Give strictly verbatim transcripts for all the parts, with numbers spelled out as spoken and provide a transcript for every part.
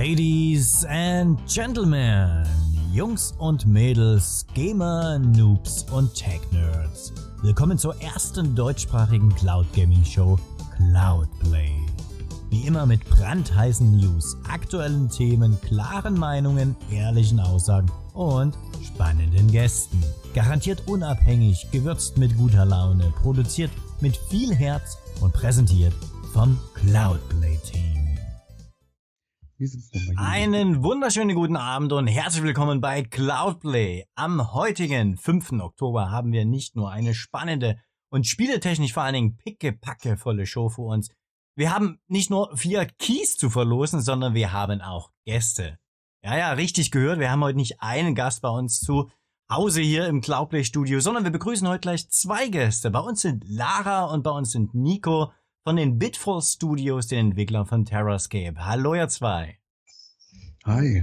Ladies and Gentlemen, Jungs und Mädels, Gamer, Noobs und Tech-Nerds. Willkommen zur ersten deutschsprachigen Cloud Gaming Show Cloudplay. Wie immer mit brandheißen News, aktuellen Themen, klaren Meinungen, ehrlichen Aussagen und spannenden Gästen. Garantiert unabhängig, gewürzt mit guter Laune, produziert mit viel Herz und präsentiert vom Cloudplay-Team. Einen wunderschönen guten Abend und herzlich willkommen bei Cloudplay. Am heutigen fünften Oktober haben wir nicht nur eine spannende und spieletechnisch vor allen Dingen pickepackevolle Show vor uns. Wir haben nicht nur vier Keys zu verlosen, sondern wir haben auch Gäste. Ja, ja, richtig gehört. Wir haben heute nicht einen Gast bei uns zu Hause hier im Cloudplay-Studio, sondern wir begrüßen heute gleich zwei Gäste. Bei uns sind Lara und bei uns sind Nico von den Bitfall Studios, den Entwicklern von Terrascape. Hallo ihr zwei. Hi.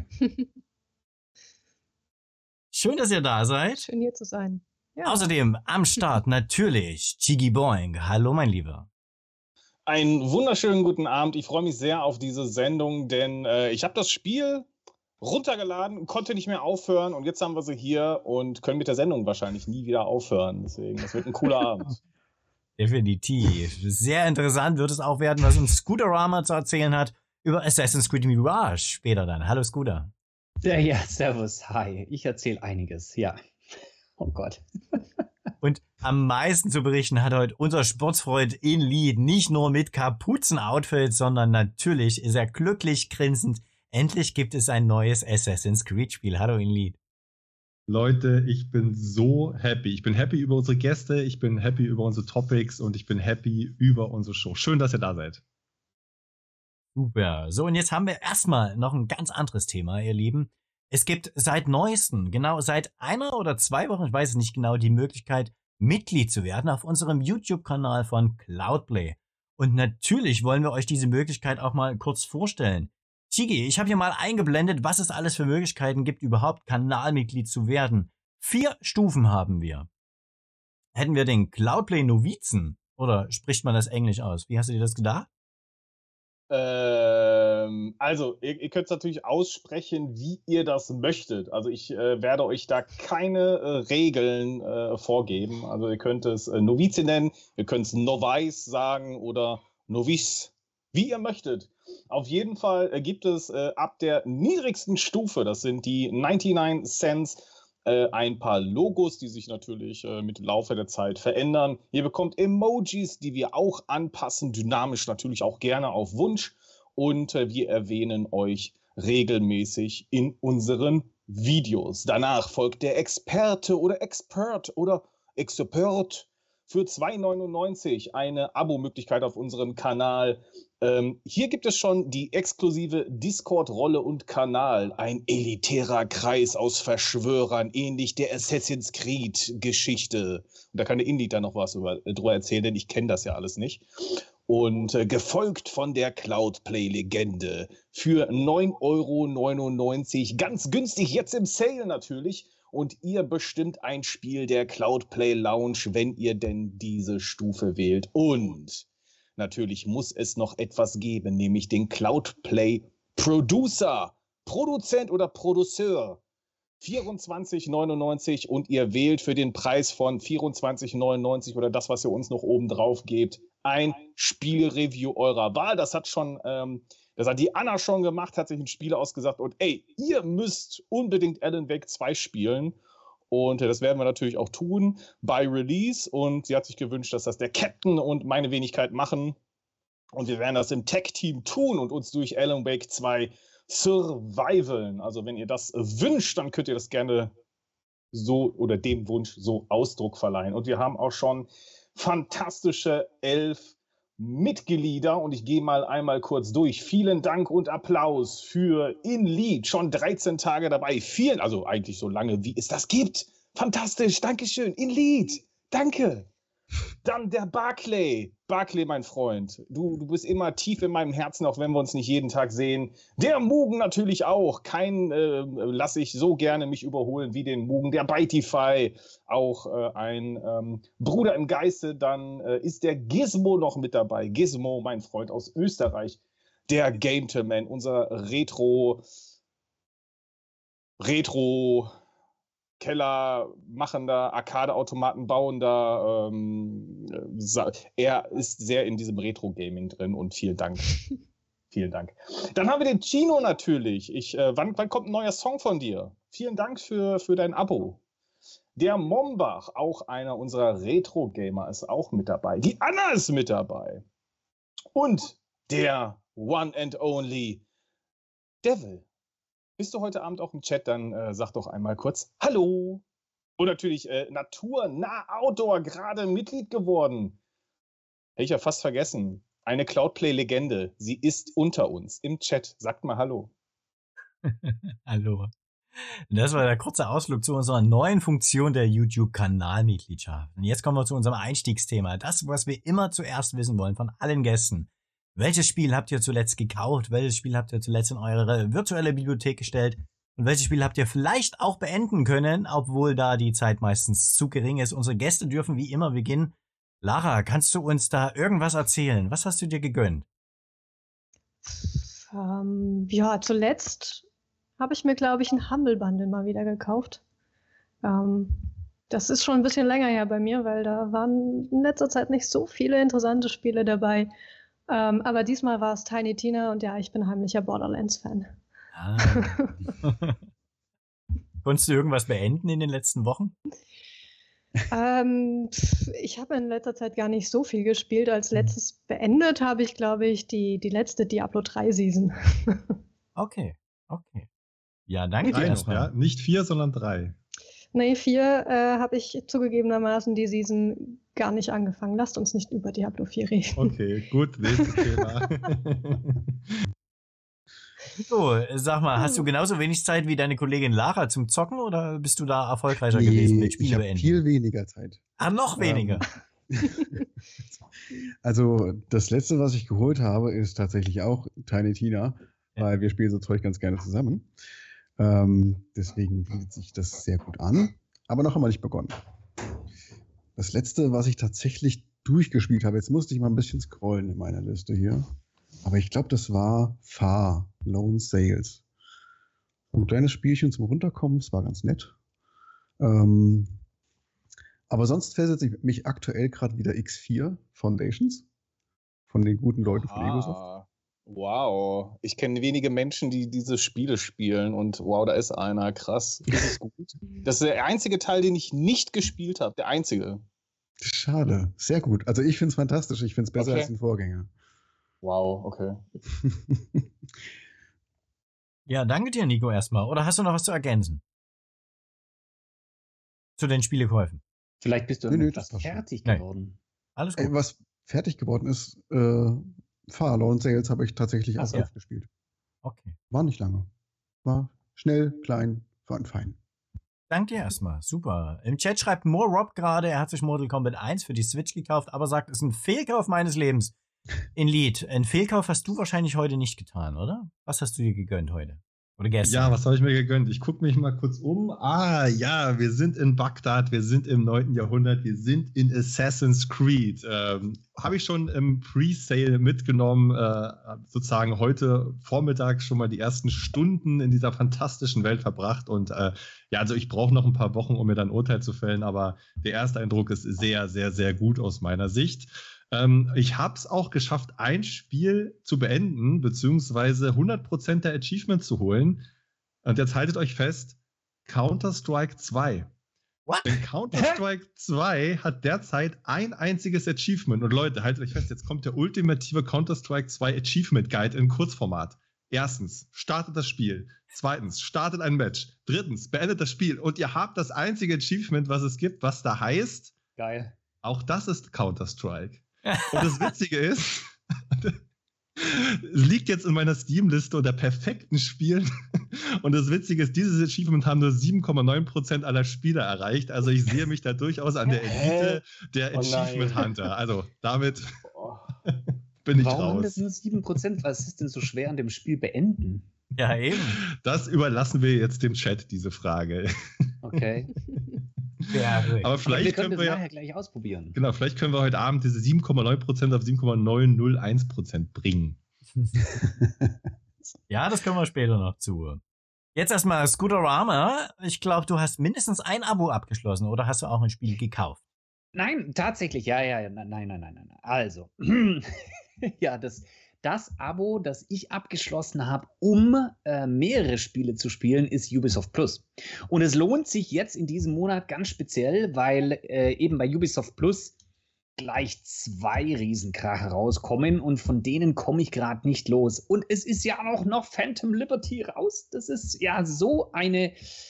Schön, dass ihr da seid. Schön hier zu sein. Ja. Außerdem am Start natürlich Chigi Boing. Hallo mein Lieber. Einen wunderschönen guten Abend. Ich freue mich sehr auf diese Sendung, denn äh, ich habe das Spiel runtergeladen, konnte nicht mehr aufhören und jetzt haben wir sie hier und können mit der Sendung wahrscheinlich nie wieder aufhören. Deswegen, das wird ein cooler Abend. Definitiv. Sehr interessant wird es auch werden, was uns Scooterama zu erzählen hat über Assassin's Creed Mirage später dann. Hallo Scooter. Ja, ja, servus, hi. Ich erzähle einiges, ja. Oh Gott. Und am meisten zu berichten hat heute unser Sportsfreund Inlead, nicht nur mit Kapuzen-Outfit, sondern natürlich ist er glücklich grinsend. Endlich gibt es ein neues Assassin's Creed Spiel. Hallo Inlead. Leute, ich bin so happy. Ich bin happy über unsere Gäste, ich bin happy über unsere Topics und ich bin happy über unsere Show. Schön, dass ihr da seid. Super. So, und jetzt haben wir erstmal noch ein ganz anderes Thema, ihr Lieben. Es gibt seit neuestem, genau seit einer oder zwei Wochen, ich weiß es nicht genau, die Möglichkeit, Mitglied zu werden auf unserem YouTube-Kanal von Cloudplay. Und natürlich wollen wir euch diese Möglichkeit auch mal kurz vorstellen. Chigi, ich habe hier mal eingeblendet, was es alles für Möglichkeiten gibt, überhaupt Kanalmitglied zu werden. Vier Stufen haben wir. Hätten wir den Cloudplay-Novizen, oder spricht man das Englisch aus? Wie hast du dir das gedacht? Ähm, also, ihr, ihr könnt es natürlich aussprechen, wie ihr das möchtet. Also ich äh, werde euch da keine äh, Regeln äh, vorgeben. Also ihr könnt es äh, Novize nennen, ihr könnt es Novice sagen oder Novice, wie ihr möchtet. Auf jeden Fall äh, gibt es äh, ab der niedrigsten Stufe, das sind die neunundneunzig Cents, äh, ein paar Logos, die sich natürlich äh, mit dem Laufe der Zeit verändern. Ihr bekommt Emojis, die wir auch anpassen, dynamisch natürlich auch gerne auf Wunsch. Und äh, wir erwähnen euch regelmäßig in unseren Videos. Danach folgt der Experte oder Expert oder Expert für zwei neunundneunzig eine Abo-Möglichkeit auf unserem Kanal. Ähm, hier gibt es schon die exklusive Discord-Rolle und Kanal. Ein elitärer Kreis aus Verschwörern, ähnlich der Assassin's Creed-Geschichte. Und da kann der Indy dann noch was über, drüber erzählen, denn ich kenne das ja alles nicht. Und äh, gefolgt von der Cloudplay-Legende für neun Euro neunundneunzig. Ganz günstig, jetzt im Sale natürlich. Und ihr bestimmt ein Spiel der Cloudplay Lounge, wenn ihr denn diese Stufe wählt. Und natürlich muss es noch etwas geben, nämlich den Cloudplay Producer, Produzent oder Produzeur. vierundzwanzig neunundneunzig und ihr wählt für den Preis von vierundzwanzig neunundneunzig oder das, was ihr uns noch oben drauf gebt, ein Spielreview eurer Wahl. Das hat schon... Ähm, Das hat die Anna schon gemacht, hat sich ein Spiel ausgesagt und ey, ihr müsst unbedingt Alan Wake zwei spielen und das werden wir natürlich auch tun bei Release und sie hat sich gewünscht, dass das der Captain und meine Wenigkeit machen und wir werden das im Tech-Team tun und uns durch Alan Wake zwei survivalen. Also wenn ihr das wünscht, dann könnt ihr das gerne so oder dem Wunsch so Ausdruck verleihen und wir haben auch schon fantastische elf Mitglieder und ich gehe mal einmal kurz durch. Vielen Dank und Applaus für Inlead, schon dreizehn Tage dabei. Vielen, also eigentlich so lange, wie es das gibt. Fantastisch, Dankeschön. Inlead, danke. Dann der Barclay. Barclay, mein Freund, du, du bist immer tief in meinem Herzen, auch wenn wir uns nicht jeden Tag sehen. Der Mugen natürlich auch. Keinen äh, lasse ich so gerne mich überholen wie den Mugen. Der Bitify, auch äh, ein ähm, Bruder im Geiste. Dann äh, ist der Gizmo noch mit dabei. Gizmo, mein Freund aus Österreich. der Gentleman, unser Retro, Retro, Keller machender, Arcade-Automaten bauender. Ähm, er ist sehr in diesem Retro-Gaming drin und vielen Dank. Vielen Dank. Dann haben wir den Chino natürlich. Ich, äh, wann, wann kommt ein neuer Song von dir? Vielen Dank für, für dein Abo. Der Mombach, auch einer unserer Retro-Gamer, ist auch mit dabei. Die Anna ist mit dabei. Und der One and Only Devil. Bist du heute Abend auch im Chat? Dann äh, sag doch einmal kurz Hallo. Und natürlich äh, Natur, nah Outdoor, gerade Mitglied geworden. Hätte ich ja fast vergessen. Eine Cloudplay-Legende. Sie ist unter uns im Chat. Sagt mal Hallo. Hallo. Das war der kurze Ausflug zu unserer neuen Funktion der YouTube-Kanalmitgliedschaft. Und jetzt kommen wir zu unserem Einstiegsthema. Das, was wir immer zuerst wissen wollen von allen Gästen. Welches Spiel habt ihr zuletzt gekauft? Welches Spiel habt ihr zuletzt in eure virtuelle Bibliothek gestellt? Und welches Spiel habt ihr vielleicht auch beenden können, obwohl da die Zeit meistens zu gering ist? Unsere Gäste dürfen wie immer beginnen. Lara, kannst du uns da irgendwas erzählen? Was hast du dir gegönnt? Ähm, ja, zuletzt habe ich mir, glaube ich, ein Humble Bundle mal wieder gekauft. Ähm, das ist schon ein bisschen länger her bei mir, weil da waren in letzter Zeit nicht so viele interessante Spiele dabei. Ähm, aber diesmal war es Tiny Tina und ja, ich bin heimlicher Borderlands-Fan. Ah. Konntest du irgendwas beenden in den letzten Wochen? ähm, ich habe in letzter Zeit gar nicht so viel gespielt. Als letztes beendet habe ich, glaube ich, die, die letzte Diablo drei Season. Okay, okay. Ja, danke drei dir noch, erstmal. ja? Nicht vier, sondern drei. Nee, vier äh, habe ich zugegebenermaßen die Season gar nicht angefangen. Lasst uns nicht über Diablo vier reden. Okay, gut, nächstes Thema. So, sag mal, hast du genauso wenig Zeit wie deine Kollegin Lara zum Zocken oder bist du da erfolgreicher Nee, gewesen mit ich Spiele habe beenden? viel weniger Zeit. Ah, noch weniger. Ähm, also das letzte, was ich geholt habe, ist tatsächlich auch Tiny Tina, Ja. weil wir spielen so Zeug ganz gerne zusammen. Ähm, deswegen bietet sich das sehr gut an. Aber noch haben wir nicht begonnen. Das letzte, was ich tatsächlich durchgespielt habe, jetzt musste ich mal ein bisschen scrollen in meiner Liste hier. Aber ich glaube, das war Far Lone Sales. Ein kleines Spielchen zum Runterkommen, es war ganz nett. Ähm, aber sonst versetze ich mich aktuell gerade wieder X vier Foundations von den guten Leuten von Egosoft. Ah, wow. Ich kenne wenige Menschen, die diese Spiele spielen und wow, da ist einer. Krass. Das ist gut. Das ist der einzige Teil, den ich nicht gespielt habe. Der einzige. Schade, sehr gut. Also ich finde es fantastisch. Ich finde es besser Okay. als den Vorgänger. Wow, okay. Ja, danke dir, Nico, erstmal. Oder hast du noch was zu ergänzen? Zu den Spielekäufen. Vielleicht bist du Nö, nö, etwas das war schon. fertig Nein. geworden. Alles gut. Ey, was fertig geworden ist, äh, Far Lone Sales habe ich tatsächlich Ach auch so. aufgespielt. Okay. War nicht lange. War schnell, klein, war ein fein. Danke dir erstmal. Super. Im Chat schreibt More Rob gerade, er hat sich Mortal Kombat eins für die Switch gekauft, aber sagt, es ist ein Fehlkauf meines Lebens. In Lied. Ein Fehlkauf hast du wahrscheinlich heute nicht getan, oder? Was hast du dir gegönnt heute? Oder gestern? Ja, was habe ich mir gegönnt? Ich gucke mich mal kurz um. Ah, ja, wir sind in Bagdad, wir sind im neunten Jahrhundert, wir sind in Assassin's Creed. Ähm, habe ich schon im Pre-Sale mitgenommen, äh, sozusagen heute Vormittag schon mal die ersten Stunden in dieser fantastischen Welt verbracht. Und äh, ja, also ich brauche noch ein paar Wochen, um mir dann ein Urteil zu fällen, aber der erste Eindruck ist sehr, sehr, sehr gut aus meiner Sicht. Ähm, ich habe es auch geschafft, ein Spiel zu beenden, beziehungsweise hundert Prozent der Achievements zu holen. Und jetzt haltet euch fest, Counter-Strike zwei. What? Denn Counter-Strike zwei hat derzeit ein einziges Achievement. Und Leute, haltet euch fest, jetzt kommt der ultimative Counter-Strike zwei Achievement Guide in Kurzformat. Erstens, startet das Spiel. Zweitens, startet ein Match. Drittens, beendet das Spiel. Und ihr habt das einzige Achievement, was es gibt, was da heißt, Geil. auch das ist Counter-Strike. Und das Witzige ist, es liegt jetzt in meiner Steam-Liste unter perfekten Spielen. Und das Witzige ist, dieses Achievement haben nur sieben Komma neun Prozent aller Spieler erreicht. Also ich sehe mich da durchaus an der Elite der Oh nein. Achievement Hunter. Also damit Oh. bin ich Warum haben raus. das nur sieben Prozent? Was ist denn so schwer an dem Spiel beenden? Ja, eben. Das überlassen wir jetzt dem Chat, diese Frage. Okay. Ja, Aber Aber vielleicht wir können können wir das ja, nachher gleich ausprobieren. genau, vielleicht können wir heute Abend diese sieben Komma neun Prozent auf sieben Komma neun null eins Prozent bringen. Ja, das können wir später noch zu. Jetzt erstmal Scooterama. Ich glaube, du hast mindestens ein Abo abgeschlossen oder hast du auch ein Spiel gekauft? Nein, tatsächlich, ja, ja, ja, nein, nein, nein, nein, nein. Also, ja, das, das Abo, das ich abgeschlossen habe, um äh, mehrere Spiele zu spielen, ist Ubisoft Plus. Und es lohnt sich jetzt in diesem Monat ganz speziell, weil äh, eben bei Ubisoft Plus gleich zwei Riesenkracher rauskommen und von denen komme ich gerade nicht los. Und es ist ja auch noch Phantom Liberty raus. Das ist ja so eine...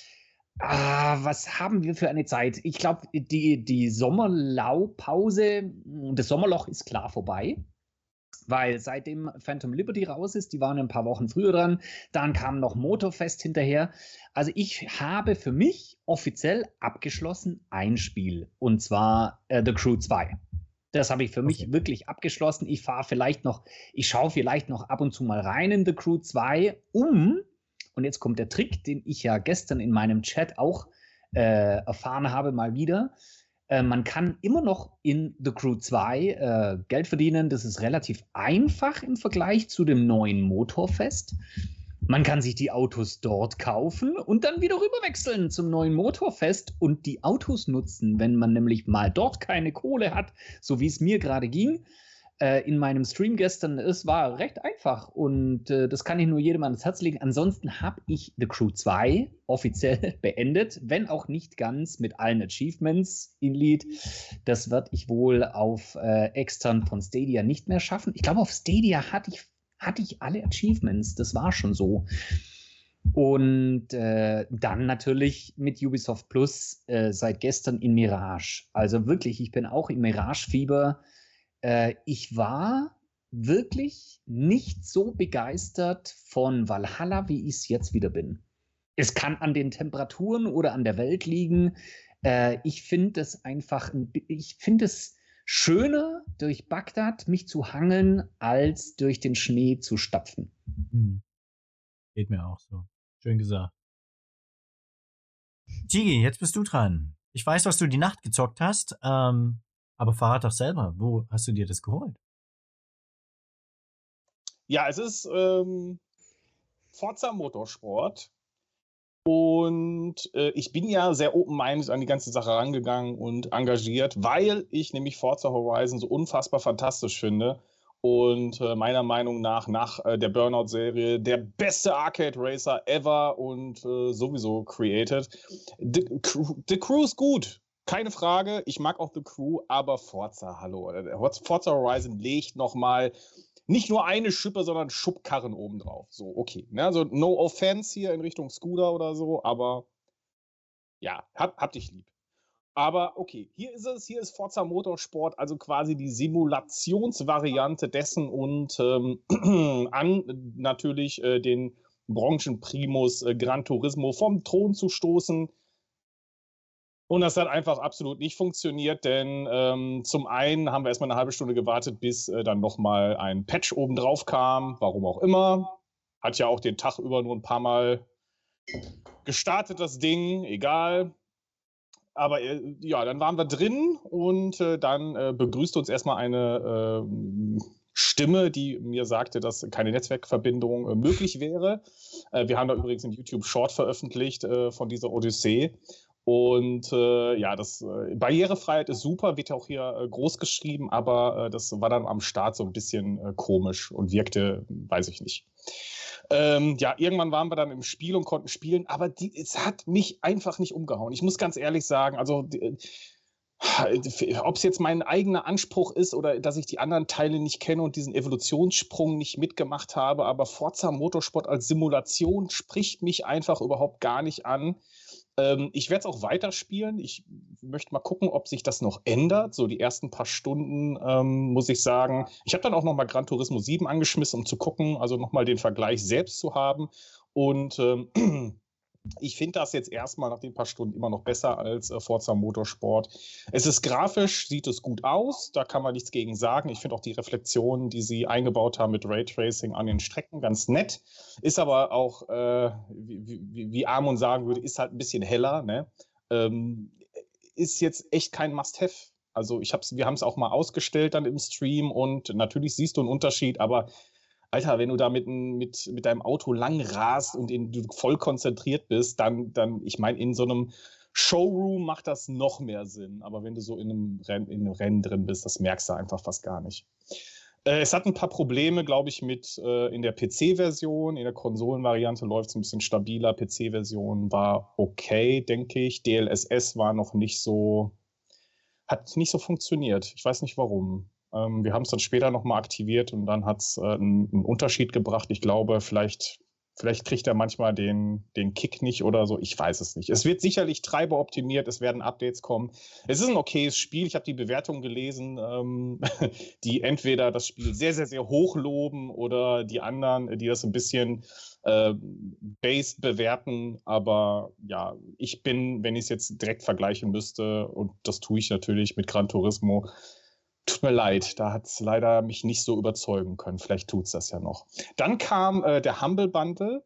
Ah, was haben wir für eine Zeit? Ich glaube, die, die Sommerlaupause, das Sommerloch ist klar vorbei, weil seitdem Phantom Liberty raus ist, die waren ein paar Wochen früher dran, dann kam noch Motorfest hinterher. Also ich habe für mich offiziell abgeschlossen ein Spiel, und zwar äh, The Crew zwei. Das habe ich für mich Okay. wirklich abgeschlossen. Ich fahre vielleicht noch, ich schaue vielleicht noch ab und zu mal rein in The Crew zwei, um... Und jetzt kommt der Trick, den ich ja gestern in meinem Chat auch äh, erfahren habe, mal wieder. Äh, man kann immer noch in The Crew zwei äh, Geld verdienen. Das ist relativ einfach im Vergleich zu dem neuen Motorfest. Man kann sich die Autos dort kaufen und dann wieder rüberwechseln zum neuen Motorfest und die Autos nutzen, wenn man nämlich mal dort keine Kohle hat, so wie es mir gerade ging. In meinem Stream gestern, es war recht einfach und äh, das kann ich nur jedem ans Herz legen. Ansonsten habe ich The Crew zwei offiziell beendet, wenn auch nicht ganz mit allen Achievements in Lead. Das werde ich wohl auf äh, extern von Stadia nicht mehr schaffen. Ich glaube, auf Stadia hatte ich, hatte ich alle Achievements, das war schon so. Und äh, dann natürlich mit Ubisoft Plus äh, seit gestern in Mirage. Also wirklich, ich bin auch im Mirage-Fieber. Ich war wirklich nicht so begeistert von Valhalla, wie ich es jetzt wieder bin. Es kann an den Temperaturen oder an der Welt liegen. Ich finde es einfach, ich finde es schöner, durch Bagdad mich zu hangeln, als durch den Schnee zu stapfen. Hm. Geht mir auch so. Schön gesagt. Tigi, jetzt bist du dran. Ich weiß, was du die Nacht gezockt hast, ähm, aber verrat doch selber, wo hast du dir das geholt? Ja, es ist ähm, Forza Motorsport. Und äh, ich bin ja sehr open-minded an die ganze Sache rangegangen und engagiert, weil ich nämlich Forza Horizon so unfassbar fantastisch finde. Und äh, meiner Meinung nach, nach äh, der Burnout-Serie, der beste Arcade-Racer ever und äh, sowieso created. The, The Crew ist gut. Keine Frage, ich mag auch The Crew, aber Forza, hallo. Forza Horizon legt nochmal nicht nur eine Schippe, sondern Schubkarren obendrauf. So, okay. Ne? Also no offense hier in Richtung Scooter oder so, aber ja, hab, hab dich lieb. Aber okay, hier ist es, hier ist Forza Motorsport, also quasi die Simulationsvariante dessen und ähm, an natürlich äh, den Branchenprimus äh, Gran Turismo vom Thron zu stoßen. Und das hat einfach absolut nicht funktioniert, denn ähm, zum einen haben wir erstmal eine halbe Stunde gewartet, bis äh, dann nochmal ein Patch obendrauf kam, warum auch immer. Hat ja auch den Tag über nur ein paar Mal gestartet, das Ding, egal. Aber äh, ja, dann waren wir drin und äh, dann äh, begrüßte uns erstmal eine äh, Stimme, die mir sagte, dass keine Netzwerkverbindung äh, möglich wäre. Äh, wir haben da übrigens in YouTube Short veröffentlicht äh, von dieser Odyssee. Und äh, ja, das äh, Barrierefreiheit ist super, wird ja auch hier äh, groß geschrieben, aber äh, das war dann am Start so ein bisschen äh, komisch und wirkte, weiß ich nicht. Ähm, ja, irgendwann waren wir dann im Spiel und konnten spielen, aber die, es hat mich einfach nicht umgehauen. Ich muss ganz ehrlich sagen, also die, ob es jetzt mein eigener Anspruch ist oder dass ich die anderen Teile nicht kenne und diesen Evolutionssprung nicht mitgemacht habe, aber Forza Motorsport als Simulation spricht mich einfach überhaupt gar nicht an. Ähm, ich werde es auch weiterspielen. Ich möchte mal gucken, ob sich das noch ändert. So die ersten paar Stunden, ähm, muss ich sagen. Ich habe dann auch noch mal Gran Turismo sieben angeschmissen, um zu gucken, also noch mal den Vergleich selbst zu haben. Und ähm, ich finde das jetzt erstmal nach den paar Stunden immer noch besser als äh, Forza Motorsport. Es ist grafisch, sieht es gut aus, da kann man nichts gegen sagen. Ich finde auch die Reflexionen, die sie eingebaut haben mit Raytracing an den Strecken, ganz nett. Ist aber auch, äh, wie, wie, wie Amon sagen würde, ist halt ein bisschen heller. Ne? Ähm, ist jetzt echt kein Must-Have. Also ich hab's, wir haben es auch mal ausgestellt dann im Stream und natürlich siehst du einen Unterschied, aber Alter, wenn du da mit, mit, mit deinem Auto lang rast und in, du voll konzentriert bist, dann, dann ich meine, in so einem Showroom macht das noch mehr Sinn. Aber wenn du so in einem, Renn, in einem Rennen drin bist, das merkst du einfach fast gar nicht. Äh, es hat ein paar Probleme, glaube ich, mit äh, in der P C-Version. In der Konsolenvariante läuft es ein bisschen stabiler. P C-Version war okay, denke ich. D L S S war noch nicht so, hat nicht so funktioniert. Ich weiß nicht warum. Wir haben es dann später nochmal aktiviert und dann hat es äh, einen, einen Unterschied gebracht. Ich glaube, vielleicht, vielleicht kriegt er manchmal den, den Kick nicht oder so. Ich weiß es nicht. Es wird sicherlich treiberoptimiert, es werden Updates kommen. Es ist ein okayes Spiel. Ich habe die Bewertungen gelesen, ähm, die entweder das Spiel sehr, sehr, sehr hoch loben oder die anderen, die das ein bisschen äh, based bewerten. Aber ja, ich bin, wenn ich es jetzt direkt vergleichen müsste, und das tue ich natürlich mit Gran Turismo, tut mir leid, da hat es leider mich nicht so überzeugen können. Vielleicht tut es das ja noch. Dann kam äh, der Humble Bundle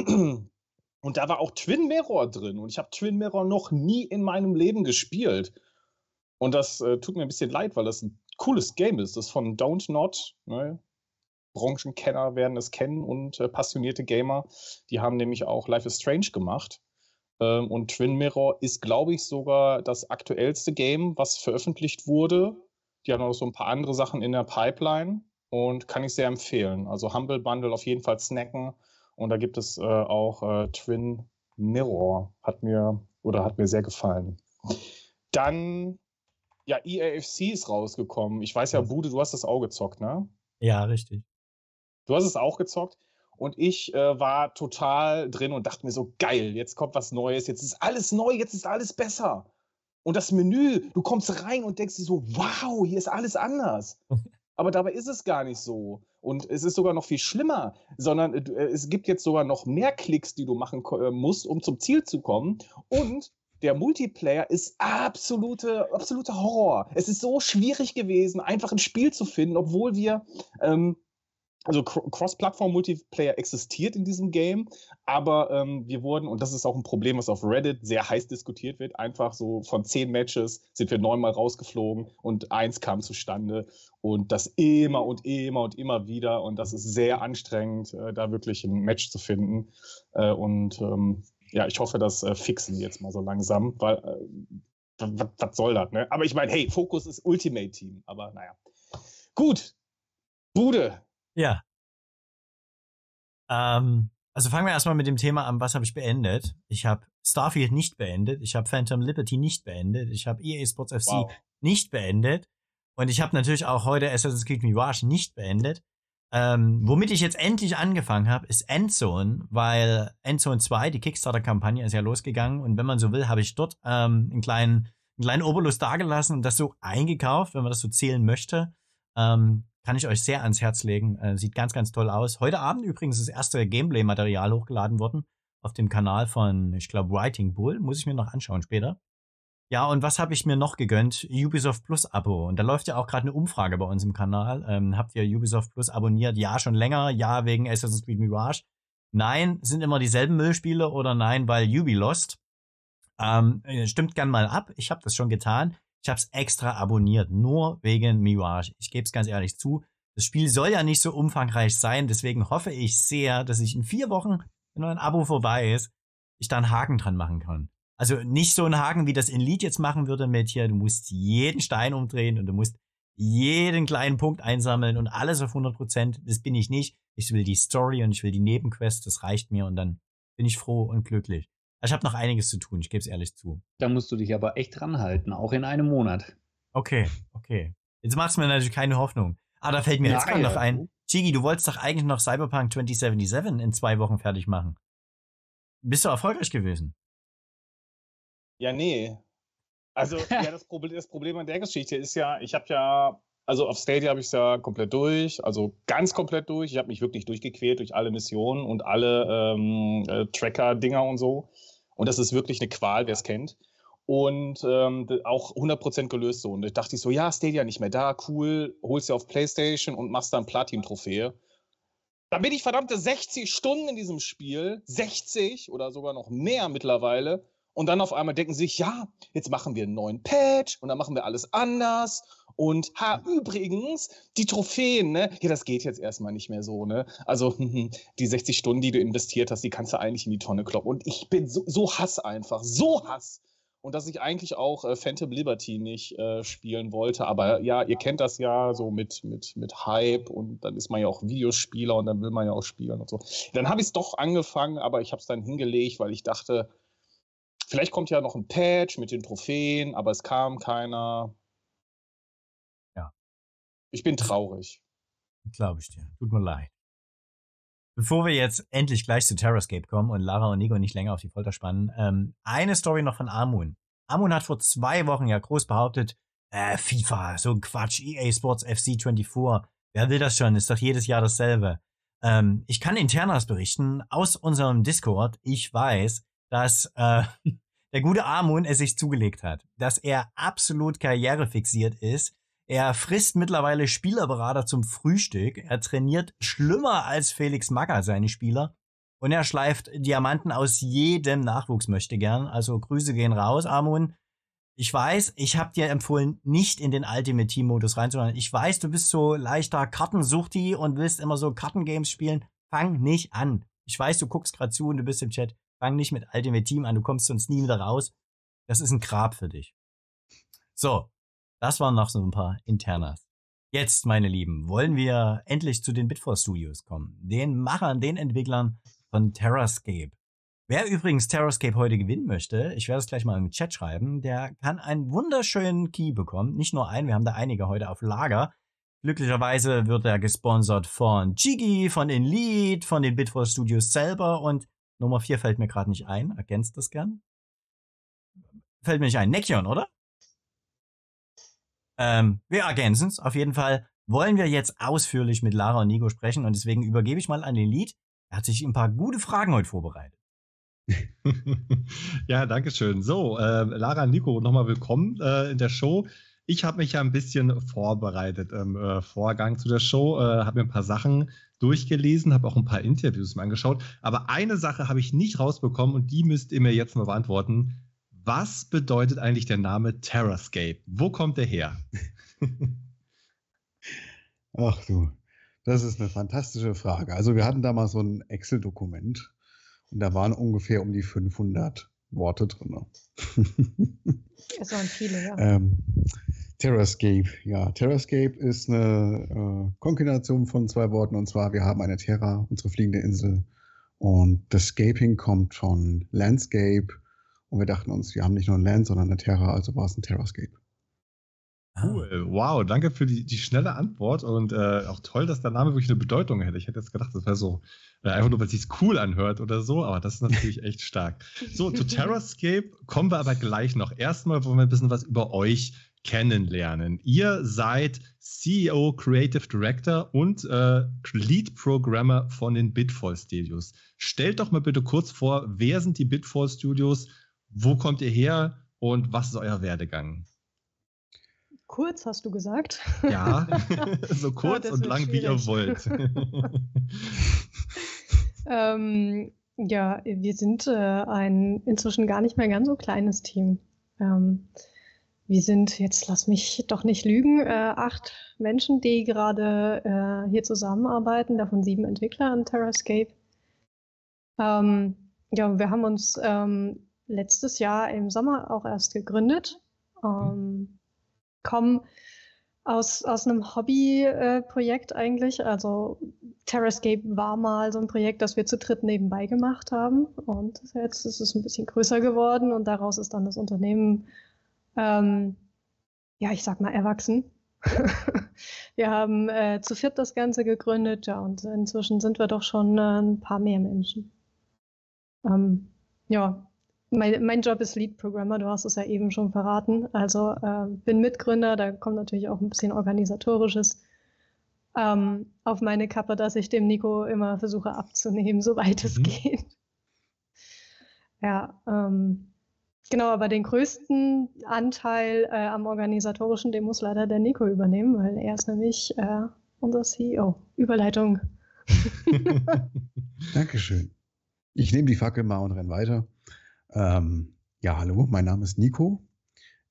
und da war auch Twin Mirror drin. Und ich habe Twin Mirror noch nie in meinem Leben gespielt. Und das äh, tut mir ein bisschen leid, weil das ein cooles Game ist. Das ist von Don't Not. Ne? Branchenkenner werden es kennen und äh, passionierte Gamer. Die haben nämlich auch Life is Strange gemacht. Ähm, und Twin Mirror ist, glaube ich, sogar das aktuellste Game, was veröffentlicht wurde. Die haben noch so ein paar andere Sachen in der Pipeline und kann ich sehr empfehlen. Also Humble Bundle auf jeden Fall snacken. Und da gibt es äh, auch äh, Twin Mirror. Hat mir, oder hat mir sehr gefallen. Dann, ja, E A F C ist rausgekommen. Ich weiß ja, Bude, du hast das auch gezockt, ne? Ja, richtig. Du hast es auch gezockt. Und ich äh, war total drin und dachte mir so, geil, jetzt kommt was Neues. Jetzt ist alles neu, jetzt ist alles besser. Und das Menü, du kommst rein und denkst dir so, wow, hier ist alles anders. Aber dabei ist es gar nicht so. Und es ist sogar noch viel schlimmer, sondern äh, es gibt jetzt sogar noch mehr Klicks, die du machen äh, musst, um zum Ziel zu kommen. Und der Multiplayer ist absolute, absoluter Horror. Es ist so schwierig gewesen, einfach ein Spiel zu finden, obwohl wir... Ähm, Also Cross-Plattform-Multiplayer existiert in diesem Game, aber ähm, wir wurden, und das ist auch ein Problem, was auf Reddit sehr heiß diskutiert wird, einfach so von zehn Matches sind wir neunmal rausgeflogen und eins kam zustande und das immer und immer und immer wieder und das ist sehr anstrengend, äh, da wirklich ein Match zu finden äh, und ähm, ja, ich hoffe, das äh, fixen die jetzt mal so langsam, weil äh, was soll das, ne? Aber ich meine, hey, Fokus ist Ultimate Team, aber naja. Gut, Bude. Ja. Ähm, also fangen wir erstmal mit dem Thema an, was habe ich beendet. Ich habe Starfield nicht beendet, ich habe Phantom Liberty nicht beendet, ich habe E A Sports F C wow. nicht beendet und ich habe natürlich auch heute Assassin's Creed Mirage nicht beendet. Ähm, womit ich jetzt endlich angefangen habe, ist Endzone, weil Endzone zwei, die Kickstarter-Kampagne, ist ja losgegangen und wenn man so will, habe ich dort ähm, einen kleinen, einen kleinen Obolus dagelassen und das so eingekauft, wenn man das so zählen möchte. Ähm, Kann ich euch sehr ans Herz legen. Äh, sieht ganz, ganz toll aus. Heute Abend übrigens das erste Gameplay-Material hochgeladen worden auf dem Kanal von, ich glaube, Writing Bull. Muss ich mir noch anschauen später. Ja, und was habe ich mir noch gegönnt? Ubisoft Plus Abo. Und da läuft ja auch gerade eine Umfrage bei uns im Kanal. Ähm, habt ihr Ubisoft Plus abonniert? Ja, schon länger. Ja, wegen Assassin's Creed Mirage. Nein, sind immer dieselben Müllspiele oder nein, weil Ubi lost. Ähm, stimmt gern mal ab. Ich habe das schon getan. Ich habe es extra abonniert, nur wegen Mirage. Ich gebe es ganz ehrlich zu. Das Spiel soll ja nicht so umfangreich sein, deswegen hoffe ich sehr, dass ich in vier Wochen, wenn ein Abo vorbei ist, ich da einen Haken dran machen kann. Also nicht so einen Haken, wie das Elite jetzt machen würde mit hier, du musst jeden Stein umdrehen und du musst jeden kleinen Punkt einsammeln und alles auf hundert Prozent. Das bin ich nicht. Ich will die Story und ich will die Nebenquests, das reicht mir und dann bin ich froh und glücklich. Ich habe noch einiges zu tun, ich gebe es ehrlich zu. Da musst du dich aber echt dran halten, auch in einem Monat. Okay, okay. Jetzt machst du mir natürlich keine Hoffnung. Ah, da fällt mir jetzt gerade noch ein. Chigi, du wolltest doch eigentlich noch Cyberpunk zwanzig siebenundsiebzig in zwei Wochen fertig machen. Bist du erfolgreich gewesen? Ja, nee. Also, ja, das Problem, das Problem an der Geschichte ist ja, ich habe ja, also auf Stadia habe ich es ja komplett durch, also ganz komplett durch. Ich habe mich wirklich durchgequält durch alle Missionen und alle ähm, äh, Tracker-Dinger und so. Und das ist wirklich eine Qual, wer es kennt. Und ähm, auch hundert Prozent gelöst so. Und da dachte ich so, ja, Stadia nicht mehr da, cool, holst du auf PlayStation und machst dann Platin-Trophäe. Dann bin ich verdammte sechzig Stunden in diesem Spiel, sechzig oder sogar noch mehr mittlerweile. Und dann auf einmal denken sie sich, ja, jetzt machen wir einen neuen Patch und dann machen wir alles anders. Und ha, übrigens, die Trophäen, ne? Ja, das geht jetzt erstmal nicht mehr so, ne? Also, die sechzig Stunden, die du investiert hast, die kannst du eigentlich in die Tonne kloppen. Und ich bin so, so Hass einfach, so Hass. Und dass ich eigentlich auch äh, Phantom Liberty nicht äh, spielen wollte. Aber ja, ihr kennt das ja so mit, mit, mit Hype und dann ist man ja auch Videospieler und dann will man ja auch spielen und so. Dann habe ich es doch angefangen, aber ich habe es dann hingelegt, weil ich dachte, vielleicht kommt ja noch ein Patch mit den Trophäen, aber es kam keiner. Ja. Ich bin traurig. Glaube ich dir. Tut mir leid. Bevor wir jetzt endlich gleich zu Terrascape kommen und Lara und Nico nicht länger auf die Folter spannen, ähm, eine Story noch von Amun. Amun hat vor zwei Wochen ja groß behauptet, äh, FIFA, so ein Quatsch, E A Sports F C vierundzwanzig, wer will das schon, ist doch jedes Jahr dasselbe. Ähm, ich kann Internas berichten, aus unserem Discord, ich weiß, dass äh, der gute Amun es sich zugelegt hat, dass er absolut karrierefixiert ist. Er frisst mittlerweile Spielerberater zum Frühstück. Er trainiert schlimmer als Felix Magath seine Spieler. Und er schleift Diamanten aus jedem Nachwuchsmöchtegern. Also Grüße gehen raus, Amun. Ich weiß, ich habe dir empfohlen, nicht in den Ultimate Team Modus reinzuhören. Ich weiß, du bist so leichter Kartensuchti und willst immer so Kartengames spielen. Fang nicht an. Ich weiß, du guckst gerade zu und du bist im Chat. Fang nicht mit Ultimate Team an. Du kommst sonst nie wieder raus. Das ist ein Grab für dich. So. Das waren noch so ein paar Internas. Jetzt, meine Lieben, wollen wir endlich zu den Bitforce Studios kommen. Den Machern, den Entwicklern von Terrascape. Wer übrigens Terrascape heute gewinnen möchte, ich werde es gleich mal im Chat schreiben, der kann einen wunderschönen Key bekommen. Nicht nur einen, wir haben da einige heute auf Lager. Glücklicherweise wird er gesponsert von Jiggy, von Elite, von den Bitforce Studios selber und Nummer vier fällt mir gerade nicht ein. Ergänzt das gern? Fällt mir nicht ein. Nekion, oder? Ähm, wir ergänzen es. Auf jeden Fall wollen wir jetzt ausführlich mit Lara und Nico sprechen und deswegen übergebe ich mal an den Lied. Er hat sich ein paar gute Fragen heute vorbereitet. Ja, danke schön. So, äh, Lara und Nico, nochmal willkommen äh, in der Show. Ich habe mich ja ein bisschen vorbereitet im äh, Vorgang zu der Show, äh, habe mir ein paar Sachen durchgelesen, habe auch ein paar Interviews mir angeschaut, aber eine Sache habe ich nicht rausbekommen und die müsst ihr mir jetzt mal beantworten. Was bedeutet eigentlich der Name Terrascape? Wo kommt der her? Ach du, das ist eine fantastische Frage. Also wir hatten da mal so ein Excel-Dokument und da waren ungefähr um die fünfhundert Worte drin. Es waren viele, ja. ähm, Terrascape, ja. Terrascape ist eine äh, Kombination von zwei Worten und zwar, wir haben eine Terra, unsere fliegende Insel und das Scaping kommt von Landscape. Und wir dachten uns, wir haben nicht nur ein Land, sondern eine Terra, also war es ein Terrascape. Cool, wow, danke für die, die schnelle Antwort und äh, auch toll, dass der Name wirklich eine Bedeutung hätte. Ich hätte jetzt gedacht, das wäre so, äh, einfach nur, weil es sich cool anhört oder so, aber das ist natürlich echt stark. So, zu Terrascape kommen wir aber gleich noch. Erstmal wollen wir ein bisschen was über euch kennenlernen. Ihr seid C E O, Creative Director und äh, Lead Programmer von den Bitforce Studios. Stellt doch mal bitte kurz vor, wer sind die Bitforce Studios? Wo kommt ihr her und was ist euer Werdegang? Kurz, hast du gesagt? Ja, so kurz oh, und lang, schwierig. Wie ihr wollt. ähm, ja, wir sind äh, ein inzwischen gar nicht mehr ganz so kleines Team. Ähm, wir sind, jetzt lass mich doch nicht lügen, äh, acht Menschen, die gerade äh, hier zusammenarbeiten, davon sieben Entwickler an Terrascape. Ähm, ja, wir haben uns ähm, letztes Jahr im Sommer auch erst gegründet, ähm, kommen aus, aus einem Hobbyprojekt äh, eigentlich. Also Terrascape war mal so ein Projekt, das wir zu dritt nebenbei gemacht haben und jetzt ist es ein bisschen größer geworden und daraus ist dann das Unternehmen, ähm, ja, ich sag mal, erwachsen. Wir haben äh, zu viert das Ganze gegründet, ja, und inzwischen sind wir doch schon äh, ein paar mehr Menschen. Ähm, ja, Mein, mein Job ist Lead Programmer, du hast es ja eben schon verraten. Also äh, bin Mitgründer, da kommt natürlich auch ein bisschen Organisatorisches ähm, auf meine Kappe, dass ich dem Nico immer versuche abzunehmen, soweit mhm. es geht. Ja, ähm, genau, aber den größten Anteil äh, am Organisatorischen, den muss leider der Nico übernehmen, weil er ist nämlich äh, unser C E O. Überleitung. Dankeschön. Ich nehme die Fackel mal und renne weiter. Ähm, ja, hallo, mein Name ist Nico.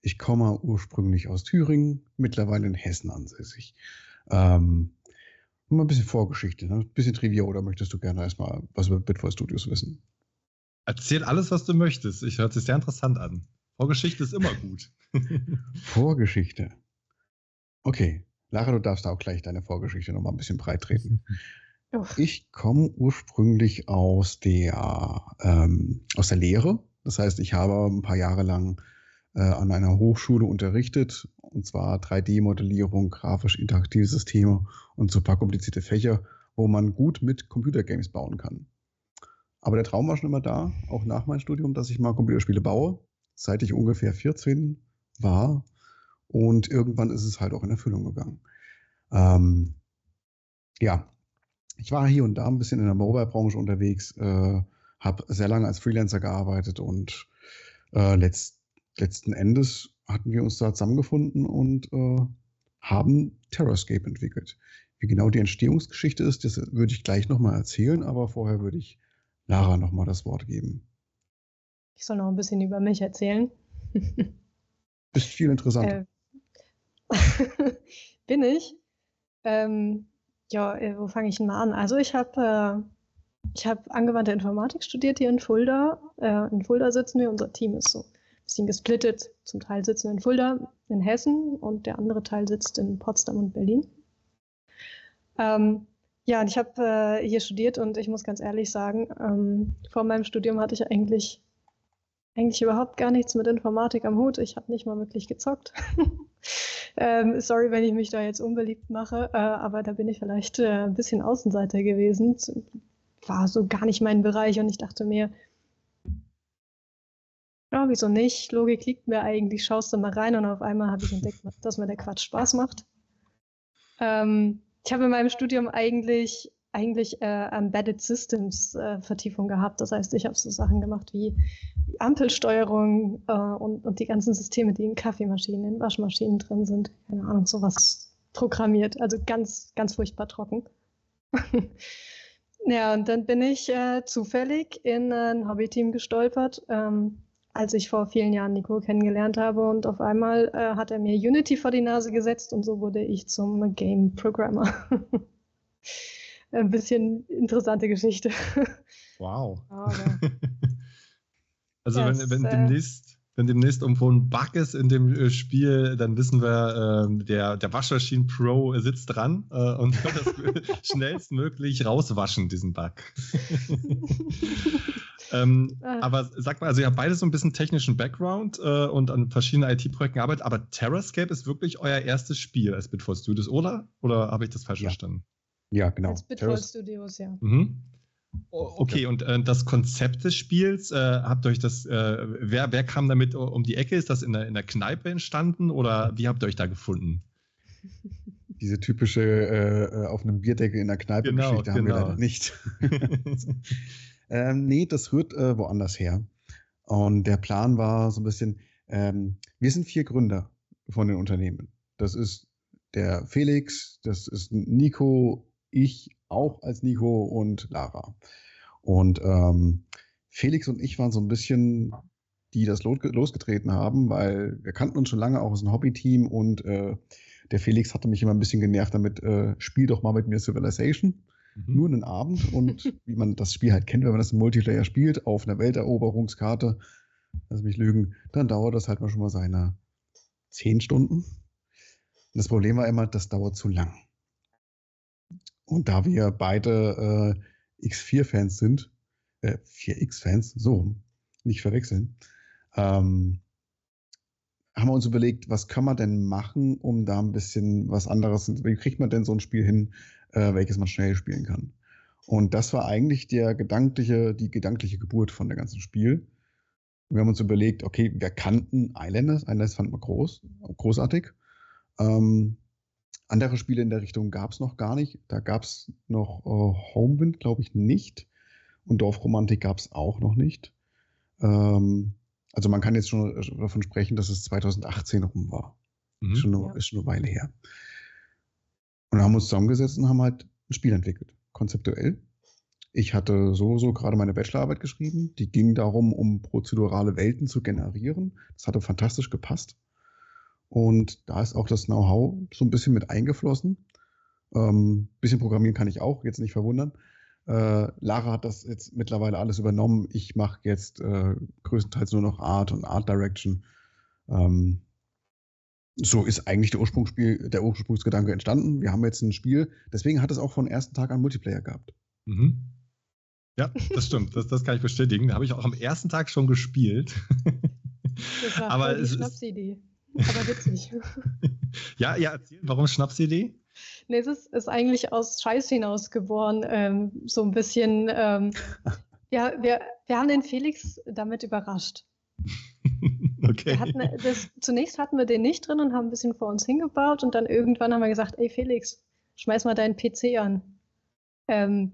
ich komme ursprünglich aus Thüringen, mittlerweile in Hessen ansässig. Ähm, mal ein bisschen Vorgeschichte, ne? Ein bisschen Trivia, oder möchtest du gerne erstmal was über Bitvoice Studios wissen? Erzähl alles, was du möchtest. Ich hört sich sehr interessant an. Vorgeschichte ist immer gut. Vorgeschichte. Okay, Lara, du darfst auch gleich deine Vorgeschichte noch mal ein bisschen breit treten. Uff. Ich komme ursprünglich aus der, ähm, aus der Lehre. Das heißt, ich habe ein paar Jahre lang äh, an einer Hochschule unterrichtet, und zwar drei D-Modellierung, grafisch-interaktive Systeme und so ein paar komplizierte Fächer, wo man gut mit Computergames bauen kann. Aber der Traum war schon immer da, auch nach meinem Studium, dass ich mal Computerspiele baue, seit ich ungefähr vierzehn war. Und irgendwann ist es halt auch in Erfüllung gegangen. Ähm, ja, ich war hier und da ein bisschen in der Mobile-Branche unterwegs, äh, habe sehr lange als Freelancer gearbeitet und äh, letzt, letzten Endes hatten wir uns da zusammengefunden und äh, haben Terrascape entwickelt. Wie genau die Entstehungsgeschichte ist, das würde ich gleich nochmal erzählen, aber vorher würde ich Lara nochmal das Wort geben. Ich soll noch ein bisschen über mich erzählen. Ist viel interessanter. Äh, bin ich? Ähm, ja, äh, wo fange ich denn mal an? Also ich habe äh, ich habe angewandte Informatik studiert hier in Fulda. Äh, in Fulda sitzen wir, unser Team ist so ein bisschen gesplittet. Zum Teil sitzen wir in Fulda, in Hessen, und der andere Teil sitzt in Potsdam und Berlin. Ähm, ja, und ich habe äh, hier studiert, und ich muss ganz ehrlich sagen, ähm, vor meinem Studium hatte ich eigentlich eigentlich überhaupt gar nichts mit Informatik am Hut. Ich habe nicht mal wirklich gezockt. ähm, sorry, wenn ich mich da jetzt unbeliebt mache, äh, aber da bin ich vielleicht äh, ein bisschen Außenseiter gewesen. War so gar nicht mein Bereich, und ich dachte mir, ja, wieso nicht? Logik liegt mir eigentlich, schaust du mal rein, und auf einmal habe ich entdeckt, dass mir der Quatsch Spaß macht. Ähm, ich habe in meinem Studium eigentlich eigentlich äh, Embedded Systems äh, Vertiefung gehabt. Das heißt, ich habe so Sachen gemacht wie, wie Ampelsteuerung äh, und, und die ganzen Systeme, die in Kaffeemaschinen, in Waschmaschinen drin sind. Keine Ahnung, sowas programmiert. Also ganz, ganz furchtbar trocken. Ja, und dann bin ich äh, zufällig in ein Hobbyteam gestolpert, ähm, als ich vor vielen Jahren Nico kennengelernt habe, und auf einmal äh, hat er mir Unity vor die Nase gesetzt, und so wurde ich zum Game Programmer. Ein bisschen interessante Geschichte. Wow. Aber also ja, wenn, es, wenn äh, demnächst, wenn demnächst irgendwo ein Bug ist in dem äh, Spiel, dann wissen wir, äh, der, der Waschmaschinen Pro sitzt dran äh, und wird das schnellstmöglich rauswaschen, diesen Bug. ähm, Ah. aber sag mal, also ihr habt beide so ein bisschen technischen Background äh, und an verschiedenen I T-Projekten gearbeitet, aber Terrascape ist wirklich euer erstes Spiel als Bitvoice Studios, oder? Oder habe ich das falsch Ja. verstanden? Ja, genau. Als Bitvoice Studios, ja. Mhm. Okay, und äh, das Konzept des Spiels, äh, habt ihr euch das, äh, wer, wer kam damit um die Ecke? Ist das in der, in der Kneipe entstanden, oder wie habt ihr euch da gefunden? Diese typische äh, auf einem Bierdeckel in der Kneipe Genau, Geschichte haben wir genau. leider nicht. ähm, nee, das rührt äh, woanders her. Und der Plan war so ein bisschen, ähm, wir sind vier Gründer von den Unternehmen. Das ist der Felix, das ist Nico, ich auch als Nico und Lara. Und ähm, Felix und ich waren so ein bisschen, die das losgetreten haben, weil wir kannten uns schon lange auch aus einem Hobbyteam, und äh, der Felix hatte mich immer ein bisschen genervt damit, äh, spiel doch mal mit mir Civilization. Mhm. Nur einen Abend, und wie man das Spiel halt kennt, wenn man das im Multiplayer spielt, auf einer Welteroberungskarte, lass mich lügen, dann dauert das halt mal schon mal seine zehn Stunden. Und das Problem war immer, das dauert zu lang. Und da wir beide äh, X vier Fans sind, äh, vier X Fans, so, nicht verwechseln, ähm, haben wir uns überlegt, was kann man denn machen, um da ein bisschen was anderes, wie kriegt man denn so ein Spiel hin, äh, welches man schnell spielen kann. Und das war eigentlich der gedankliche, die gedankliche Geburt von dem ganzen Spiel. Wir haben uns überlegt, okay, wir kannten Islanders, Islanders fanden wir groß, großartig. Ähm, andere Spiele in der Richtung gab es noch gar nicht. Da gab es noch äh, Homewind, glaube ich, nicht. Und Dorfromantik gab es auch noch nicht. Ähm, also man kann jetzt schon davon sprechen, dass es zwanzig achtzehn rum war. Mhm. Ist, schon eine, ja. ist schon eine Weile her. Und haben uns zusammengesetzt und haben halt ein Spiel entwickelt. Konzeptuell. Ich hatte sowieso gerade meine Bachelorarbeit geschrieben. Die ging darum, um prozedurale Welten zu generieren. Das hatte fantastisch gepasst. Und da ist auch das Know-how so ein bisschen mit eingeflossen. Ähm, bisschen programmieren kann ich auch, jetzt nicht verwundern. Äh, Lara hat das jetzt mittlerweile alles übernommen. Ich mache jetzt äh, größtenteils nur noch Art und Art Direction. Ähm, so ist eigentlich der Ursprungsspiel, der Ursprungsgedanke entstanden. Wir haben jetzt ein Spiel, deswegen hat es auch von ersten Tag an Multiplayer gehabt. Mhm. Ja, das stimmt. Das, das kann ich bestätigen. Da habe ich auch am ersten Tag schon gespielt. Das war Aber voll die es ist- Schnapsidee. Aber witzig. Ja, ja, erzähl, warum Schnapsidee? Nee, es ist, ist eigentlich aus Scheiß hinaus geboren. Ähm, so ein bisschen. Ähm, ja, wir, wir haben den Felix damit überrascht. Okay. Wir hatten das, zunächst hatten wir den nicht drin und haben ein bisschen vor uns hingebaut und dann irgendwann haben wir gesagt, ey Felix, schmeiß mal deinen P C an. Ähm,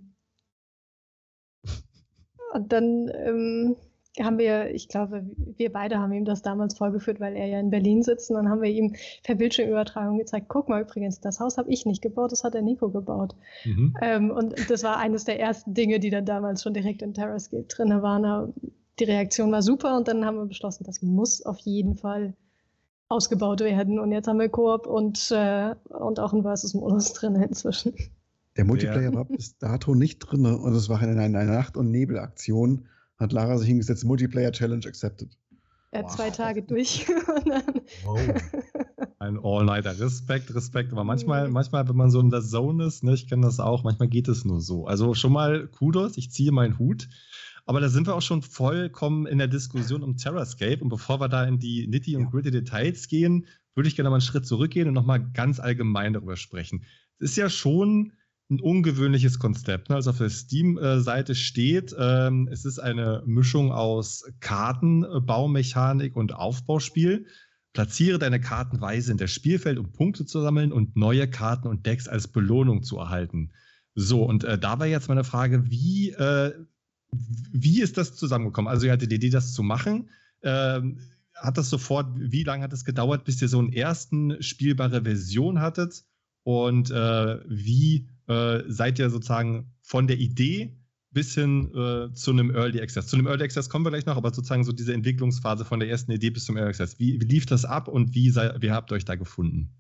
und dann ähm, haben wir, ich glaube, wir beide haben ihm das damals vorgeführt, weil er ja in Berlin sitzt und dann haben wir ihm per Bildschirmübertragung gezeigt, guck mal übrigens, das Haus habe ich nicht gebaut, das hat der Nico gebaut. Mhm. Ähm, und das war eines der ersten Dinge, die dann damals schon direkt in Terrascape drin waren. Die Reaktion war super und dann haben wir beschlossen, das muss auf jeden Fall ausgebaut werden. Und jetzt haben wir Koop und, äh, und auch einen Versus-Modus drin inzwischen. Der Multiplayer war bis dato nicht drin und es war in einer Nacht- und Nebelaktion. Hat Lara sich hingesetzt, Multiplayer Challenge accepted. Er hat Wow. zwei Tage durch. Und dann Wow. Ein All-Nighter. Respekt, Respekt. Aber manchmal, Mhm. manchmal, wenn man so in der Zone ist, ne, ich kenne das auch, manchmal geht es nur so. Also schon mal Kudos, ich ziehe meinen Hut. Aber da sind wir auch schon vollkommen in der Diskussion um Terrascape. Und bevor wir da in die nitty und gritty Details gehen, würde ich gerne mal einen Schritt zurückgehen und nochmal ganz allgemein darüber sprechen. Es ist ja schon ein ungewöhnliches Konzept. Ne? Also auf der Steam-Seite steht, ähm, es ist eine Mischung aus Kartenbaumechanik und Aufbauspiel. Platziere deine Karten weise in das Spielfeld, um Punkte zu sammeln und neue Karten und Decks als Belohnung zu erhalten. So, und äh, da war jetzt meine Frage, wie, äh, wie ist das zusammengekommen? Also ihr hattet die Idee, das zu machen. Ähm, hat das sofort, wie lange hat es gedauert, bis ihr so eine ersten spielbare Version hattet? Und äh, wie äh, seid ihr sozusagen von der Idee bis hin äh, zu einem Early Access? Zu einem Early Access kommen wir gleich noch, aber sozusagen so diese Entwicklungsphase von der ersten Idee bis zum Early Access. Wie, wie lief das ab und wie, sei, wie habt ihr euch da gefunden?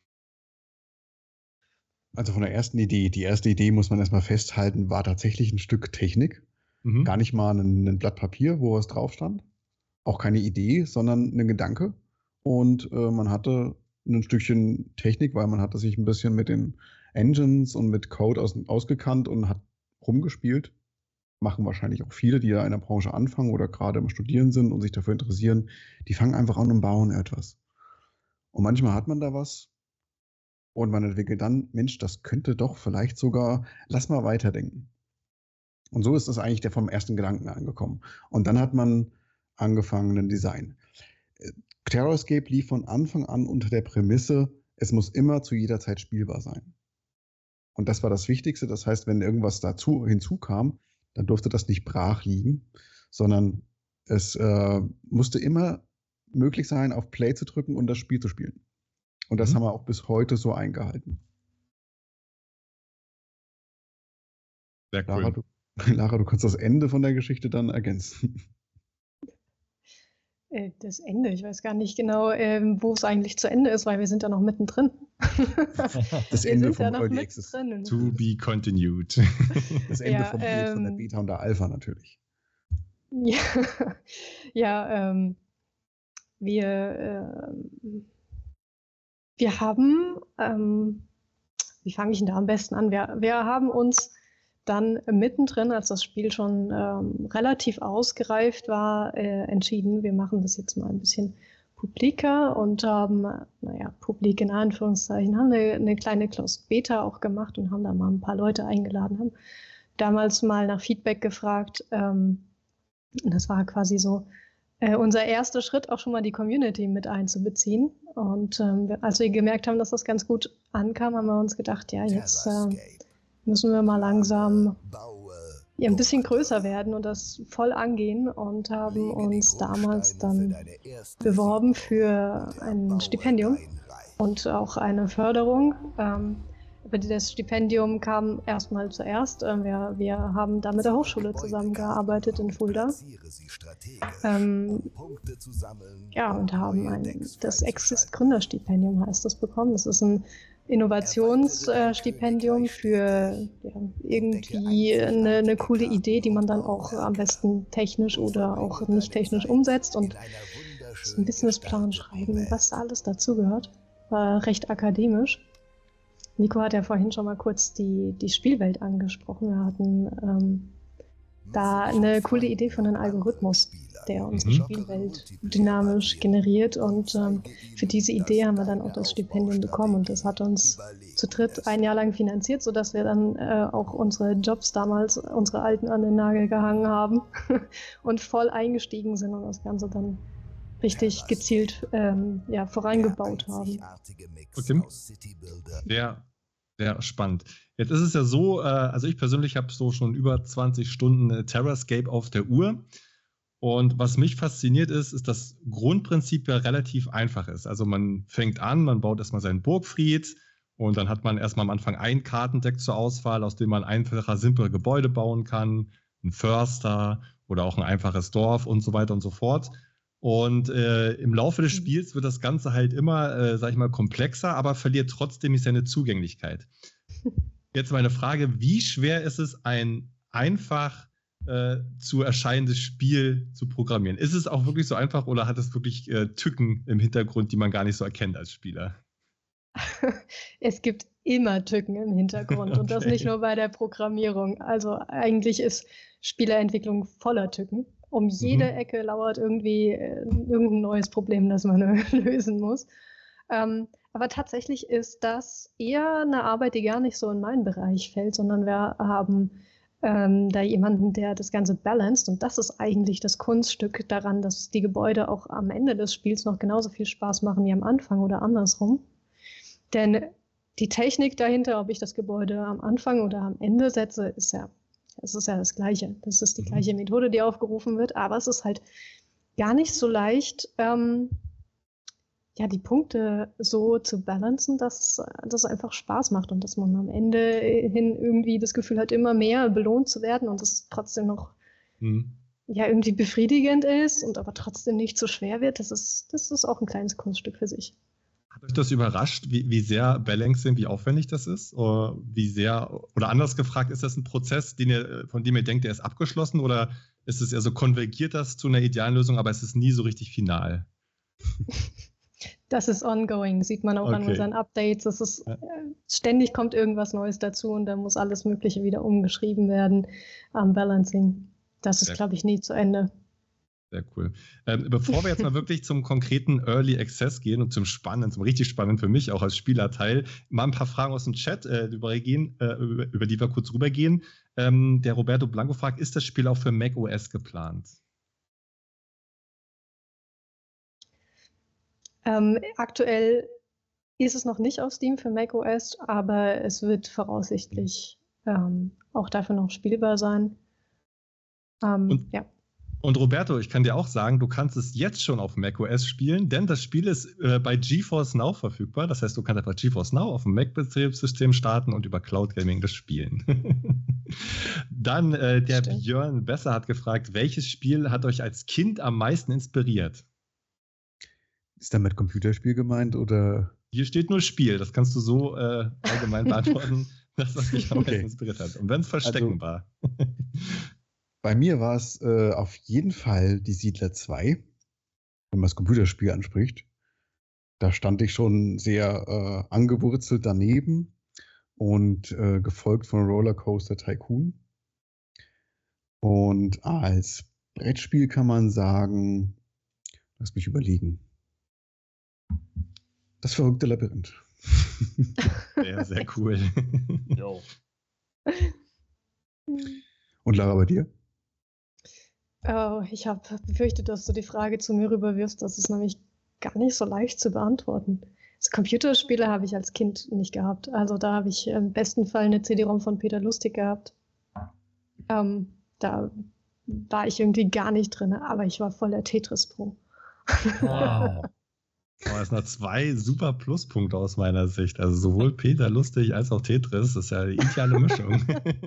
Also von der ersten Idee, die erste Idee muss man erstmal festhalten, war tatsächlich ein Stück Technik. Mhm. Gar nicht mal ein, ein Blatt Papier, wo was drauf stand. Auch keine Idee, sondern ein Gedanke. Und äh, man hatte ein Stückchen Technik, weil man hatte sich ein bisschen mit den Engines und mit Code aus, ausgekannt und hat rumgespielt. Machen wahrscheinlich auch viele, die ja in der Branche anfangen oder gerade im Studieren sind und sich dafür interessieren. Die fangen einfach an und bauen etwas. Und manchmal hat man da was und man entwickelt dann, Mensch, das könnte doch vielleicht sogar, lass mal weiterdenken. Und so ist das eigentlich der vom ersten Gedanken angekommen. Und dann hat man angefangen, ein Design. Terrascape lief von Anfang an unter der Prämisse, es muss immer zu jeder Zeit spielbar sein. Und das war das Wichtigste. Das heißt, wenn irgendwas dazu hinzukam, dann durfte das nicht brach liegen, sondern es äh, musste immer möglich sein, auf Play zu drücken und das Spiel zu spielen. Und das Mhm. haben wir auch bis heute so eingehalten. Sehr Lara, cool. du, Lara, du kannst das Ende von der Geschichte dann ergänzen. Äh, das Ende, ich weiß gar nicht genau, ähm, wo es eigentlich zu Ende ist, weil wir sind ja noch mittendrin. Das wir Ende sind vom ja noch Early Access. mittendrin. To be continued. Das Ende Ja, vom, von der ähm, Beta und der Alpha natürlich. Ja, ja ähm, wir, ähm, wir haben, ähm, wie fange ich denn da am besten an? Wir, wir haben uns dann mittendrin, als das Spiel schon ähm, relativ ausgereift war, äh, entschieden, wir machen das jetzt mal ein bisschen publiker und haben, naja, publik in Anführungszeichen, haben eine, eine kleine Closed Beta auch gemacht und haben da mal ein paar Leute eingeladen, haben damals mal nach Feedback gefragt. Ähm, und das war quasi so äh, unser erster Schritt, auch schon mal die Community mit einzubeziehen. Und ähm, als wir gemerkt haben, dass das ganz gut ankam, haben wir uns gedacht, ja, jetzt äh, müssen wir mal langsam ja, ein bisschen größer werden und das voll angehen und haben uns damals dann beworben für ein Stipendium und auch eine Förderung. Ähm, aber das Stipendium kam erstmal zuerst. Äh, wir, wir haben da mit der Hochschule zusammengearbeitet in Fulda. Ähm, ja, und haben ein, das Exist Gründerstipendium heißt das bekommen. Das ist ein Innovationsstipendium für ja, irgendwie eine, eine coole Idee, die man dann auch am besten technisch oder auch nicht technisch umsetzt und einen Businessplan schreiben, was da alles dazugehört. War recht akademisch. Nico hat ja vorhin schon mal kurz die, die Spielwelt angesprochen. Wir hatten ähm, da eine coole Idee von einem Algorithmus, der unsere mhm. Spielwelt dynamisch generiert, und ähm, für diese Idee haben wir dann auch das Stipendium bekommen, und das hat uns zu dritt ein Jahr lang finanziert, sodass wir dann äh, auch unsere Jobs damals, unsere alten, an den Nagel gehangen haben und voll eingestiegen sind und das Ganze dann richtig gezielt ähm, ja, vorangebaut haben. Okay. Sehr, sehr spannend. Jetzt ist es ja so, äh, also ich persönlich habe so schon über zwanzig Stunden äh, Terrascape auf der Uhr. Und was mich fasziniert ist, ist, dass Grundprinzip ja relativ einfach ist. Also man fängt an, man baut erstmal seinen Burgfried und dann hat man erstmal am Anfang ein Kartendeck zur Auswahl, aus dem man einfacher, simple Gebäude bauen kann, ein Förster oder auch ein einfaches Dorf und so weiter und so fort. Und äh, im Laufe des Spiels wird das Ganze halt immer, äh, sag ich mal, komplexer, aber verliert trotzdem seine Zugänglichkeit. Jetzt meine Frage, wie schwer ist es, ein einfach äh, zu erscheinendes Spiel zu programmieren? Ist es auch wirklich so einfach oder hat es wirklich äh, Tücken im Hintergrund, die man gar nicht so erkennt als Spieler? Es gibt immer Tücken im Hintergrund okay. Und das nicht nur bei der Programmierung. Also eigentlich ist Spieleentwicklung voller Tücken. Um jede mhm. Ecke lauert irgendwie äh, irgendein neues Problem, das man lösen muss. Ähm, aber tatsächlich ist das eher eine Arbeit, die gar nicht so in meinen Bereich fällt, sondern wir haben ähm, da jemanden, der das Ganze balanced, und das ist eigentlich das Kunststück daran, dass die Gebäude auch am Ende des Spiels noch genauso viel Spaß machen wie am Anfang oder andersrum. Denn die Technik dahinter, ob ich das Gebäude am Anfang oder am Ende setze, ist ja Es ist ja das Gleiche. Das ist die gleiche Methode, die aufgerufen wird, aber es ist halt gar nicht so leicht, ähm, ja, die Punkte so zu balancen, dass das einfach Spaß macht und dass man am Ende hin irgendwie das Gefühl hat, immer mehr belohnt zu werden und es trotzdem noch mhm. ja, irgendwie befriedigend ist und aber trotzdem nicht so schwer wird. Das ist, das ist auch ein kleines Kunststück für sich. Hat euch das überrascht, wie, wie sehr Balancing, wie aufwendig das ist? Oder wie sehr, oder anders gefragt, ist das ein Prozess, den ihr, von dem ihr denkt, der ist abgeschlossen, oder ist es eher so, konvergiert das zu einer idealen Lösung, aber es ist nie so richtig final? Das ist ongoing, sieht man auch okay. an unseren Updates. Das ist, ja. äh, ständig kommt irgendwas Neues dazu und da muss alles Mögliche wieder umgeschrieben werden am Balancing. Das ist, glaube ich, nie zu Ende. Sehr cool. Ähm, bevor wir jetzt mal wirklich zum konkreten Early Access gehen und zum Spannenden, zum richtig Spannenden für mich auch als Spielerteil, mal ein paar Fragen aus dem Chat äh, übergehen, äh, über, über die wir kurz rübergehen. Ähm, der Roberto Blanco fragt, ist das Spiel auch für macOS geplant? Ähm, aktuell ist es noch nicht auf Steam für macOS, aber es wird voraussichtlich ähm, auch dafür noch spielbar sein. Ähm, und ja. Und Roberto, ich kann dir auch sagen, du kannst es jetzt schon auf macOS spielen, denn das Spiel ist äh, bei GeForce Now verfügbar. Das heißt, du kannst einfach GeForce Now auf dem Mac-Betriebssystem starten und über Cloud Gaming das spielen. Dann äh, der Stimmt. Björn Besser hat gefragt, welches Spiel hat euch als Kind am meisten inspiriert? Ist damit Computerspiel gemeint oder? Hier steht nur Spiel. Das kannst du so äh, allgemein beantworten, dass das dich am meisten okay. inspiriert hat. Und wenn es Verstecken also, war. Bei mir war es äh, auf jeden Fall die Siedler zwei, wenn man das Computerspiel anspricht. Da stand ich schon sehr äh, angewurzelt daneben und äh, gefolgt von Rollercoaster Tycoon. Und als Brettspiel kann man sagen, lass mich überlegen, das verrückte Labyrinth. Sehr, sehr cool. Jo. Und Lara, bei dir? Oh, ich habe befürchtet, dass du die Frage zu mir rüberwirfst. Das ist nämlich gar nicht so leicht zu beantworten. Also Computerspiele habe ich als Kind nicht gehabt. Also da habe ich im besten Fall eine C D-ROM von Peter Lustig gehabt. Ähm, da war ich irgendwie gar nicht drin, aber ich war voll der Tetris-Pro. Wow. Aber es sind noch zwei super Pluspunkte aus meiner Sicht. Also sowohl Peter Lustig als auch Tetris. Das ist ja die ideale Mischung.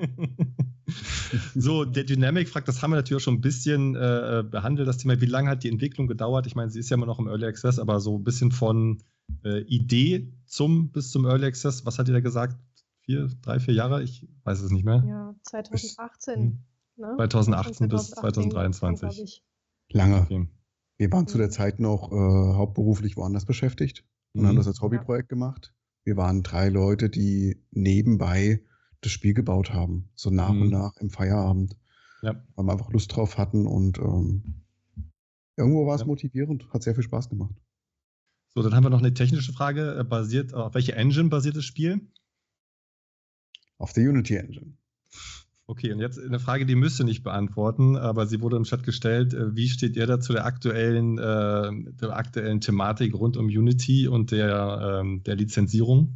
So, der Dynamic fragt, das haben wir natürlich auch schon ein bisschen äh, behandelt, das Thema, wie lange hat die Entwicklung gedauert? Ich meine, sie ist ja immer noch im Early Access, aber so ein bisschen von äh, Idee zum bis zum Early Access, was hat ihr da gesagt? Vier, drei, vier Jahre? Ich weiß es nicht mehr. Ja, zwanzig achtzehn. Ne? zwanzig achtzehn bis zwanzig achtzehn, zwanzig dreiundzwanzig. glaub ich. Lange. Okay. Wir waren zu der Zeit noch äh, hauptberuflich woanders beschäftigt und Mhm. haben das als Hobbyprojekt gemacht. Wir waren drei Leute, die nebenbei das Spiel gebaut haben, so nach Mhm. und nach im Feierabend, Ja. weil wir einfach Lust drauf hatten und ähm, irgendwo war es Ja. motivierend, hat sehr viel Spaß gemacht. So, dann haben wir noch eine technische Frage. Äh, Basiert, auf welche Engine basiert das Spiel? Auf der Unity Engine. Okay, und jetzt eine Frage, die müsst ihr nicht beantworten, aber sie wurde im Chat gestellt. Äh, Wie steht ihr da zu der aktuellen, äh, der aktuellen Thematik rund um Unity und der, ähm, der Lizenzierung?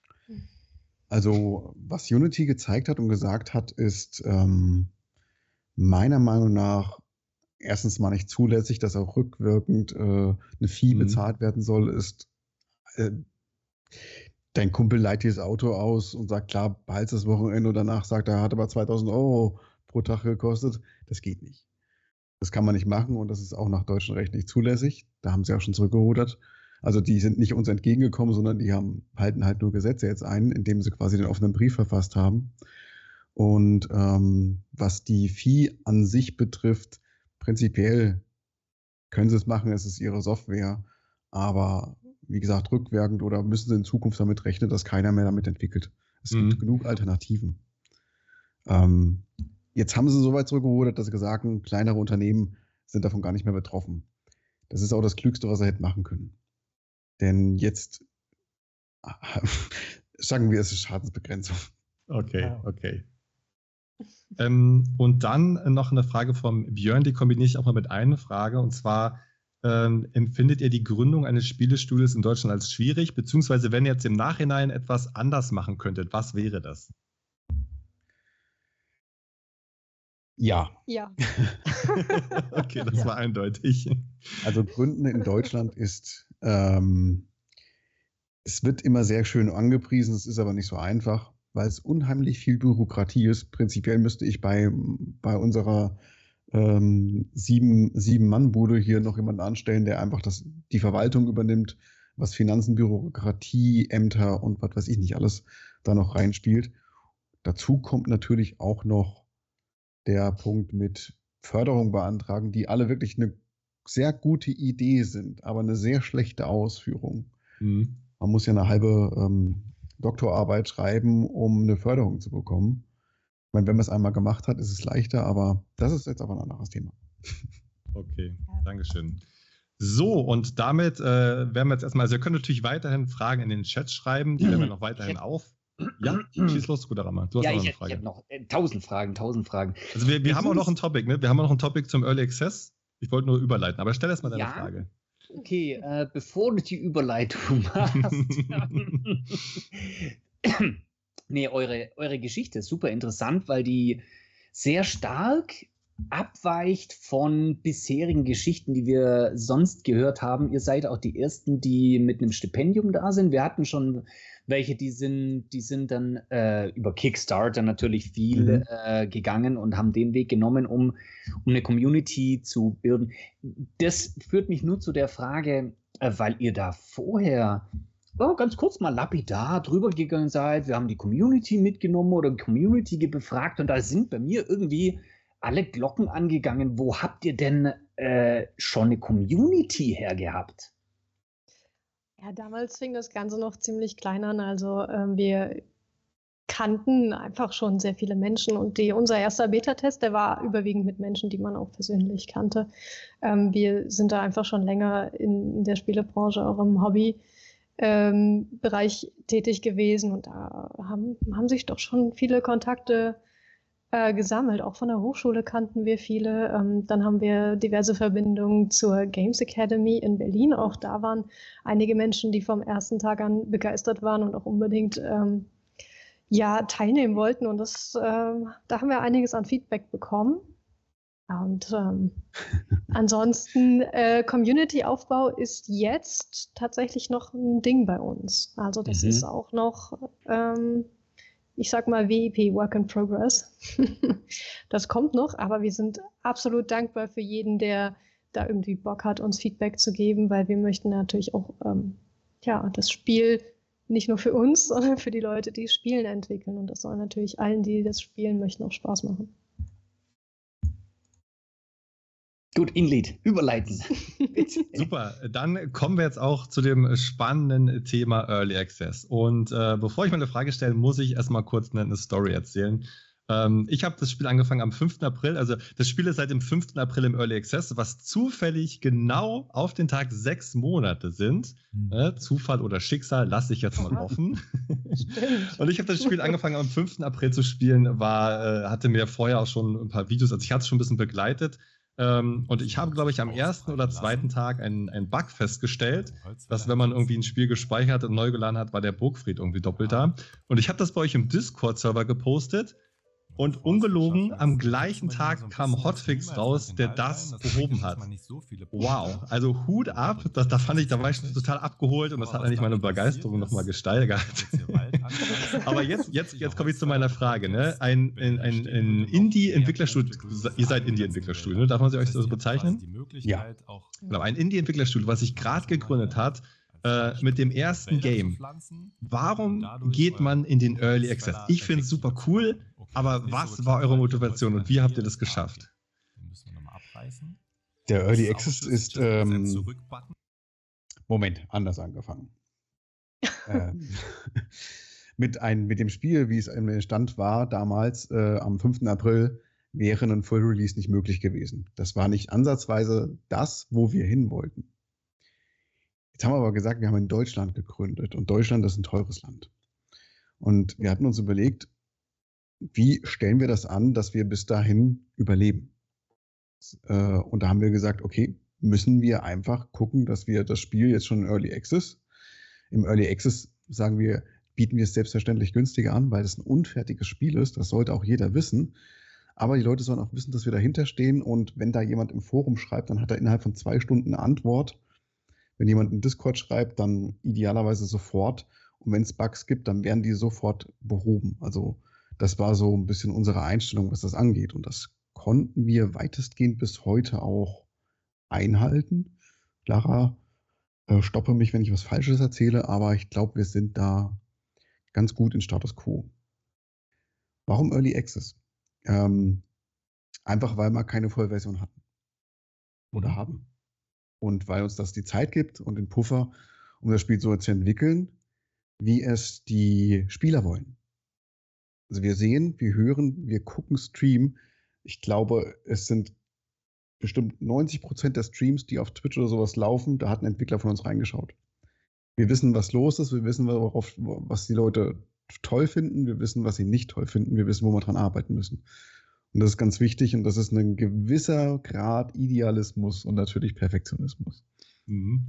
Also, was Unity gezeigt hat und gesagt hat, ist ähm, meiner Meinung nach erstens mal nicht zulässig, dass auch rückwirkend äh, eine Fee Mhm. bezahlt werden soll, ist äh, dein Kumpel leiht dir das Auto aus und sagt, klar, behalt's das Wochenende und danach sagt er, hat aber zweitausend Euro pro Tag gekostet. Das geht nicht. Das kann man nicht machen und das ist auch nach deutschem Recht nicht zulässig. Da haben sie auch schon zurückgerudert. Also die sind nicht uns entgegengekommen, sondern die haben, halten halt nur Gesetze jetzt ein, indem sie quasi den offenen Brief verfasst haben. Und ähm, was die Fee an sich betrifft, prinzipiell können sie es machen, es ist ihre Software. Aber wie gesagt, rückwirkend oder müssen sie in Zukunft damit rechnen, dass keiner mehr damit entwickelt. Es Mhm. gibt genug Alternativen. Ähm, jetzt haben sie so weit zurückgerudert, dass sie gesagt haben, kleinere Unternehmen sind davon gar nicht mehr betroffen. Das ist auch das Klügste, was sie hätten machen können. Denn jetzt sagen wir, es ist Schadensbegrenzung. Okay, Ja. okay. Ähm, und dann noch eine Frage vom Björn, die kombiniere ich auch mal mit einer Frage. Und zwar, ähm, empfindet ihr die Gründung eines Spielestudios in Deutschland als schwierig? Beziehungsweise, wenn ihr jetzt im Nachhinein etwas anders machen könntet, was wäre das? Ja, Ja. Okay, das Ja. war eindeutig. also Gründen in Deutschland ist, ähm, es wird immer sehr schön angepriesen, es ist aber nicht so einfach, weil es unheimlich viel Bürokratie ist. Prinzipiell müsste ich bei, bei unserer ähm, sieben, Sieben-Mann-Bude hier noch jemanden anstellen, der einfach das, die Verwaltung übernimmt, was Finanzen, Bürokratie, Ämter und was weiß ich nicht alles da noch reinspielt. Dazu kommt natürlich auch noch der Punkt mit Förderung beantragen, die alle wirklich eine sehr gute Idee sind, aber eine sehr schlechte Ausführung. Mhm. Man muss ja eine halbe ähm, Doktorarbeit schreiben, um eine Förderung zu bekommen. Ich meine, wenn man es einmal gemacht hat, ist es leichter, aber das ist jetzt aber ein anderes Thema. Okay, Dankeschön. So, und damit äh, werden wir jetzt erstmal, also ihr könnt natürlich weiterhin Fragen in den Chat schreiben, die werden wir noch weiterhin hätte- auf. Ja, schieß los, guter Rammer. Du hast Ja, auch noch ich, eine hätte- ich Frage. habe noch äh, tausend Fragen, tausend Fragen. Also wir, wir Wie haben auch hieß- noch ein Topic, ne? Wir haben auch noch ein Topic zum Early Access. Ich wollte nur überleiten, aber stell erst mal deine Ja? Frage. Okay, äh, bevor du die Überleitung machst. Nee, eure, eure Geschichte ist super interessant, weil die sehr stark abweicht von bisherigen Geschichten, die wir sonst gehört haben. Ihr seid auch die Ersten, die mit einem Stipendium da sind. Wir hatten schon welche, die sind, die sind dann äh, über Kickstarter natürlich viel Mhm. äh, gegangen und haben den Weg genommen, um, um eine Community zu bilden. Das führt mich nur zu der Frage, äh, weil ihr da vorher oh, ganz kurz mal lapidar drüber gegangen seid, wir haben die Community mitgenommen oder Community befragt und da sind bei mir irgendwie alle Glocken angegangen. Wo habt ihr denn äh, schon eine Community hergehabt? Ja, damals fing das Ganze noch ziemlich klein an. Also ähm, wir kannten einfach schon sehr viele Menschen und die, unser erster Beta-Test, der war überwiegend mit Menschen, die man auch persönlich kannte. Ähm, wir sind da einfach schon länger in, in der Spielebranche, auch im Hobby. Ähm, Bereich tätig gewesen und da haben, haben sich doch schon viele Kontakte äh, gesammelt. Auch von der Hochschule kannten wir viele. Ähm, dann haben wir diverse Verbindungen zur Games Academy in Berlin. Auch da waren einige Menschen, die vom ersten Tag an begeistert waren und auch unbedingt ähm, ja, teilnehmen wollten. Und das, ähm, da haben wir einiges an Feedback bekommen. Und ähm, ansonsten, äh, Community-Aufbau ist jetzt tatsächlich noch ein Ding bei uns. Also das Mhm. ist auch noch, ähm, ich sag mal, W I P, Work in Progress. Das kommt noch, aber wir sind absolut dankbar für jeden, der da irgendwie Bock hat, uns Feedback zu geben, weil wir möchten natürlich auch ähm, ja, das Spiel nicht nur für uns, sondern für die Leute, die Spielen entwickeln. Und das soll natürlich allen, die das spielen möchten, auch Spaß machen. Gut, Inlead, überleiten. Super, dann kommen wir jetzt auch zu dem spannenden Thema Early Access. Und äh, bevor ich meine Frage stelle, muss ich erstmal kurz eine, eine Story erzählen. Ähm, ich habe das Spiel angefangen am fünften April, also das Spiel ist seit dem fünften April im Early Access, was zufällig genau auf den Tag sechs Monate sind. Mhm. Äh, Zufall oder Schicksal, lasse ich jetzt mal offen. Und ich habe das Spiel angefangen am fünften April zu spielen, war, äh, hatte mir vorher auch schon ein paar Videos, also ich hatte es schon ein bisschen begleitet. Ähm, und ich habe, glaube ich, am ersten oder zweiten Tag einen, einen Bug festgestellt, dass wenn man irgendwie ein Spiel gespeichert und neu geladen hat, war der Burgfried irgendwie doppelt da. Und ich habe das bei euch im Discord-Server gepostet. Und ungelogen, am gleichen Tag kam Hotfix raus, der das behoben hat. Wow, also Hut ab, das, da fand ich, da war ich total abgeholt und das hat eigentlich meine Begeisterung nochmal gesteigert. Aber jetzt, jetzt, jetzt komme ich zu meiner Frage. Ne? Ein, ein, ein, ein Indie-Entwicklerstudio, ihr seid Indie-Entwicklerstudio, ne? Darf man sie euch so bezeichnen? Ja. Genau, ein Indie-Entwicklerstudio, was sich gerade gegründet hat, Äh, mit dem ersten Game. Warum geht man in den Early Access? Ich finde es super cool, aber was war eure Motivation und wie habt ihr das geschafft? Der Early Access ist, ähm, Moment, anders angefangen. ähm, mit, ein, mit dem Spiel, wie es im Stand war, damals äh, am fünften April, wäre ein Full Release nicht möglich gewesen. Das war nicht ansatzweise das, wo wir hin wollten. Jetzt haben wir aber gesagt, wir haben in Deutschland gegründet und Deutschland ist ein teures Land. Und wir hatten uns überlegt, wie stellen wir das an, dass wir bis dahin überleben? Und da haben wir gesagt, okay, müssen wir einfach gucken, dass wir das Spiel jetzt schon in Early Access, im Early Access sagen wir, bieten wir es selbstverständlich günstiger an, weil es ein unfertiges Spiel ist, das sollte auch jeder wissen. Aber die Leute sollen auch wissen, dass wir dahinter stehen und wenn da jemand im Forum schreibt, dann hat er innerhalb von zwei Stunden eine Antwort. Wenn jemand in Discord schreibt, dann idealerweise sofort. Und wenn es Bugs gibt, dann werden die sofort behoben. Also das war so ein bisschen unsere Einstellung, was das angeht. Und das konnten wir weitestgehend bis heute auch einhalten. Clara, äh, stoppe mich, wenn ich was Falsches erzähle, aber ich glaube, wir sind da ganz gut in Status Quo. Warum Early Access? Ähm, einfach, weil wir keine Vollversion hatten. Oder haben. Und weil uns das die Zeit gibt und den Puffer, um das Spiel so zu entwickeln, wie es die Spieler wollen. Also wir sehen, wir hören, wir gucken Stream. Ich glaube, es sind bestimmt neunzig Prozent der Streams, die auf Twitch oder sowas laufen, da hat ein Entwickler von uns reingeschaut. Wir wissen, was los ist, wir wissen, worauf, was die Leute toll finden, wir wissen, was sie nicht toll finden, wir wissen, wo wir dran arbeiten müssen. Und das ist ganz wichtig und das ist ein gewisser Grad Idealismus und natürlich Perfektionismus. Mhm.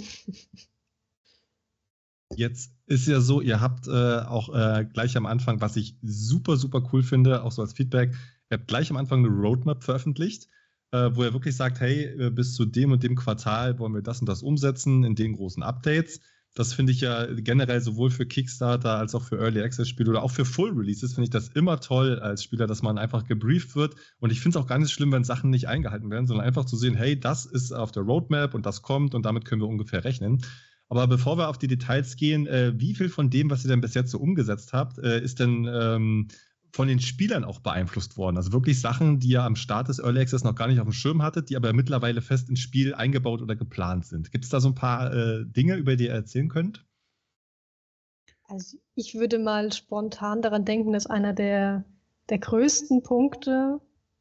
Jetzt ist ja so, ihr habt äh, auch äh, gleich am Anfang, was ich super, super cool finde, auch so als Feedback, ihr habt gleich am Anfang eine Roadmap veröffentlicht, äh, wo ihr wirklich sagt, hey, bis zu dem und dem Quartal wollen wir das und das umsetzen in den großen Updates. Das finde ich ja generell sowohl für Kickstarter als auch für Early Access Spiele oder auch für Full Releases finde ich das immer toll als Spieler, dass man einfach gebrieft wird. Und ich finde es auch gar nicht schlimm, wenn Sachen nicht eingehalten werden, sondern einfach zu sehen, hey, das ist auf der Roadmap und das kommt und damit können wir ungefähr rechnen. Aber bevor wir auf die Details gehen, äh, wie viel von dem, was ihr denn bis jetzt so umgesetzt habt, äh, ist denn ähm, von den Spielern auch beeinflusst worden? Also wirklich Sachen, die ihr am Start des Early Access noch gar nicht auf dem Schirm hattet, die aber mittlerweile fest ins Spiel eingebaut oder geplant sind. Gibt es da so ein paar äh, Dinge, über die ihr erzählen könnt? Also ich würde mal spontan daran denken, dass einer der, der größten Punkte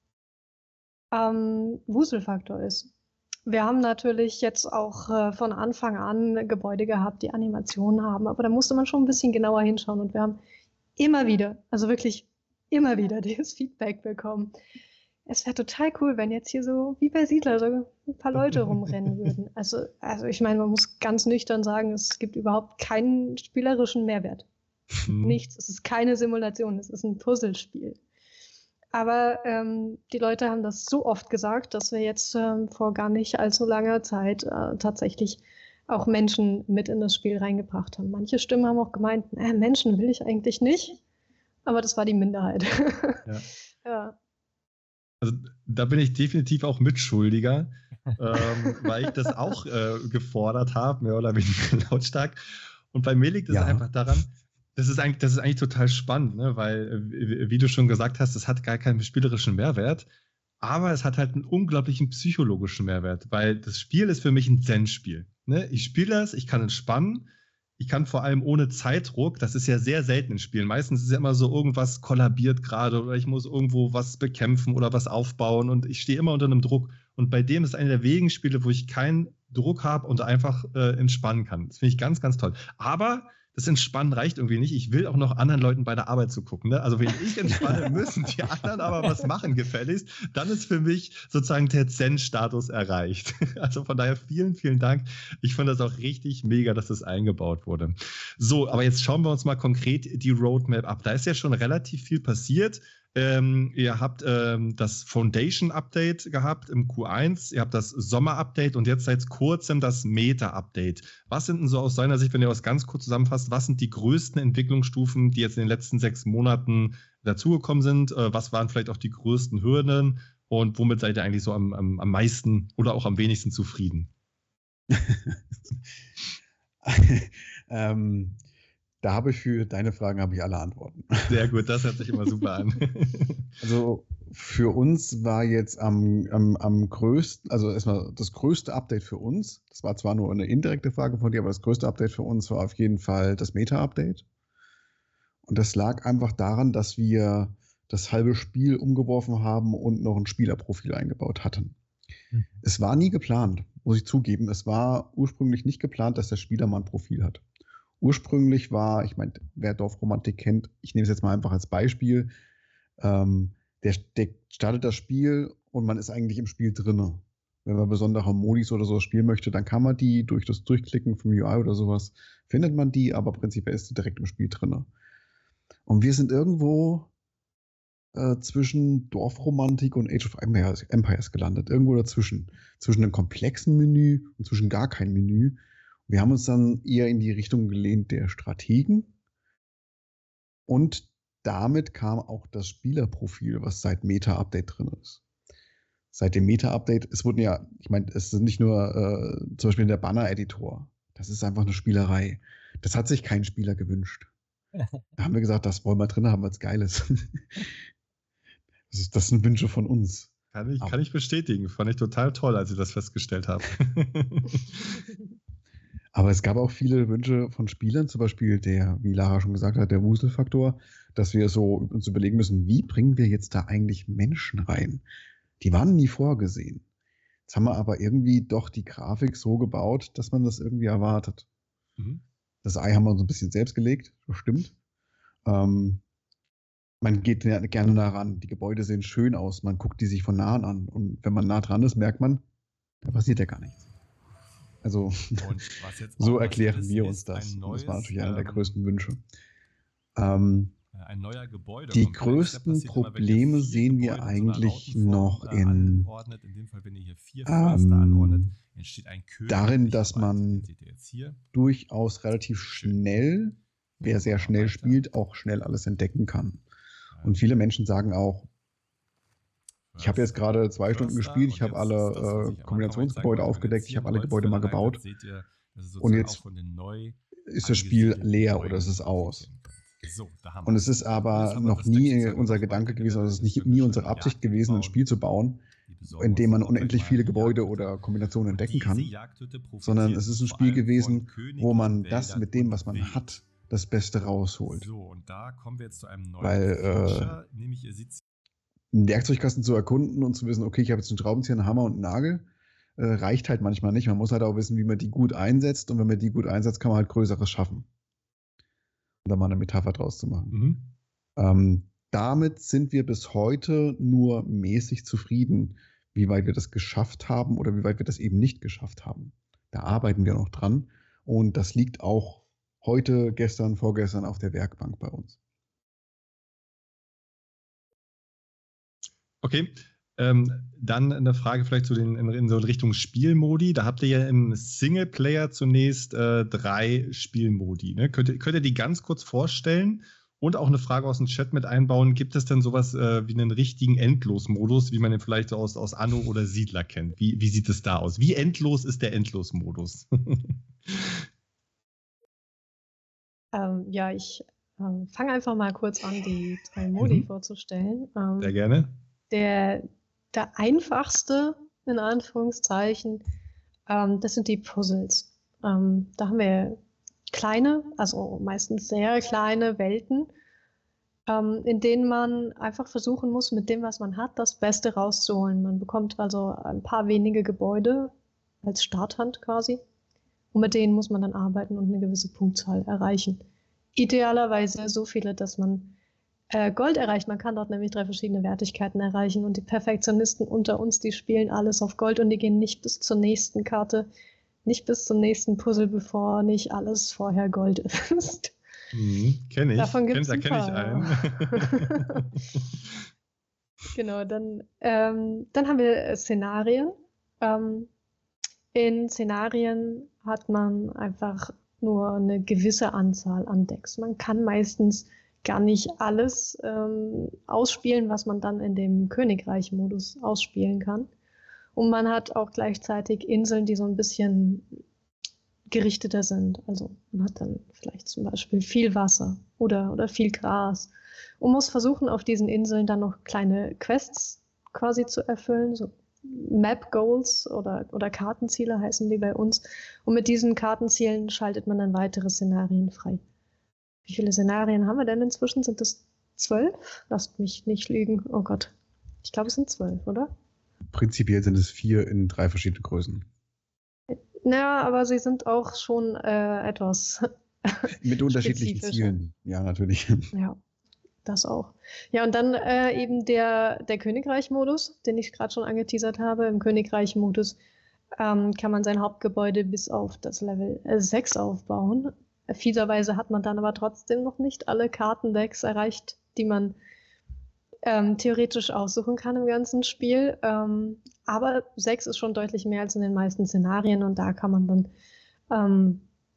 ähm, Wuselfaktor ist. Wir haben natürlich jetzt auch äh, von Anfang an Gebäude gehabt, die Animationen haben, aber da musste man schon ein bisschen genauer hinschauen und wir haben immer wieder, also wirklich immer wieder dieses Feedback bekommen. Es wäre total cool, wenn jetzt hier so wie bei Siedler so ein paar Leute rumrennen würden. Also, also ich meine, man muss ganz nüchtern sagen, es gibt überhaupt keinen spielerischen Mehrwert. Mhm. Nichts. Es ist keine Simulation, es ist ein Puzzlespiel. Aber ähm, die Leute haben das so oft gesagt, dass wir jetzt ähm, vor gar nicht allzu langer Zeit äh, tatsächlich auch Menschen mit in das Spiel reingebracht haben. Manche Stimmen haben auch gemeint, äh, Menschen will ich eigentlich nicht, aber das war die Minderheit. Ja. Ja. Also da bin ich definitiv auch Mitschuldiger, ähm, weil ich das auch äh, gefordert habe, mehr oder weniger lautstark. Und bei mir liegt es Ja. einfach daran, das ist eigentlich, das ist eigentlich total spannend, ne? Weil, äh, wie du schon gesagt hast, es hat gar keinen spielerischen Mehrwert, aber es hat halt einen unglaublichen psychologischen Mehrwert, weil das Spiel ist für mich ein Zen-Spiel. Ne? Ich spiele das, ich kann entspannen, ich kann vor allem ohne Zeitdruck, das ist ja sehr selten in Spielen. Meistens ist es ja immer so, irgendwas kollabiert gerade oder ich muss irgendwo was bekämpfen oder was aufbauen und ich stehe immer unter einem Druck. Und bei dem ist eine der wenigen Spiele, wo ich keinen Druck habe und einfach äh, entspannen kann. Das finde ich ganz, ganz toll. Aber das Entspannen reicht irgendwie nicht. Ich will auch noch anderen Leuten bei der Arbeit zugucken. Ne? Also wenn ich entspanne, müssen die anderen aber was machen gefälligst. Dann ist für mich sozusagen der Zen-Status erreicht. Also von daher vielen, vielen Dank. Ich fand das auch richtig mega, dass das eingebaut wurde. So, aber jetzt schauen wir uns mal konkret die Roadmap ab. Da ist ja schon relativ viel passiert. Ähm, ihr habt ähm, das Foundation-Update gehabt im Q eins, ihr habt das Sommer-Update und jetzt seit kurzem das Meta-Update. Was sind denn so aus deiner Sicht, wenn ihr das ganz kurz zusammenfasst, was sind die größten Entwicklungsstufen, die jetzt in den letzten sechs Monaten dazugekommen sind? Äh, was waren vielleicht auch die größten Hürden und womit seid ihr eigentlich so am, am, am meisten oder auch am wenigsten zufrieden? ähm, Da habe ich für deine Fragen habe ich alle Antworten. Sehr gut, das hört sich immer super an. Also für uns war jetzt am, am, am größten, also erstmal das größte Update für uns, das war zwar nur eine indirekte Frage von dir, aber das größte Update für uns war auf jeden Fall das Meta-Update. Und das lag einfach daran, dass wir das halbe Spiel umgeworfen haben und noch ein Spielerprofil eingebaut hatten. Hm. Es war nie geplant, muss ich zugeben. Es war ursprünglich nicht geplant, dass der Spieler mal ein Profil hat. Ursprünglich war, ich meine, wer Dorfromantik kennt, ich nehme es jetzt mal einfach als Beispiel, ähm, der, der startet das Spiel und man ist eigentlich im Spiel drinne. Wenn man besondere Modis oder so spielen möchte, dann kann man die durch das Durchklicken vom U I oder sowas, findet man die, aber prinzipiell ist sie direkt im Spiel drinne. Und wir sind irgendwo äh, zwischen Dorfromantik und Age of Empires, Empires gelandet. Irgendwo dazwischen. Zwischen einem komplexen Menü und zwischen gar kein Menü. Wir haben uns dann eher in die Richtung gelehnt der Strategen und damit kam auch das Spielerprofil, was seit Meta-Update drin ist. Seit dem Meta-Update, es wurden ja, ich meine, es sind nicht nur äh, zum Beispiel der Banner-Editor, das ist einfach eine Spielerei. Das hat sich kein Spieler gewünscht. Da haben wir gesagt, das wollen wir drin haben, was Geiles. Das, ist, das sind Wünsche von uns. Kann ich, kann ich bestätigen, fand ich total toll, als ich das festgestellt habe. Aber es gab auch viele Wünsche von Spielern, zum Beispiel der, wie Lara schon gesagt hat, der Wuselfaktor, dass wir so uns überlegen müssen, wie bringen wir jetzt da eigentlich Menschen rein? Die waren nie vorgesehen. Jetzt haben wir aber irgendwie doch die Grafik so gebaut, dass man das irgendwie erwartet. Mhm. Das Ei haben wir uns ein bisschen selbst gelegt, das stimmt. Ähm, man geht gerne nah ran. Die Gebäude sehen schön aus, man guckt die sich von nahen an. Und wenn man nah dran ist, merkt man, da passiert ja gar nichts. Also so erklären wir uns das. Neues, das war natürlich einer der größten Wünsche. Ähm, ein neuer Gebäude. Die größten Probleme immer, sehen wir Gebäude eigentlich so noch in, in dem Fall, wenn ihr hier vier ähm, anordnet, entsteht ein darin, dass man durchaus relativ schnell, wer sehr schnell spielt, auch schnell alles entdecken kann. Und viele Menschen sagen auch, ich habe jetzt gerade zwei Stunden gespielt, ich habe alle äh, Kombinationsgebäude aufgedeckt, ich habe alle Gebäude mal gebaut und jetzt ist das Spiel leer oder es ist aus. Und es ist aber noch nie unser Gedanke gewesen, oder es ist nicht, nie unsere Absicht gewesen, ein Spiel zu bauen, in dem man unendlich viele Gebäude oder Kombinationen entdecken kann, sondern es ist ein Spiel gewesen, wo man das mit dem, was man hat, das Beste rausholt. Weil äh, einen Werkzeugkasten zu erkunden und zu wissen, okay, ich habe jetzt einen Schraubenzieher, einen Hammer und einen Nagel, äh, reicht halt manchmal nicht. Man muss halt auch wissen, wie man die gut einsetzt und wenn man die gut einsetzt, kann man halt Größeres schaffen. Um da mal eine Metapher draus zu machen. Mhm. Ähm, damit sind wir bis heute nur mäßig zufrieden, wie weit wir das geschafft haben oder wie weit wir das eben nicht geschafft haben. Da arbeiten wir noch dran und das liegt auch heute, gestern, vorgestern auf der Werkbank bei uns. Okay. Ähm, dann eine Frage vielleicht zu den in, in so Richtung Spielmodi. Da habt ihr ja im Singleplayer zunächst äh, drei Spielmodi. Ne? Könnt, ihr, könnt ihr die ganz kurz vorstellen? Und auch eine Frage aus dem Chat mit einbauen. Gibt es denn sowas äh, wie einen richtigen Endlosmodus, wie man den vielleicht so aus, aus Anno oder Siedler kennt? Wie, wie sieht es da aus? Wie endlos ist der Endlosmodus? ähm, ja, ich ähm, fange einfach mal kurz an, die drei Modi Mhm. vorzustellen. Ähm, Sehr gerne. Der, der einfachste, in Anführungszeichen, ähm, das sind die Puzzles. Ähm, da haben wir kleine, also meistens sehr kleine Welten, ähm, in denen man einfach versuchen muss, mit dem, was man hat, das Beste rauszuholen. Man bekommt also ein paar wenige Gebäude als Starthand quasi. Und mit denen muss man dann arbeiten und eine gewisse Punktzahl erreichen. Idealerweise so viele, dass man äh, Gold erreicht. Man kann dort nämlich drei verschiedene Wertigkeiten erreichen. Und die Perfektionisten unter uns, die spielen alles auf Gold und die gehen nicht bis zur nächsten Karte, nicht bis zum nächsten Puzzle, bevor nicht alles vorher Gold ist. Mhm, kenne ich. Davon gibt's Kenn, da kenne ich ein paar, einen. Genau, dann, ähm, dann haben wir äh, Szenarien. Ähm, in Szenarien hat man einfach nur eine gewisse Anzahl an Decks. Man kann meistens gar nicht alles ähm, ausspielen, was man dann in dem Königreich-Modus ausspielen kann. Und man hat auch gleichzeitig Inseln, die so ein bisschen gerichteter sind. Also man hat dann vielleicht zum Beispiel viel Wasser oder, oder viel Gras und muss versuchen, auf diesen Inseln dann noch kleine Quests quasi zu erfüllen, so Map Goals oder, oder Kartenziele heißen die bei uns. Und mit diesen Kartenzielen schaltet man dann weitere Szenarien frei. Wie viele Szenarien haben wir denn inzwischen? Sind das zwölf? Lasst mich nicht lügen. Oh Gott. Ich glaube, es sind zwölf, oder? Prinzipiell sind es vier in drei verschiedene Größen. Naja, aber sie sind auch schon äh, etwas Mit unterschiedlichen spezifischer. Zielen. Ja, natürlich. Ja, das auch. Ja, und dann äh, eben der, der Königreich-Modus, den ich gerade schon angeteasert habe. Im Königreich-Modus ähm, kann man sein Hauptgebäude bis auf das Level äh, sechs aufbauen. Fieserweise hat man dann aber trotzdem noch nicht alle Kartendecks erreicht, die man ähm, theoretisch aussuchen kann im ganzen Spiel. Ähm, aber sechs ist schon deutlich mehr als in den meisten Szenarien und da kann man dann ähm,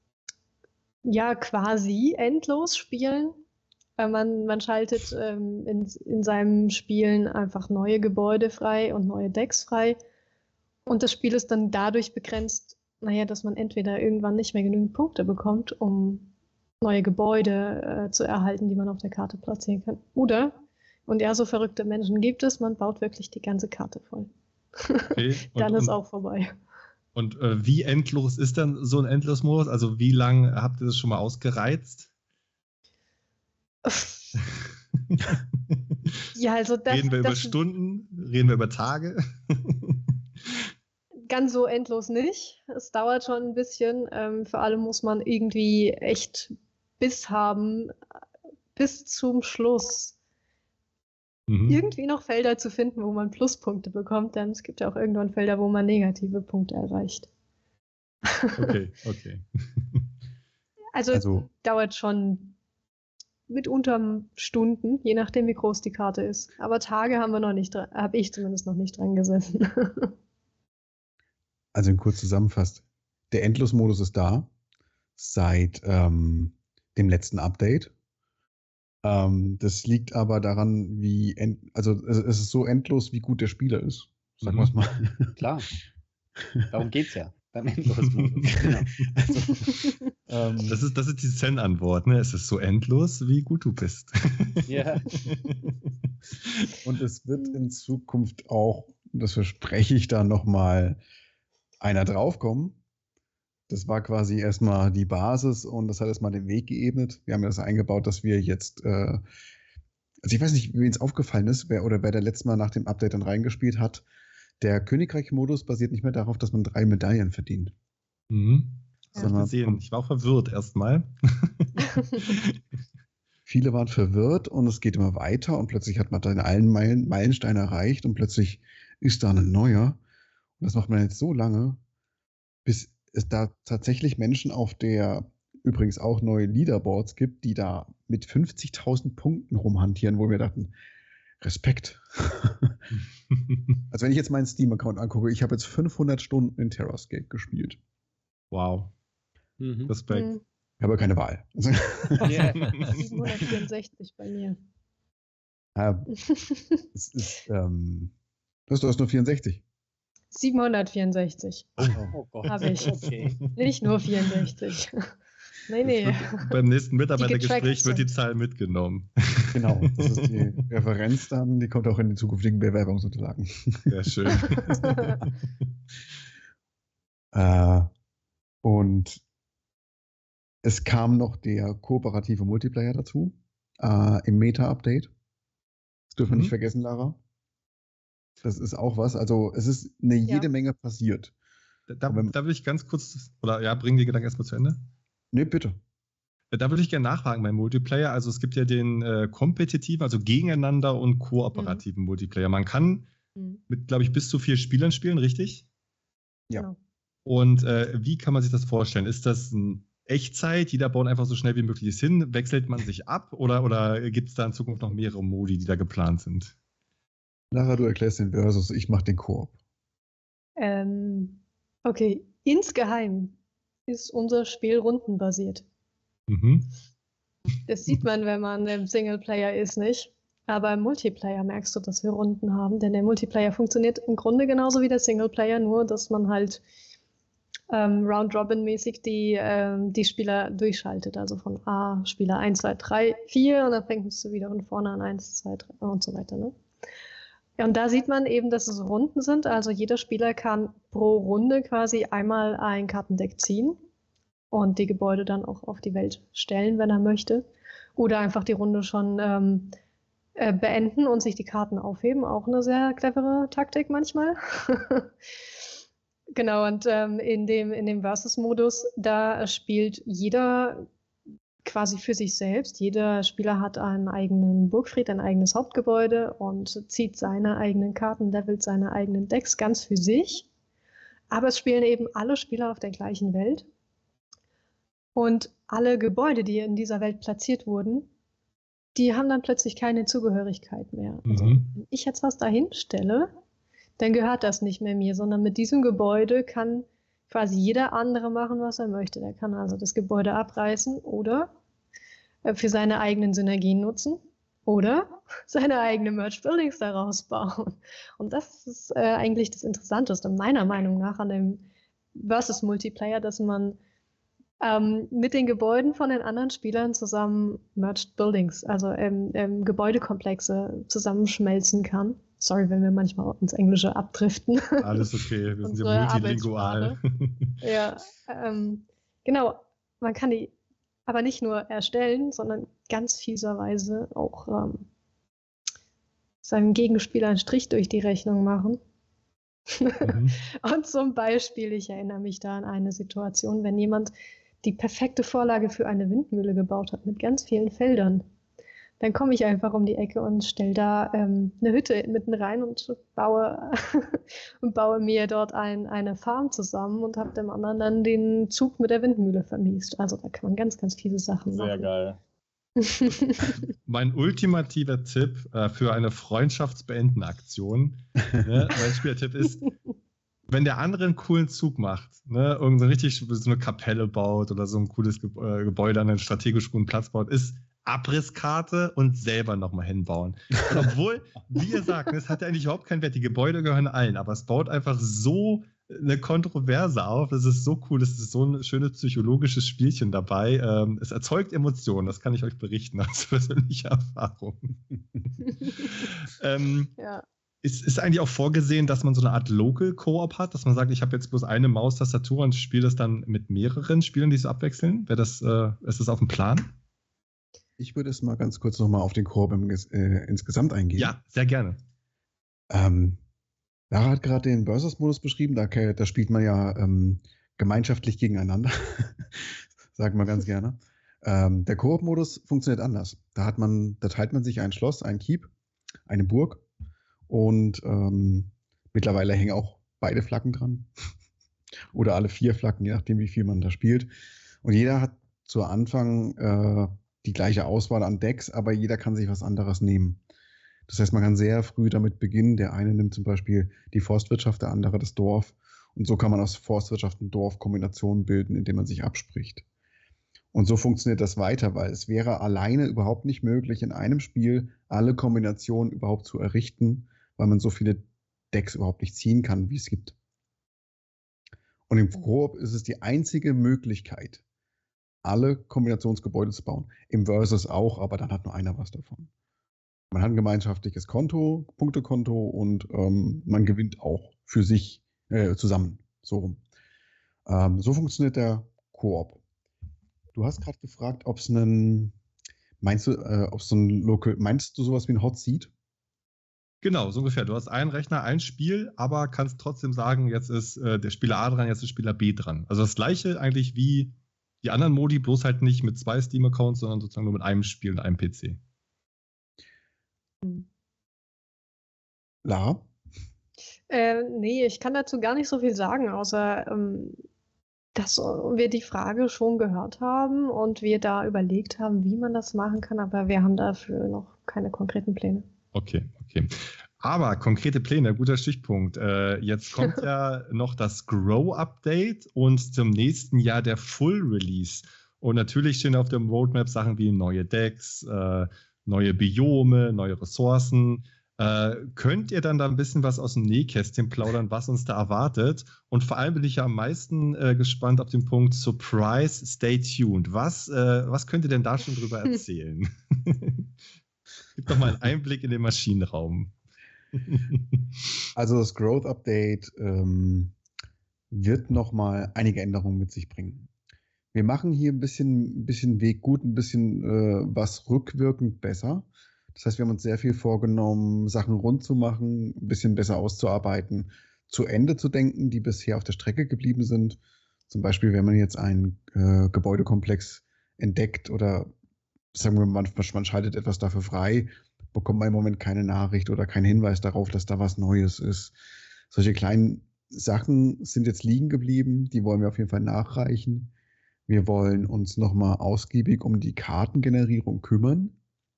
ja quasi endlos spielen. Äh, man, man schaltet ähm, in, in seinem Spielen einfach neue Gebäude frei und neue Decks frei. Und das Spiel ist dann dadurch begrenzt, naja, dass man entweder irgendwann nicht mehr genügend Punkte bekommt, um neue Gebäude äh, zu erhalten, die man auf der Karte platzieren kann. Oder, und ja, so verrückte Menschen gibt es, man baut wirklich die ganze Karte voll. Okay, und, Dann ist und, auch vorbei. Und äh, wie endlos ist dann so ein Endlosmodus? Also wie lange habt ihr das schon mal ausgereizt? Ja, also das, Reden wir über das Stunden? Reden wir über Tage? ganz so endlos nicht. Es dauert schon ein bisschen. Ähm, vor allem muss man irgendwie echt Biss haben, bis zum Schluss. Mhm. Irgendwie noch Felder zu finden, wo man Pluspunkte bekommt, denn es gibt ja auch irgendwann Felder, wo man negative Punkte erreicht. Okay, okay. Also, Also- dauert schon mitunter Stunden, je nachdem wie groß die Karte ist. Aber Tage haben wir noch nicht, habe ich zumindest noch nicht dran gesessen. Also kurz zusammenfasst. Der Endlosmodus ist da seit ähm, dem letzten Update. Ähm, das liegt aber daran, wie end, also es es ist so endlos, wie gut der Spieler ist. Sagen wir es Mhm. mal. Klar. Darum geht's ja. Beim Endlosmodus. Genau. Also, ähm, Das ist, das ist die Zen-Antwort, ne? Es ist so endlos, wie gut du bist. Ja. Und es wird in Zukunft auch, das verspreche ich da nochmal, einer draufkommen. Das war quasi erstmal die Basis und das hat erstmal den Weg geebnet. Wir haben ja das eingebaut, dass wir jetzt, äh, also ich weiß nicht, wem es aufgefallen ist, wer oder wer der letzte Mal nach dem Update dann reingespielt hat. Der Königreich-Modus basiert nicht mehr darauf, dass man drei Medaillen verdient. Mhm. Das hab ich Sondern gesehen. Ich war auch verwirrt erstmal. viele waren verwirrt und es geht immer weiter und plötzlich hat man dann allen Meilen, Meilenstein erreicht und plötzlich ist da ein neuer. Und das macht man jetzt so lange, bis es da tatsächlich Menschen auf der übrigens auch neue Leaderboards gibt, die da mit fünfzigtausend Punkten rumhantieren, wo wir dachten, Respekt. Also wenn ich jetzt meinen Steam-Account angucke, ich habe jetzt fünfhundert Stunden in Terrascape gespielt. Wow. Mhm. Respekt. Hm, Ich habe keine Wahl. Also, Ja. siebenhundertvierundsechzig bei mir. ja, es ist, ähm, du hast, du hast nur vierundsechzig. siebenhundertvierundsechzig. Oh Gott. Habe ich. Okay. Nicht nur vierundsechzig. Nee, Das nee. wird, beim nächsten Mitarbeitergespräch getrackt wird die sind. Zahl mitgenommen. Genau, das ist die Referenz dann, die kommt auch in die zukünftigen Bewerbungsunterlagen. Sehr schön. äh, und es kam noch der kooperative Multiplayer dazu, äh, im Meta-Update. Das dürfen wir Mhm. nicht vergessen, Lara. Das ist auch was, also es ist eine Ja. jede Menge passiert. Da, Aber- da will ich ganz kurz, oder ja, bringen die Gedanken erstmal zu Ende. Nee, bitte. Da würde ich gerne nachfragen beim Multiplayer. Also es gibt ja den äh, kompetitiven, also gegeneinander und kooperativen Mhm. Multiplayer. Man kann Hm, mit, glaube ich, bis zu vier Spielern spielen, richtig? Ja. genau. Und äh, wie kann man sich das vorstellen? Ist das ein Echtzeit? Jeder baut einfach so schnell wie möglich ist hin? Wechselt man sich ab? Oder, oder gibt es da in Zukunft noch mehrere Modi, die da geplant sind? Lara, du erklärst den Versus, ich mach den Koop. Ähm, okay, insgeheim ist unser Spiel rundenbasiert. Mhm. Das sieht man, wenn man im Singleplayer ist, nicht? Aber im Multiplayer merkst du, dass wir Runden haben, denn der Multiplayer funktioniert im Grunde genauso wie der Singleplayer, nur dass man halt ähm, Round-Robin-mäßig die, ähm, die Spieler durchschaltet. Also von A, Spieler eins, zwei, drei, vier und dann fängst du wieder von vorne an eins, zwei, drei und so weiter. Ne? Ja, und da sieht man eben, dass es Runden sind. Also jeder Spieler kann pro Runde quasi einmal ein Kartendeck ziehen und die Gebäude dann auch auf die Welt stellen, wenn er möchte. Oder einfach die Runde schon ähm, äh, beenden und sich die Karten aufheben. Auch eine sehr clevere Taktik manchmal. Genau, und ähm, in dem, in dem Versus-Modus, da spielt jeder quasi für sich selbst. Jeder Spieler hat einen eigenen Burgfried, ein eigenes Hauptgebäude und zieht seine eigenen Karten, levelt seine eigenen Decks ganz für sich. Aber es spielen eben alle Spieler auf der gleichen Welt. Und alle Gebäude, die in dieser Welt platziert wurden, die haben dann plötzlich keine Zugehörigkeit mehr. Also, Mhm. wenn ich jetzt was dahin stelle, dann gehört das nicht mehr mir, sondern mit diesem Gebäude kann quasi jeder andere machen, was er möchte. Der kann also das Gebäude abreißen oder äh, für seine eigenen Synergien nutzen oder seine eigenen Merge Buildings daraus bauen. Und das ist äh, eigentlich das Interessanteste, meiner Meinung nach, an dem Versus Multiplayer, dass man ähm, mit den Gebäuden von den anderen Spielern zusammen Merged Buildings, also ähm, ähm, Gebäudekomplexe zusammenschmelzen kann. Sorry, wenn wir manchmal ins Englische abdriften. Alles okay, wir sind Unsere ja multilingual. Ja, ähm, genau. Man kann die aber nicht nur erstellen, sondern ganz fieserweise auch ähm, seinem Gegenspieler einen Strich durch die Rechnung machen. Mhm. Und zum Beispiel, ich erinnere mich da an eine Situation, wenn jemand die perfekte Vorlage für eine Windmühle gebaut hat mit ganz vielen Feldern, dann komme ich einfach um die Ecke und stelle da ähm, eine Hütte mitten rein und baue, und baue mir dort ein, eine Farm zusammen und habe dem anderen dann den Zug mit der Windmühle vermiest. Also da kann man ganz, ganz viele Sachen Sehr machen. geil. Mein ultimativer Tipp äh, für eine Freundschaftsbeenden-Aktion, ne, mein Spielertipp ist, wenn der andere einen coolen Zug macht, ne, irgend so richtig so eine Kapelle baut oder so ein cooles Ge äh, Gebäude an einen strategisch guten Platz baut, ist Abrisskarte und selber nochmal hinbauen. Und obwohl, wie ihr sagt, es hat ja eigentlich überhaupt keinen Wert, die Gebäude gehören allen, aber es baut einfach so eine Kontroverse auf, das ist so cool, das ist so ein schönes psychologisches Spielchen dabei. Ähm, es erzeugt Emotionen, das kann ich euch berichten aus persönlicher Erfahrung. ähm, Ja. Ist, ist eigentlich auch vorgesehen, dass man so eine Art Local Koop hat, dass man sagt, ich habe jetzt bloß eine Maustastatur und spiele das dann mit mehreren Spielern, die so abwechseln? Wäre das, äh, ist das auf dem Plan? Ich würde es mal ganz kurz nochmal auf den Koop im, äh, insgesamt eingehen. Ja, sehr gerne. Ähm, Lara hat gerade den Versus-Modus beschrieben, da, da spielt man ja ähm, gemeinschaftlich gegeneinander, sagen wir ganz gerne. Ähm, der Koop-Modus funktioniert anders. Da hat man, da teilt man sich ein Schloss, ein Keep, eine Burg und ähm, mittlerweile hängen auch beide Flaggen dran. Oder alle vier Flaggen, je nachdem, wie viel man da spielt. Und jeder hat zu Anfang äh, die gleiche Auswahl an Decks, aber jeder kann sich was anderes nehmen. Das heißt, man kann sehr früh damit beginnen. Der eine nimmt zum Beispiel die Forstwirtschaft, der andere das Dorf. Und so kann man aus Forstwirtschaft und Dorf Kombinationen bilden, indem man sich abspricht. Und so funktioniert das weiter, weil es wäre alleine überhaupt nicht möglich, in einem Spiel alle Kombinationen überhaupt zu errichten, weil man so viele Decks überhaupt nicht ziehen kann, wie es gibt. Und im Koop ist es die einzige Möglichkeit, alle Kombinationsgebäude zu bauen. Im Versus auch, aber dann hat nur einer was davon. Man hat ein gemeinschaftliches Konto, Punktekonto und ähm, man gewinnt auch für sich äh, zusammen. So rum. Ähm, so funktioniert der Koop. Du hast gerade gefragt, ob es einen, meinst du, äh, ob es so ein Local, meinst du sowas wie ein Hot Seat? Genau, so ungefähr. Du hast einen Rechner, ein Spiel, aber kannst trotzdem sagen, jetzt ist äh, der Spieler A dran, jetzt ist Spieler B dran. Also das gleiche eigentlich wie die anderen Modi, bloß halt nicht mit zwei Steam-Accounts, sondern sozusagen nur mit einem Spiel und einem P C. Lara? Äh, nee, ich kann dazu gar nicht so viel sagen, außer ähm, dass wir die Frage schon gehört haben und wir da überlegt haben, wie man das machen kann, aber wir haben dafür noch keine konkreten Pläne. Okay, okay. Aber konkrete Pläne, guter Stichpunkt. Äh, jetzt kommt ja noch das Grow-Update und zum nächsten Jahr der Full-Release. Und natürlich stehen auf dem Roadmap Sachen wie neue Decks, äh, neue Biome, neue Ressourcen. Äh, könnt ihr dann da ein bisschen was aus dem Nähkästchen plaudern, was uns da erwartet? Und vor allem bin ich ja am meisten äh, gespannt auf den Punkt Surprise, stay tuned. Was, äh, was könnt ihr denn da schon drüber erzählen? Gib doch mal einen Einblick in den Maschinenraum. Also das Growth Update ähm, wird nochmal einige Änderungen mit sich bringen. Wir machen hier ein bisschen, ein bisschen Weg gut, ein bisschen äh, was rückwirkend besser. Das heißt, wir haben uns sehr viel vorgenommen, Sachen rund zu machen, ein bisschen besser auszuarbeiten, zu Ende zu denken, die bisher auf der Strecke geblieben sind. Zum Beispiel, wenn man jetzt einen äh, Gebäudekomplex entdeckt oder sagen wir, man, man schaltet etwas dafür frei, bekommt man im Moment keine Nachricht oder keinen Hinweis darauf, dass da was Neues ist. Solche kleinen Sachen sind jetzt liegen geblieben, die wollen wir auf jeden Fall nachreichen. Wir wollen uns nochmal ausgiebig um die Kartengenerierung kümmern.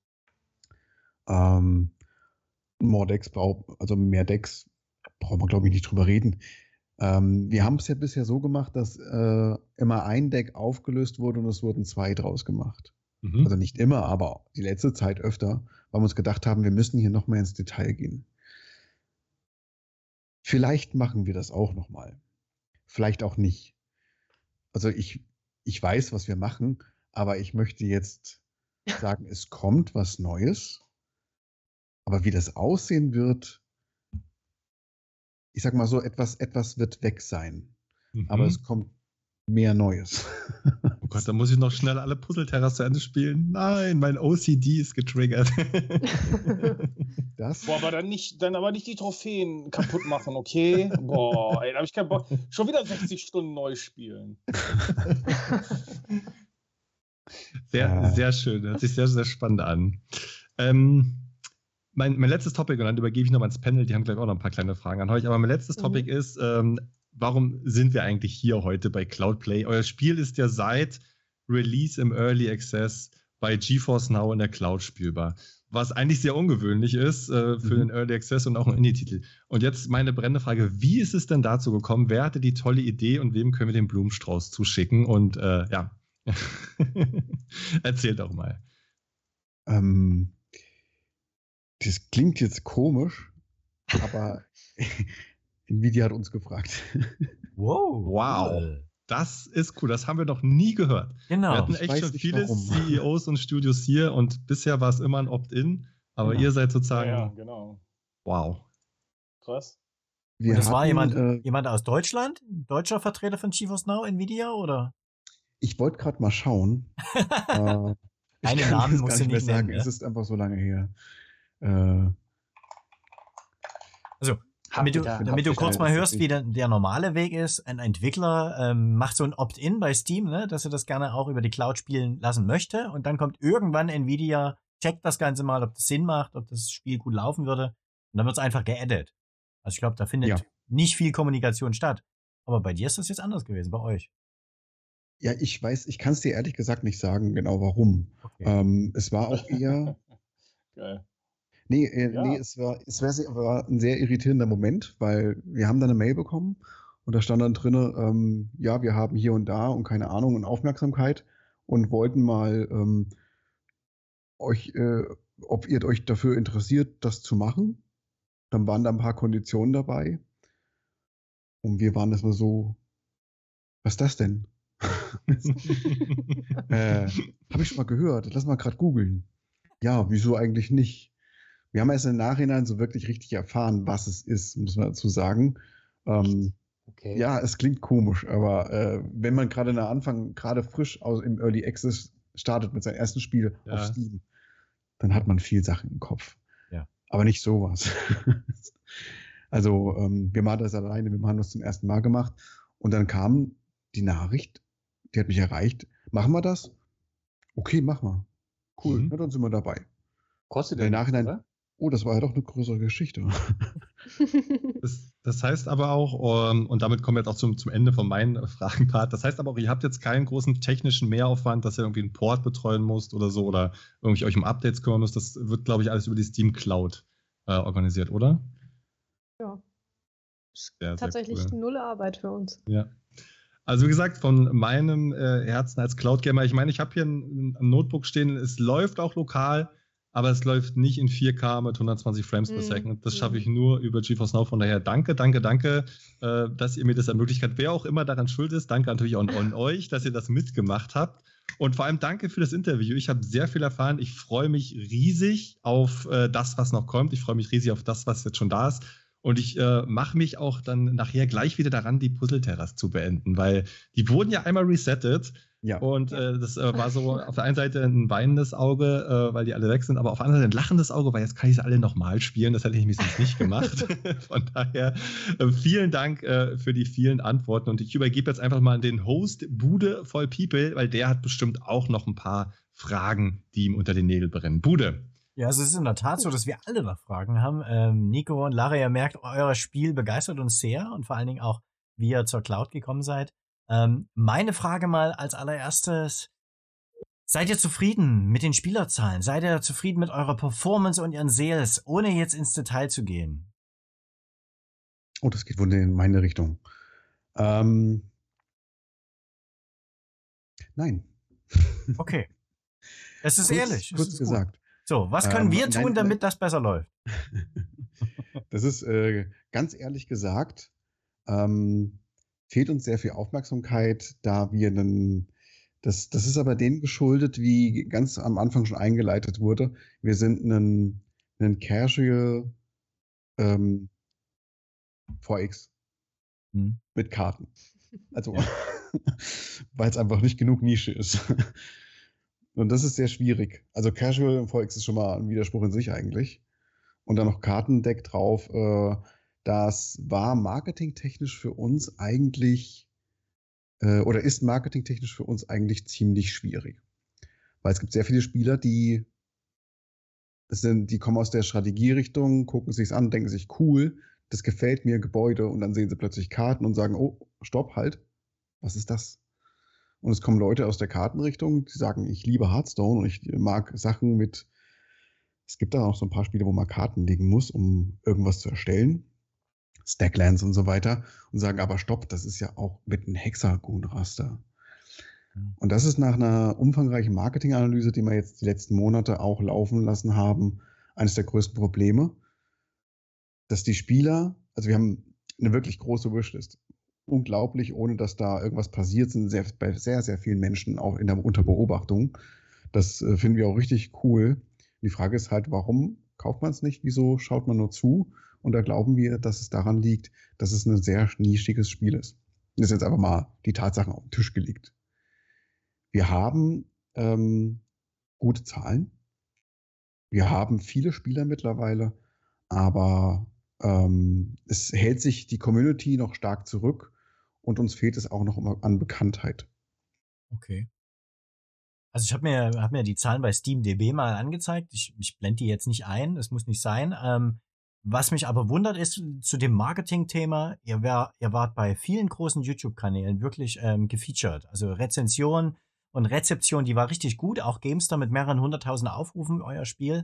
Ähm, more Decks braucht, also mehr Decks brauchen wir, glaube ich, nicht drüber reden. Ähm, wir haben es ja bisher so gemacht, dass äh, immer ein Deck aufgelöst wurde und es wurden zwei draus gemacht. Mhm. Also nicht immer, aber die letzte Zeit öfter, weil wir uns gedacht haben, wir müssen hier noch mehr ins Detail gehen. Vielleicht machen wir das auch noch mal. Vielleicht auch nicht. Also ich, ich weiß, was wir machen, aber ich möchte jetzt sagen, es kommt was Neues. Aber wie das aussehen wird, ich sag mal so, etwas, etwas wird weg sein. Mhm. Aber es kommt mehr Neues. Oh Gott, da muss ich noch schnell alle Puzzle-Terras zu Ende spielen. Nein, mein O C D ist getriggert. Das? Boah, aber dann nicht, dann aber nicht die Trophäen kaputt machen, okay? Boah, ey, da habe ich keinen Bock. Schon wieder sechzig Stunden neu spielen. Sehr, ja. sehr schön. Hört sich sehr, sehr spannend an. Ähm, mein, mein letztes Topic, und dann übergebe ich noch mal ins Panel, die haben gleich auch noch ein paar kleine Fragen an euch, aber mein letztes mhm. Topic ist, ähm, warum sind wir eigentlich hier heute bei Cloudplay? Euer Spiel ist ja seit Release im Early Access bei GeForce Now in der Cloud spielbar, was eigentlich sehr ungewöhnlich ist äh, für mhm. den Early Access und auch einen Indie-Titel. Und jetzt meine brennende Frage, wie ist es denn dazu gekommen? Wer hatte die tolle Idee und wem können wir den Blumenstrauß zuschicken? Und äh, ja, erzähl doch mal. Ähm, das klingt jetzt komisch, aber Nvidia hat uns gefragt. Wow. Wow. Das ist cool. Das haben wir noch nie gehört. Genau. Wir hatten echt schon viele warum. C E Os und Studios hier und bisher war es immer ein Opt-in, aber genau. ihr seid sozusagen. Ja, ja, genau. Wow. Krass. Wir und das hatten, war jemand, äh, jemand aus Deutschland? Ein deutscher Vertreter von GeForce Now, Nvidia, oder? Ich wollte gerade mal schauen. äh, Einen Namen musst du nicht sagen. nennen. Es ist einfach so lange her. Äh, also, damit du, da, damit du kurz mal hörst, wie der, der normale Weg ist, ein Entwickler ähm, macht so ein Opt-in bei Steam, ne, dass er das gerne auch über die Cloud spielen lassen möchte, und dann kommt irgendwann Nvidia, checkt das Ganze mal, ob das Sinn macht, ob das Spiel gut laufen würde, und dann wird es einfach geaddet. Also ich glaube, da findet ja. nicht viel Kommunikation statt. Aber bei dir ist das jetzt anders gewesen, bei euch. Ja, ich weiß, ich kann es dir ehrlich gesagt nicht sagen, genau warum. Okay. Ähm, es war auch eher... Geil. Nee, äh, Ja. nee, es war, es war, sehr, war ein sehr irritierender Moment, weil wir haben dann eine Mail bekommen und da stand dann drin, ähm, ja, wir haben hier und da und keine Ahnung und Aufmerksamkeit und wollten mal ähm, euch, äh, ob ihr euch dafür interessiert, das zu machen. Dann waren da ein paar Konditionen dabei und wir waren erstmal so, was ist das denn? äh, Habe ich schon mal gehört, lass mal gerade googeln. Ja, wieso eigentlich nicht? Wir haben erst im Nachhinein so wirklich richtig erfahren, was es ist, muss man dazu sagen. Ähm, Okay. ja, es klingt komisch, aber äh, wenn man gerade am Anfang, gerade frisch aus im Early Access startet mit seinem ersten Spiel Ja. auf Steam, dann hat man viel Sachen im Kopf. Ja. Aber nicht sowas. Also, ähm, wir machen das alleine, wir haben das zum ersten Mal gemacht und dann kam die Nachricht, die hat mich erreicht, machen wir das? Okay, mach mal. Cool, Mhm. na, dann sind wir dabei. Kostet Im denn Nachhinein, oder? oh, das war ja doch eine größere Geschichte. Das, das heißt aber auch, ähm, und damit kommen wir jetzt auch zum, zum Ende von meinem äh, Fragenpart, das heißt aber auch, ihr habt jetzt keinen großen technischen Mehraufwand, dass ihr irgendwie einen Port betreuen müsst oder so oder irgendwie euch um Updates kümmern müsst. Das wird, glaube ich, alles über die Steam Cloud äh, organisiert, oder? Ja. Ist Sehr, sehr tatsächlich cool. null Arbeit für uns. Ja. Also wie gesagt, von meinem äh, Herzen als Cloud-Gamer, ich meine, ich habe hier ein, ein Notebook stehen, es läuft auch lokal, aber es läuft nicht in vier K mit hundertzwanzig Frames per Mm, Second. Das schaffe mm. ich nur über GeForce Now. Von daher danke, danke, danke, äh, dass ihr mir das ermöglicht habt. Wer auch immer daran schuld ist, danke natürlich auch an euch, dass ihr das mitgemacht habt. Und vor allem danke für das Interview. Ich habe sehr viel erfahren. Ich freue mich riesig auf äh, das, was noch kommt. Ich freue mich riesig auf das, was jetzt schon da ist. Und ich äh, mache mich auch dann nachher gleich wieder daran, die Puzzle-Terras zu beenden, weil die wurden ja einmal resettet. Ja. Und äh, das äh, war so auf der einen Seite ein weinendes Auge, äh, weil die alle weg sind, aber auf der anderen Seite ein lachendes Auge, weil jetzt kann ich sie alle nochmal spielen. Das hätte ich nämlich sonst nicht gemacht. Von daher äh, vielen Dank äh, für die vielen Antworten. Und ich übergebe jetzt einfach mal an den Host Bude voll People, weil der hat bestimmt auch noch ein paar Fragen, die ihm unter den Nägeln brennen. Bude. Ja, also es ist in der Tat so, dass wir alle noch Fragen haben. Ähm, Nico und Lara, ihr merkt, euer Spiel begeistert uns sehr und vor allen Dingen auch, wie ihr zur Cloud gekommen seid. Ähm, meine Frage mal als allererstes, seid ihr zufrieden mit den Spielerzahlen? Seid ihr zufrieden mit eurer Performance und ihren Sales, ohne jetzt ins Detail zu gehen? Oh, das geht wohl in meine Richtung. Ähm, nein. Okay. Es ist kurz, ehrlich. es Kurz ist gut. gesagt. So, was können Ähm, wir tun, nein, damit nein. das besser läuft? Das ist äh, ganz ehrlich gesagt, ähm, fehlt uns sehr viel Aufmerksamkeit, da wir einen, das, das ist aber denen geschuldet, wie ganz am Anfang schon eingeleitet wurde. Wir sind ein, ein Casual ähm, V X Hm. mit Karten. Also, Ja. weil es einfach nicht genug Nische ist. Und das ist sehr schwierig. Also Casual im V X ist schon mal ein Widerspruch in sich eigentlich. Und dann noch Kartendeck drauf. Äh, das war marketingtechnisch für uns eigentlich äh, oder ist marketingtechnisch für uns eigentlich ziemlich schwierig. Weil es gibt sehr viele Spieler, die das sind, die kommen aus der Strategierichtung, gucken sich's an, denken sich, cool, das gefällt mir, Gebäude, und dann sehen sie plötzlich Karten und sagen, oh, stopp, halt, was ist das? Und es kommen Leute aus der Kartenrichtung, die sagen, ich liebe Hearthstone und ich mag Sachen mit, es gibt da auch so ein paar Spiele, wo man Karten legen muss, um irgendwas zu erstellen, Stacklands und so weiter, und sagen, aber stopp, das ist ja auch mit einem Hexagon-Raster. Und das ist nach einer umfangreichen Marketinganalyse, die wir jetzt die letzten Monate auch laufen lassen haben, eines der größten Probleme, dass die Spieler, also wir haben eine wirklich große Wishlist, unglaublich, ohne dass da irgendwas passiert, sind sehr, bei sehr, sehr vielen Menschen auch in der Unterbeobachtung. Das äh, finden wir auch richtig cool. Die Frage ist halt, warum kauft man es nicht? Wieso schaut man nur zu? Und da glauben wir, dass es daran liegt, dass es ein sehr nischiges Spiel ist. Das ist jetzt einfach mal die Tatsachen auf den Tisch gelegt. Wir haben ähm, gute Zahlen. Wir haben viele Spieler mittlerweile, aber ähm, es hält sich die Community noch stark zurück und uns fehlt es auch noch an Bekanntheit. Okay. Also ich habe mir, hab mir die Zahlen bei SteamDB mal angezeigt. Ich, ich blende die jetzt nicht ein, das muss nicht sein. Ähm, was mich aber wundert ist, zu dem Marketing-Thema, ihr, wär, ihr wart bei vielen großen YouTube-Kanälen wirklich ähm, gefeatured. Also Rezension und Rezeption, die war richtig gut. Auch GameStar mit mehreren hunderttausend Aufrufen, euer Spiel.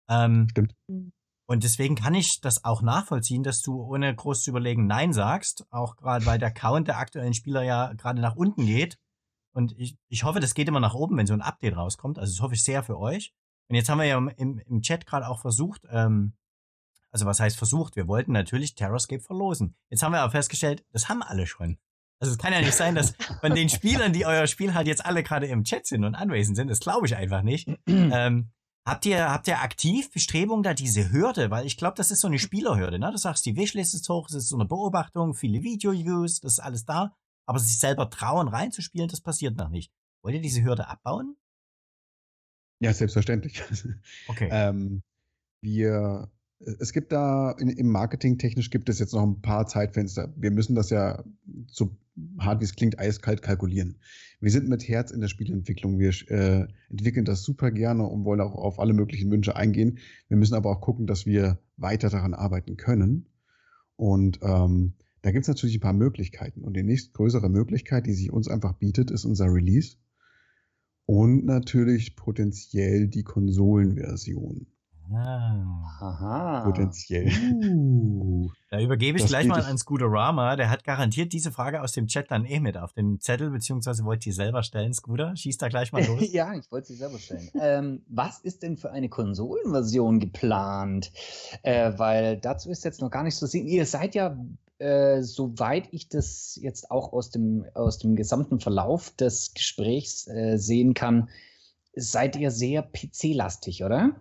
Ähm, Stimmt. Und deswegen kann ich das auch nachvollziehen, dass du ohne groß zu überlegen Nein sagst, auch gerade weil der Count der aktuellen Spieler ja gerade nach unten geht. Und ich, ich hoffe, das geht immer nach oben, wenn so ein Update rauskommt. Also das hoffe ich sehr für euch. Und jetzt haben wir ja im, im Chat gerade auch versucht, ähm, also was heißt versucht? Wir wollten natürlich Terrascape verlosen. Jetzt haben wir aber festgestellt, das haben alle schon. Also es kann ja nicht sein, dass von den Spielern, die euer Spiel halt jetzt alle gerade im Chat sind und anwesend sind, das glaube ich einfach nicht. ähm, habt ihr habt ihr aktiv Bestrebungen, da diese Hürde, weil ich glaube, das ist so eine Spielerhürde, ne? Du sagst, die Wishlist ist hoch, es ist so eine Beobachtung, viele Video-Views, das ist alles da, aber sich selber trauen, reinzuspielen, das passiert noch nicht. Wollt ihr diese Hürde abbauen? Ja, selbstverständlich. Okay. ähm, wir, es gibt da, in, im Marketing technisch gibt es jetzt noch ein paar Zeitfenster. Wir müssen das ja, so hart wie es klingt, eiskalt kalkulieren. Wir sind mit Herz in der Spielentwicklung. Wir äh, entwickeln das super gerne und wollen auch auf alle möglichen Wünsche eingehen. Wir müssen aber auch gucken, dass wir weiter daran arbeiten können. Und ähm, da gibt es natürlich ein paar Möglichkeiten. Und die nächstgrößere Möglichkeit, die sich uns einfach bietet, ist unser Release. Und natürlich potenziell die Konsolenversion. Ah. Aha. Potenziell. Uh. Da übergebe ich Das gleich geht mal ich- an Scooterama. Der hat garantiert diese Frage aus dem Chat dann eh mit auf dem Zettel, beziehungsweise wollt ihr selber stellen, Scooter? Schießt da gleich mal los. Ja, ich wollte sie selber stellen. ähm, was ist denn für eine Konsolenversion geplant? Äh, weil dazu ist jetzt noch gar nicht so sehen. Ihr seid ja, äh, soweit ich das jetzt auch aus dem, aus dem gesamten Verlauf des Gesprächs äh, sehen kann, seid ihr sehr P C-lastig, oder?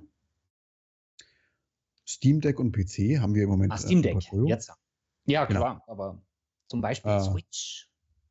Steam Deck und P C haben wir im Moment Ah, äh, Steam im Deck, Portfolio. jetzt. Ja, Genau. klar, aber zum Beispiel Ah. Switch.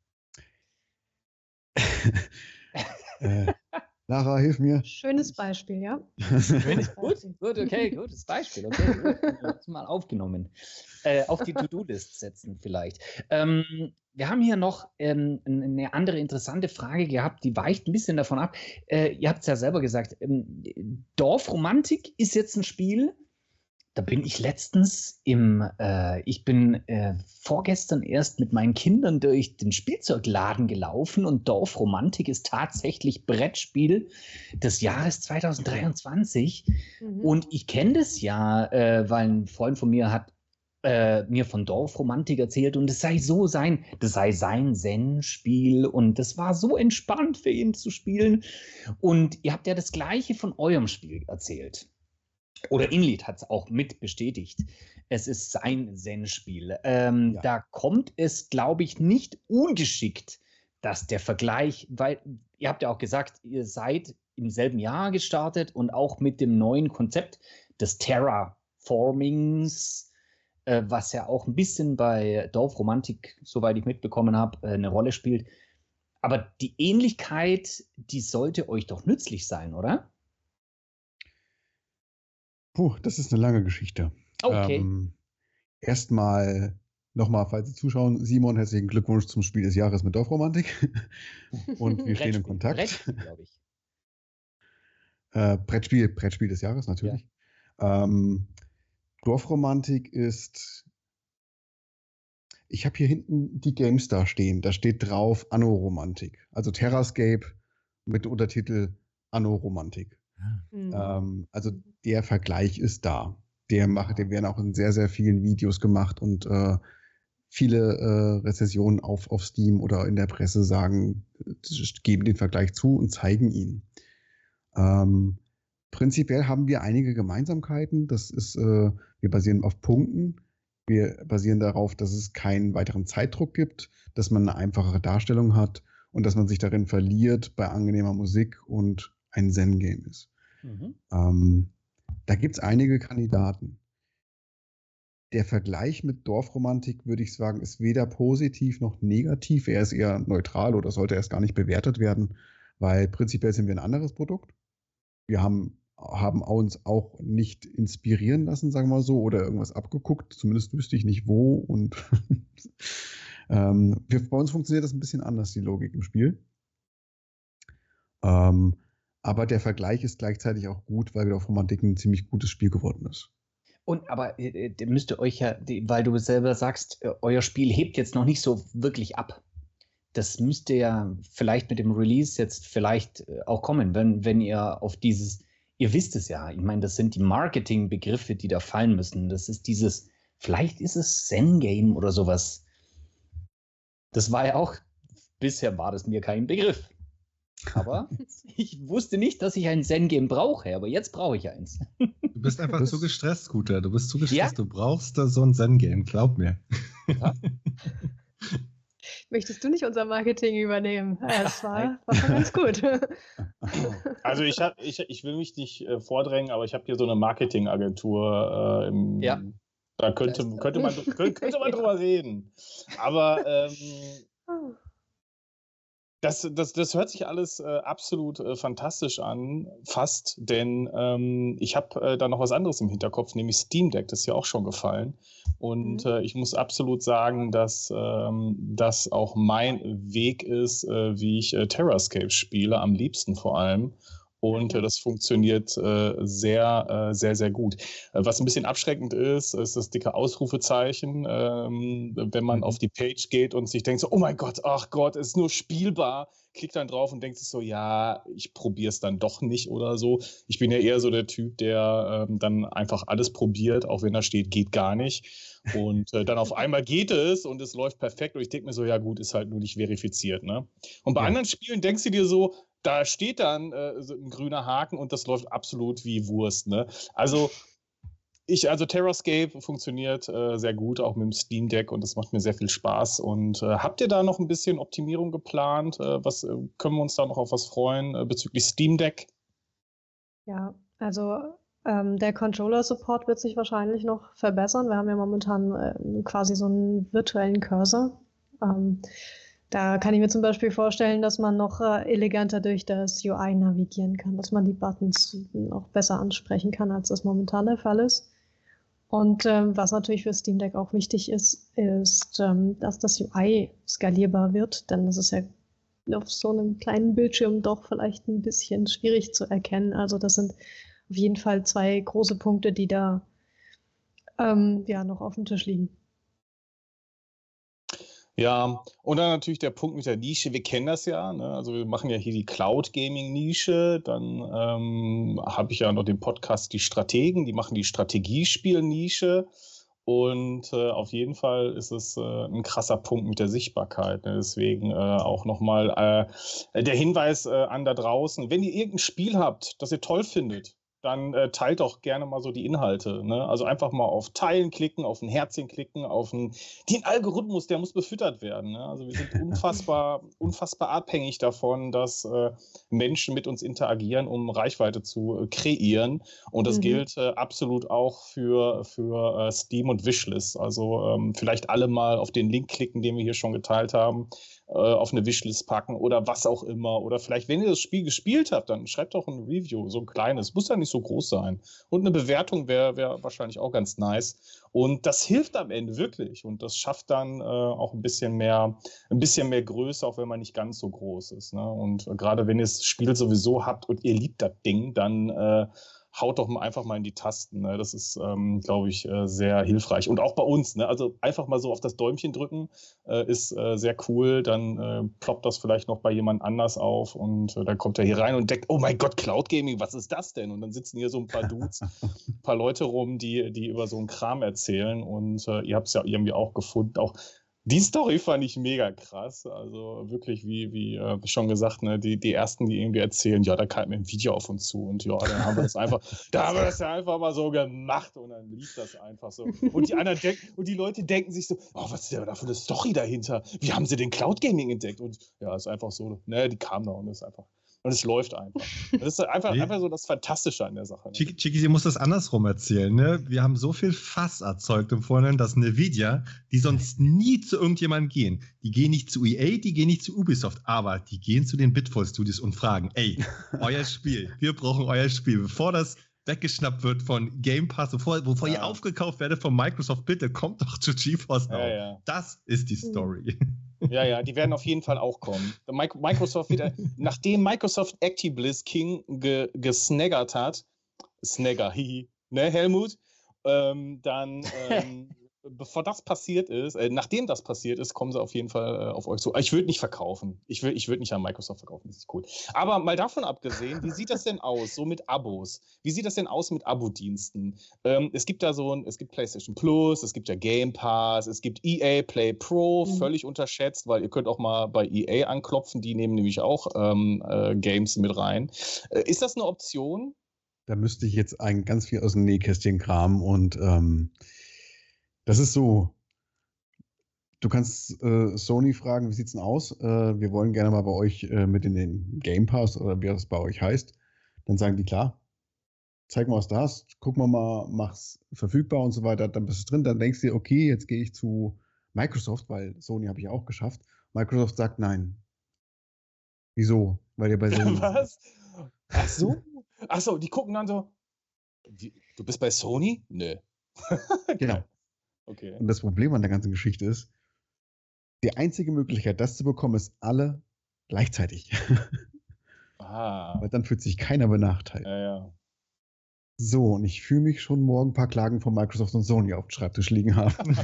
äh, Lara, hilf mir. Schönes Beispiel, ja. Schön. Gut, gut, okay, gutes Beispiel. Okay, gut. Jetzt mal aufgenommen. Äh, auf die To-Do-List setzen vielleicht. Ähm, wir haben hier noch ähm, eine andere interessante Frage gehabt, die weicht ein bisschen davon ab. Äh, ihr habt es ja selber gesagt, ähm, Dorfromantik ist jetzt ein Spiel. Da bin ich letztens im, äh, ich bin äh, vorgestern erst mit meinen Kindern durch den Spielzeugladen gelaufen und Dorfromantik ist tatsächlich Brettspiel des Jahres zwanzig dreiundzwanzig. Mhm. Und ich kenne das ja, äh, weil ein Freund von mir hat äh, mir von Dorfromantik erzählt und es sei so sein, das sei sein Zen-Spiel und das war so entspannt für ihn zu spielen. Und ihr habt ja das Gleiche von eurem Spiel erzählt. Oder Inlied hat es auch mit bestätigt. Es ist sein Zen-Spiel. Ähm, Ja. Da kommt es, glaube ich, nicht ungeschickt, dass der Vergleich, weil ihr habt ja auch gesagt, ihr seid im selben Jahr gestartet und auch mit dem neuen Konzept des Terraformings, äh, was ja auch ein bisschen bei Dorfromantik, soweit ich mitbekommen habe, äh, eine Rolle spielt. Aber die Ähnlichkeit, die sollte euch doch nützlich sein, oder? Puh, das ist eine lange Geschichte. Okay. Ähm, Erstmal nochmal, falls Sie zuschauen, Simon, herzlichen Glückwunsch zum Spiel des Jahres mit Dorfromantik. Und wir stehen im Brettspiel, Kontakt. Brettspiel, glaube ich. Äh, Brettspiel, Brettspiel des Jahres, natürlich. Ähm, Dorfromantik ist. Ich habe hier hinten die GameStar stehen. Da steht drauf Anno-Romantik. Also Terrascape mit Untertitel Anno-Romantik. Mhm. Ähm, also der Vergleich ist da. Der macht, der werden auch in sehr, sehr vielen Videos gemacht und äh, viele äh, Rezensionen auf, auf Steam oder in der Presse sagen, äh, geben den Vergleich zu und zeigen ihn. Ähm, prinzipiell haben wir einige Gemeinsamkeiten. Das ist, äh, wir basieren auf Punkten. Wir basieren darauf, dass es keinen weiteren Zeitdruck gibt, dass man eine einfachere Darstellung hat und dass man sich darin verliert bei angenehmer Musik und ein Zen-Game ist. Mhm. Ähm, da gibt es einige Kandidaten. Der Vergleich mit Dorfromantik, würde ich sagen, ist weder positiv noch negativ. Er ist eher neutral oder sollte erst gar nicht bewertet werden, weil prinzipiell sind wir ein anderes Produkt. Wir haben, haben uns auch nicht inspirieren lassen, sagen wir mal so, oder irgendwas abgeguckt. Zumindest wüsste ich nicht wo. Und ähm, wir, bei uns funktioniert das ein bisschen anders, die Logik im Spiel. Ähm, aber der Vergleich ist gleichzeitig auch gut, weil Dorfromantik ein ziemlich gutes Spiel geworden ist. Und aber äh, äh, müsst ihr euch ja, die, weil du selber sagst, äh, euer Spiel hebt jetzt noch nicht so wirklich ab. Das müsste ja vielleicht mit dem Release jetzt vielleicht äh, auch kommen, wenn, wenn ihr auf dieses ihr wisst es ja, ich meine, das sind die Marketingbegriffe, die da fallen müssen. Das ist dieses, vielleicht ist es Zen-Game oder sowas. Das war ja auch, bisher war das mir kein Begriff. Aber ich wusste nicht, dass ich ein Zen-Game brauche, aber jetzt brauche ich eins. Du bist einfach Das- zu gestresst, Scooter. Du bist zu gestresst. Ja? Du brauchst da so ein Zen-Game, glaub mir. Ja. Möchtest du nicht unser Marketing übernehmen? Ja, das war, war schon ganz gut. Also ich, hab, ich, ich will mich nicht äh, vordrängen, aber ich habe hier so eine Marketingagentur. Äh, im, Ja. Da könnte, Das- könnte, man, könnte, könnte man drüber reden. Aber ähm, das, das, das hört sich alles äh, absolut äh, fantastisch an, fast, denn ähm, ich habe äh, da noch was anderes im Hinterkopf, nämlich Steam Deck, das ist ja auch schon gefallen. Und Mhm. äh, ich muss absolut sagen, dass ähm, das auch mein Weg ist, äh, wie ich äh, Terrascape spiele, am liebsten vor allem. Und äh, das funktioniert äh, sehr, äh, sehr, sehr gut. Äh, was ein bisschen abschreckend ist, ist das dicke Ausrufezeichen, ähm, wenn man Mhm. auf die Page geht und sich denkt so, oh mein Gott, ach Gott, es ist nur spielbar. Klickt dann drauf und denkt sich so, ja, ich probiere es dann doch nicht oder so. Ich bin ja eher so der Typ, der ähm, dann einfach alles probiert, auch wenn da steht, geht gar nicht. Und äh, dann auf einmal geht es und es läuft perfekt. Und ich denke mir so, ja gut, ist halt nur nicht verifiziert. Ne? Und bei Ja. anderen Spielen denkst du dir so, da steht dann äh, so ein grüner Haken und das läuft absolut wie Wurst. Ne? Also, ich, also Terrascape funktioniert äh, sehr gut, auch mit dem Steam Deck und das macht mir sehr viel Spaß. Und äh, habt ihr da noch ein bisschen Optimierung geplant? Äh, was äh, können wir uns da noch auf was freuen äh, bezüglich Steam Deck? Ja, also ähm, der Controller-Support wird sich wahrscheinlich noch verbessern. Wir haben ja momentan ähm, quasi so einen virtuellen Cursor. Ähm, da kann ich mir zum Beispiel vorstellen, dass man noch äh, eleganter durch das U I navigieren kann, dass man die Buttons noch besser ansprechen kann, als das momentan der Fall ist. Und ähm, was natürlich für Steam Deck auch wichtig ist, ist, ähm, dass das U I skalierbar wird, denn das ist ja auf so einem kleinen Bildschirm doch vielleicht ein bisschen schwierig zu erkennen. Also das sind auf jeden Fall zwei große Punkte, die da ähm, ja noch auf dem Tisch liegen. Ja, und dann natürlich der Punkt mit der Nische. Wir kennen das ja, ne? Also wir machen ja hier die Cloud-Gaming-Nische. Dann ähm, habe ich ja noch den Podcast Die Strategen, die machen die Strategiespiel-Nische. Und äh, auf jeden Fall ist es äh, ein krasser Punkt mit der Sichtbarkeit. Ne? Deswegen äh, auch nochmal äh, der Hinweis äh, an da draußen, wenn ihr irgendein Spiel habt, das ihr toll findet, dann äh, teilt doch gerne mal so die Inhalte. Ne? Also einfach mal auf Teilen klicken, auf ein Herzchen klicken, auf ein, den Algorithmus, der muss befüttert werden. Ne? Also wir sind unfassbar, unfassbar abhängig davon, dass äh, Menschen mit uns interagieren, um Reichweite zu äh, kreieren. Und das Mhm. gilt äh, absolut auch für, für äh, Steam und Wishlist. Also ähm, vielleicht alle mal auf den Link klicken, den wir hier schon geteilt haben, äh, auf eine Wishlist packen oder was auch immer. Oder vielleicht, wenn ihr das Spiel gespielt habt, dann schreibt doch ein Review, so ein kleines. Muss ja nicht so groß sein. Und eine Bewertung wäre wär wahrscheinlich auch ganz nice. Und das hilft am Ende wirklich. Und das schafft dann äh, auch ein bisschen mehr, ein bisschen mehr Größe, auch wenn man nicht ganz so groß ist. Ne? Und äh, gerade wenn ihr das Spiel sowieso habt und ihr liebt das Ding, dann äh, haut doch mal einfach mal in die Tasten. Ne? Das ist, ähm, glaube ich, äh, sehr hilfreich. Und auch bei uns. Ne? Also einfach mal so auf das Däumchen drücken äh, ist äh, sehr cool. Dann äh, ploppt das vielleicht noch bei jemand anders auf und äh, dann kommt er hier rein und denkt, oh mein Gott, Cloud Gaming, was ist das denn? Und dann sitzen hier so ein paar Dudes, ein paar Leute rum, die, die über so einen Kram erzählen. Und äh, ihr habt es ja irgendwie auch gefunden. Auch die Story fand ich mega krass. Also wirklich, wie, wie äh, schon gesagt, ne, die, die ersten, die irgendwie erzählen, ja, da kam ein Video auf uns zu und ja, dann haben wir das einfach, da haben wir das ja einfach mal so gemacht und dann lief das einfach so. Und die anderen denken, und die Leute denken sich so, oh, was ist denn da für eine Story dahinter? Wie haben sie den Cloud Gaming entdeckt? Und ja, ist einfach so, ne, die kam da und ist einfach. Und es läuft einfach. Das ist einfach, Nee. einfach so das Fantastische an der Sache. Ne? Chiki, Chiki, sie muss das andersrum erzählen. Ne? Wir haben so viel Fass erzeugt im Vorhinein, dass Nvidia, die sonst nie zu irgendjemandem gehen, die gehen nicht zu E A, die gehen nicht zu Ubisoft, aber die gehen zu den Bitfall Studios und fragen, ey, euer Spiel, wir brauchen euer Spiel, bevor das weggeschnappt wird von Game Pass, bevor, bevor Ja. ihr aufgekauft werdet von Microsoft, bitte kommt doch zu GeForce Now. Ja, ja. Das ist die Story. Ja, ja, die werden auf jeden Fall auch kommen. Mi- Microsoft wieder, nachdem Microsoft ActiBliss King ge, gesnaggert hat, Snagger, hihi, ne, Helmut, ähm, dann ähm, bevor das passiert ist, äh, nachdem das passiert ist, kommen sie auf jeden Fall äh, auf euch zu. Ich würde nicht verkaufen. Ich würde ich würd nicht an Microsoft verkaufen, das ist cool. Aber mal davon abgesehen, wie sieht das denn aus, so mit Abos? Wie sieht das denn aus mit Abo-Diensten? Ähm, es gibt da so ein, es gibt PlayStation Plus, es gibt ja Game Pass, es gibt E A Play Pro, mhm. völlig unterschätzt, weil ihr könnt auch mal bei E A anklopfen, die nehmen nämlich auch ähm, äh, Games mit rein. Äh, ist das eine Option? Da müsste ich jetzt ein ganz viel aus dem Nähkästchen kramen und ähm, das ist so, du kannst äh, Sony fragen, wie sieht's denn aus? Äh, wir wollen gerne mal bei euch äh, mit in den Game Pass oder wie das bei euch heißt. Dann sagen die, klar, zeig mal, was du hast, guck mal mal, mach's verfügbar und so weiter, dann bist du drin, dann denkst du dir, okay, jetzt gehe ich zu Microsoft, weil Sony habe ich auch geschafft. Microsoft sagt nein. Wieso? Weil ihr bei Sony Was? Ach so? Ach so, die gucken dann so, wie, du bist bei Sony? Nö. Genau. Okay. Und das Problem an der ganzen Geschichte ist, die einzige Möglichkeit, das zu bekommen, ist alle gleichzeitig. Ah. Weil dann fühlt sich keiner benachteiligt. Ja, ja. So, und ich fühle mich schon morgen ein paar Klagen von Microsoft und Sony auf dem Schreibtisch liegen haben.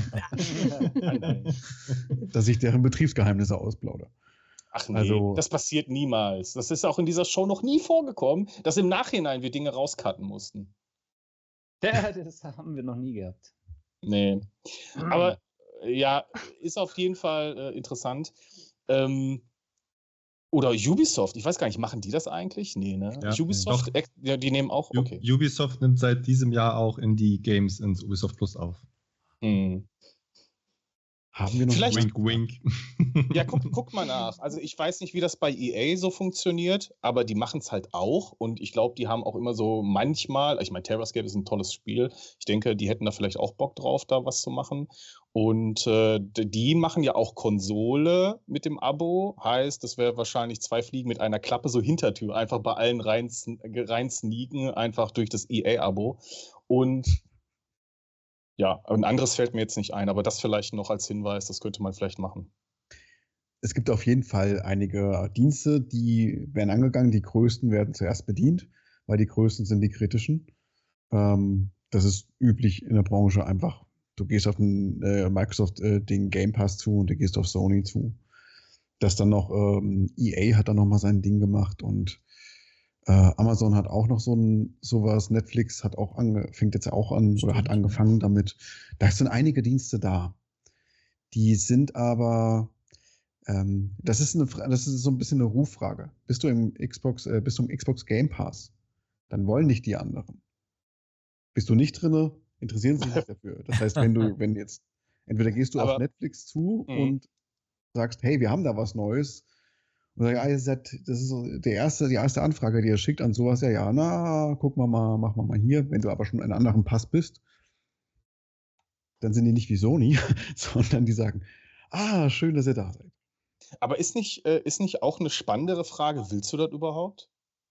Dass ich deren Betriebsgeheimnisse ausplaudere. Ach nee, also, das passiert niemals. Das ist auch in dieser Show noch nie vorgekommen, dass im Nachhinein wir Dinge rauscutten mussten. Ja, das haben wir noch nie gehabt. Nee. Aber ja, ist auf jeden Fall äh, interessant. Ähm, oder Ubisoft, ich weiß gar nicht, machen die das eigentlich? Nee, ne? Ja, Ubisoft, doch. ex- ja, die nehmen auch, okay. U- Ubisoft nimmt seit diesem Jahr auch in die Games ins Ubisoft Plus auf. Hm. haben wir noch Vielleicht- Wink, wink. Ja, guck, guck mal nach. Also ich weiß nicht, wie das bei E A so funktioniert, aber die machen es halt auch. Und ich glaube, die haben auch immer so manchmal, ich meine, TerraScape ist ein tolles Spiel. Ich denke, die hätten da vielleicht auch Bock drauf, da was zu machen. Und äh, d- die machen ja auch Konsole mit dem Abo. Heißt, das wäre wahrscheinlich zwei Fliegen mit einer Klappe, so Hintertür. Einfach bei allen rein, rein sneaken, einfach durch das E A-Abo. Und ja, ein anderes fällt mir jetzt nicht ein, aber das vielleicht noch als Hinweis, das könnte man vielleicht machen. Es gibt auf jeden Fall einige Dienste, die werden angegangen. Die größten werden zuerst bedient, weil die größten sind die kritischen. Ähm, das ist üblich in der Branche einfach. Du gehst auf den äh, Microsoft äh, den Game Pass zu und du gehst auf Sony zu. Das dann noch ähm, E A hat dann noch mal sein Ding gemacht und äh, Amazon hat auch noch so ein sowas. Netflix hat auch ange fängt jetzt auch an oder hat Stimmt, angefangen damit. Da sind einige Dienste da. Die sind aber ähm, das ist eine, Fra- das ist so ein bisschen eine Ruffrage. Bist du im Xbox, äh, bist du im Xbox Game Pass, dann wollen dich die anderen. Bist du nicht drinne, interessieren sie sich nicht dafür. Das heißt, wenn du, wenn jetzt, entweder gehst du Aber- auf Netflix zu Mhm. und sagst, hey, wir haben da was Neues. Und sag, ja, ihr seid, das ist so der erste, die erste Anfrage, die ihr schickt an sowas, ja, ja, na, guck mal mal, mach mal mal hier. Wenn du aber schon in einem anderen Pass bist, dann sind die nicht wie Sony, sondern die sagen, ah, schön, dass ihr da seid. Aber ist nicht, äh, ist nicht auch eine spannendere Frage, willst du das überhaupt?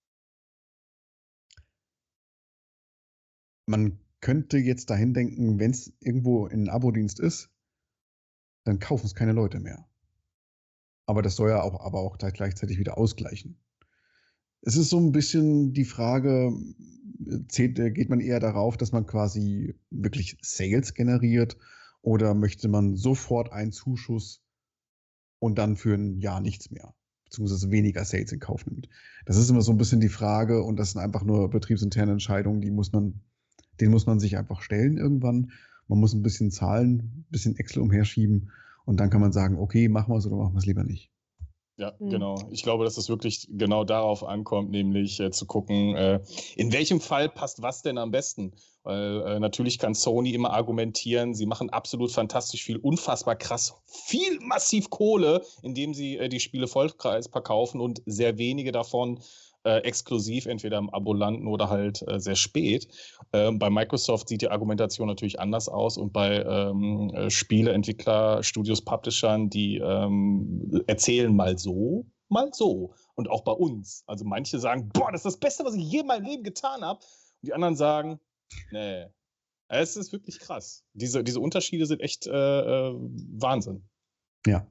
Man könnte jetzt dahin denken, wenn es irgendwo ein Abo-Dienst ist, dann kaufen es keine Leute mehr. Aber das soll ja auch, aber auch gleich- gleichzeitig wieder ausgleichen. Es ist so ein bisschen die Frage, äh, zählt, äh, geht man eher darauf, dass man quasi wirklich Sales generiert oder möchte man sofort einen Zuschuss und dann für ein Jahr nichts mehr, beziehungsweise weniger Sales in Kauf nimmt. Das ist immer so ein bisschen die Frage und das sind einfach nur betriebsinterne Entscheidungen, die muss man, denen muss man sich einfach stellen irgendwann. Man muss ein bisschen Zahlen, ein bisschen Excel umherschieben und dann kann man sagen, okay, machen wir es oder machen wir es lieber nicht. Ja, Mhm. genau. Ich glaube, dass es wirklich genau darauf ankommt, nämlich äh, zu gucken, äh, in welchem Fall passt was denn am besten. Weil äh, natürlich kann Sony immer argumentieren, sie machen absolut fantastisch viel, unfassbar krass, viel massiv Kohle, indem sie äh, die Spiele Vollpreis verkaufen und sehr wenige davon äh, exklusiv entweder im Abo landen oder halt äh, sehr spät. Ähm, bei Microsoft sieht die Argumentation natürlich anders aus und bei ähm, äh, Spieleentwickler, Studios, Publishern, die ähm, erzählen mal so, mal so. Und auch bei uns. Also manche sagen, boah, das ist das Beste, was ich je in meinem Leben getan habe. Und die anderen sagen, nee. Es ist wirklich krass. Diese, diese Unterschiede sind echt äh, äh, Wahnsinn. Ja.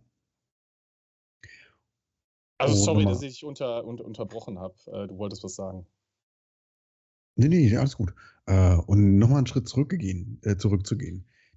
Also Oh, sorry, nochmal. dass ich dich unter, unter, unterbrochen habe. Äh, du wolltest was sagen. Nee, nee, alles gut. Äh, und nochmal einen Schritt zurückgehen, äh, zurückzugehen.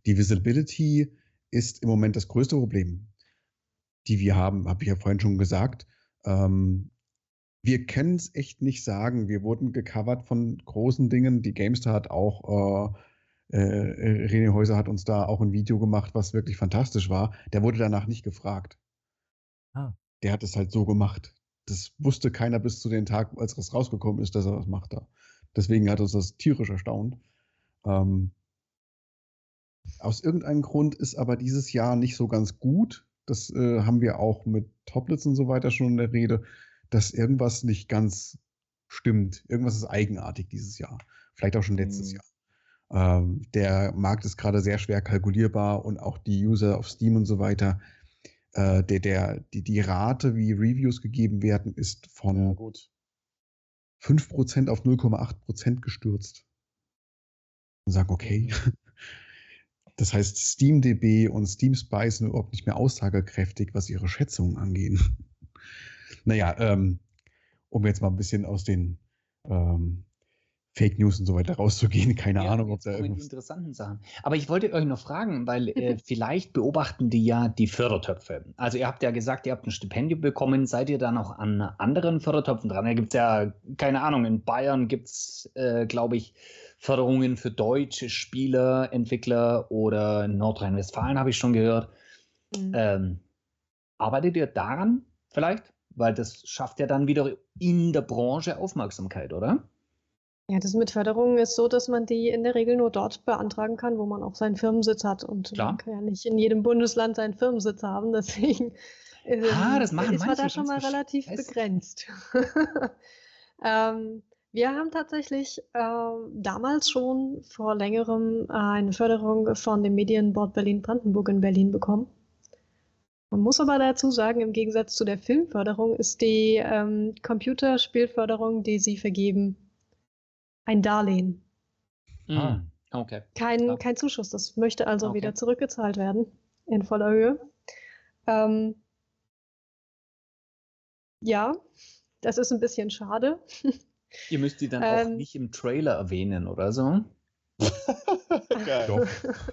Die Visibility ist im Moment das größte Problem, die wir haben, habe ich ja vorhin schon gesagt. Ähm, wir können es echt nicht sagen. Wir wurden gecovert von großen Dingen. Die GameStar hat auch, äh, äh, René Häuser hat uns da auch ein Video gemacht, was wirklich fantastisch war. Der wurde danach nicht gefragt. Ah. Der hat es halt so gemacht. Das wusste keiner bis zu dem Tag, als es rausgekommen ist, dass er das macht da. Deswegen hat uns das tierisch erstaunt. Ähm, aus irgendeinem Grund ist aber dieses Jahr nicht so ganz gut. Das äh, haben wir auch mit Toplets und so weiter schon in der Rede, dass irgendwas nicht ganz stimmt. Irgendwas ist eigenartig dieses Jahr. Vielleicht auch schon letztes Mhm. Jahr. Ähm, der Markt ist gerade sehr schwer kalkulierbar und auch die User auf Steam und so weiter. Äh, der, der, die, die Rate, wie Reviews gegeben werden, ist von Ja, gut. fünf Prozent auf null Komma acht Prozent gestürzt. Und sagen, okay. Mhm. Das heißt, SteamDB und SteamSpy sind überhaupt nicht mehr aussagekräftig, was ihre Schätzungen angehen. Naja, ähm, um jetzt mal ein bisschen aus den ähm, Fake News und so weiter rauszugehen. Keine Ja, Ahnung, ob jetzt da kommen die irgendwas. interessanten Sachen. Aber ich wollte euch noch fragen, weil äh, vielleicht beobachten die ja die Fördertöpfe. Also ihr habt ja gesagt, ihr habt ein Stipendium bekommen. Seid ihr da noch an anderen Fördertöpfen dran? Da gibt es ja, keine Ahnung, in Bayern gibt es, äh, glaube ich, Förderungen für deutsche Spieler, Entwickler oder in Nordrhein-Westfalen habe ich schon gehört. Mhm. Ähm, arbeitet ihr daran vielleicht? Weil das schafft ja dann wieder in der Branche Aufmerksamkeit, oder? Ja, das mit Förderungen ist so, dass man die in der Regel nur dort beantragen kann, wo man auch seinen Firmensitz hat. Und Klar. man kann ja nicht in jedem Bundesland seinen Firmensitz haben. Deswegen ähm, Ah, das machen ist man manche da schon ganz mal relativ gescheit. begrenzt. ähm, wir haben tatsächlich ähm, damals schon vor längerem äh, eine Förderung von dem Medienboard Berlin-Brandenburg in Berlin bekommen. Man muss aber dazu sagen, im Gegensatz zu der Filmförderung ist die ähm, Computerspielförderung, die sie vergeben, ein Darlehen. Ah. Mm, okay. Kein, Klar. kein Zuschuss. Das möchte also Okay. wieder zurückgezahlt werden in voller Höhe. Ähm, ja, das ist ein bisschen schade. Ihr müsst die dann auch Ähm, nicht im Trailer erwähnen oder so. Geil. Doch.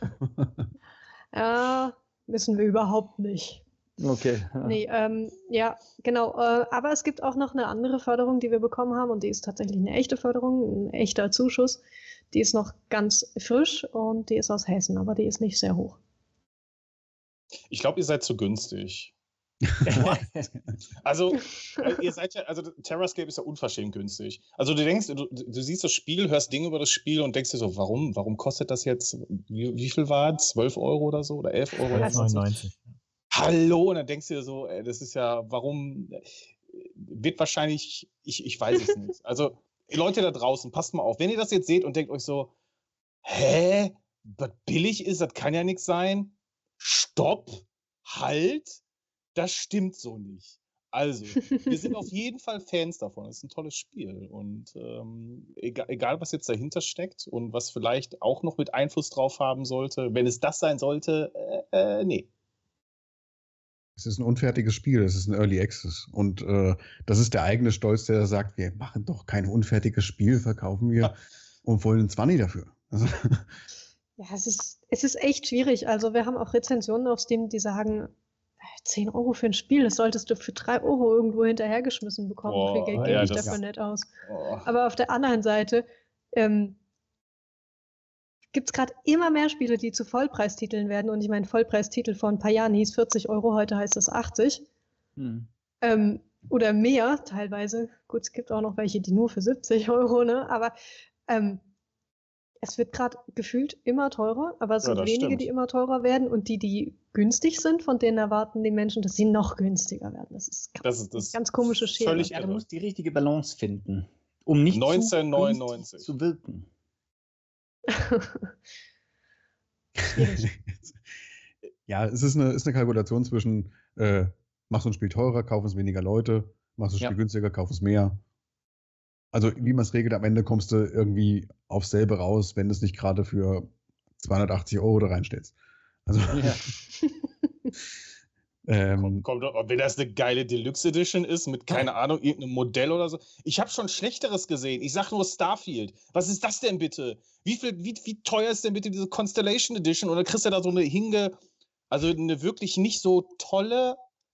Ja, wissen wir überhaupt nicht. Okay. Nee, ähm, ja, genau. Äh, aber es gibt auch noch eine andere Förderung, die wir bekommen haben, und die ist tatsächlich eine echte Förderung, ein echter Zuschuss. Die ist noch ganz frisch und die ist aus Hessen, aber die ist nicht sehr hoch. Ich glaube, ihr seid zu günstig. Also, äh, ihr seid ja, also Terrascape ist ja unverschämt günstig. Also du denkst, du, du siehst das Spiel, hörst Dinge über das Spiel und denkst dir so, warum, warum kostet das jetzt, wie, wie viel war es? zwölf Euro oder so? Oder elf Euro? zwölf neunundneunzig. Hallo, und dann denkst du dir so, ey, das ist ja, warum, wird wahrscheinlich, ich, ich weiß es nicht. Also, Leute da draußen, passt mal auf, wenn ihr das jetzt seht und denkt euch so, hä, was billig ist, das kann ja nichts sein. Stopp, halt, das stimmt so nicht. Also, wir sind auf jeden Fall Fans davon. Es ist ein tolles Spiel. Und ähm, egal, egal, was jetzt dahinter steckt und was vielleicht auch noch mit Einfluss drauf haben sollte, wenn es das sein sollte, äh, äh, nee. Es ist ein unfertiges Spiel, es ist ein Early Access. Und äh, das ist der eigene Stolz, der sagt, wir machen doch kein unfertiges Spiel, verkaufen wir und wollen ein zwanzig dafür. Also, Ja, es ist, es ist echt schwierig. Also wir haben auch Rezensionen auf Steam, die sagen, zehn Euro für ein Spiel, das solltest du für drei Euro irgendwo hinterhergeschmissen bekommen. Boah, Wie viel Geld ja, gebe ich das- dafür nicht aus? Oh. Aber auf der anderen Seite ähm, gibt es gerade immer mehr Spiele, die zu Vollpreistiteln werden. Und ich meine, Vollpreistitel vor ein paar Jahren hieß vierzig Euro, heute heißt es achtzig. Hm. Ähm, oder mehr teilweise. Gut, es gibt auch noch welche, die nur für siebzig Euro, ne? Aber ähm, es wird gerade gefühlt immer teurer, aber es Ja, sind das wenige, stimmt. die immer teurer werden, und die, die günstig sind, von denen erwarten die Menschen, dass sie noch günstiger werden. Das ist ganz, Das ist das ganz komische Schere. völlig Ja, du irre. musst die richtige Balance finden, um nicht neunzehnhundertneunundneunzig. zu günstig zu wirken. Schwierig. ja, es ist eine, ist eine Kalkulation zwischen, äh, machst du ein Spiel teurer, kaufen es weniger Leute, machst du ein Ja. Spiel günstiger, kaufen es mehr. Also wie man es regelt, am Ende kommst du irgendwie aufs selbe raus, wenn du es nicht gerade für zweihundertachtzig Euro da reinstellst. Also Ja. Ähm, Kommt, kommt, wenn das eine geile Deluxe Edition ist, mit, keine Ahnung, irgendeinem Modell oder so. Ich habe schon Schlechteres gesehen. Ich sag nur Starfield. Was ist das denn bitte? Wie, viel, wie, wie teuer ist denn bitte diese Constellation Edition? Oder kriegst du da so eine Hinge, also eine wirklich nicht so tolle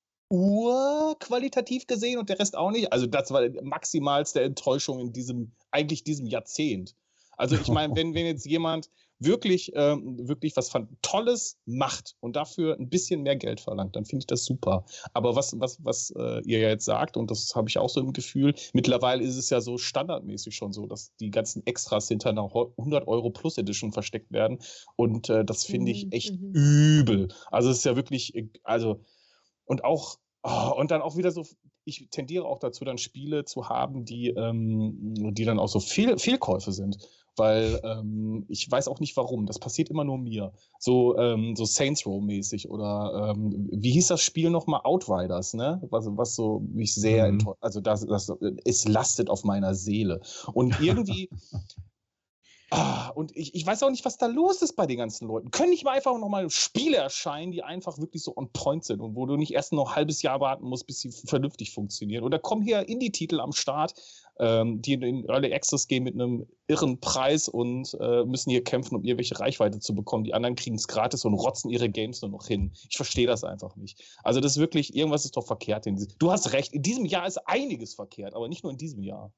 Uhr qualitativ gesehen und der Rest auch nicht? Also das war maximalste Enttäuschung in diesem, eigentlich diesem Jahrzehnt. Also ich meine, wenn, wenn jetzt jemand wirklich, ähm, wirklich was Tolles macht und dafür ein bisschen mehr Geld verlangt, dann finde ich das super. Aber was, was, was äh, ihr ja jetzt sagt, und das habe ich auch so im Gefühl, mittlerweile ist es ja so standardmäßig schon so, dass die ganzen Extras hinter einer hundert Euro Plus Edition versteckt werden und äh, das finde ich echt mhm. übel. Also es ist ja wirklich, also und auch, oh, und dann auch wieder so, ich tendiere auch dazu, dann Spiele zu haben, die, ähm, die dann auch so Fehl, Fehlkäufe sind. Weil ähm, ich weiß auch nicht warum. Das passiert immer nur mir. So, ähm, so Saints Row-mäßig oder ähm, wie hieß das Spiel nochmal? Outriders, ne? Was, was so mich sehr mhm. enttäuscht. Also das, das, es lastet auf meiner Seele. Und irgendwie. Ah, und ich, ich weiß auch nicht, was da los ist bei den ganzen Leuten. Können nicht mal einfach nochmal Spiele erscheinen, die einfach wirklich so on point sind und wo du nicht erst noch ein halbes Jahr warten musst, bis sie vernünftig funktionieren. Oder kommen hier Indie-Titel am Start, ähm, die in den Early Access gehen mit einem irren Preis und äh, müssen hier kämpfen, um irgendwelche Reichweite zu bekommen. Die anderen kriegen es gratis und rotzen ihre Games nur noch hin. Ich verstehe das einfach nicht. Also das ist wirklich, irgendwas ist doch verkehrt. Du hast recht, in diesem Jahr ist einiges verkehrt, aber nicht nur in diesem Jahr.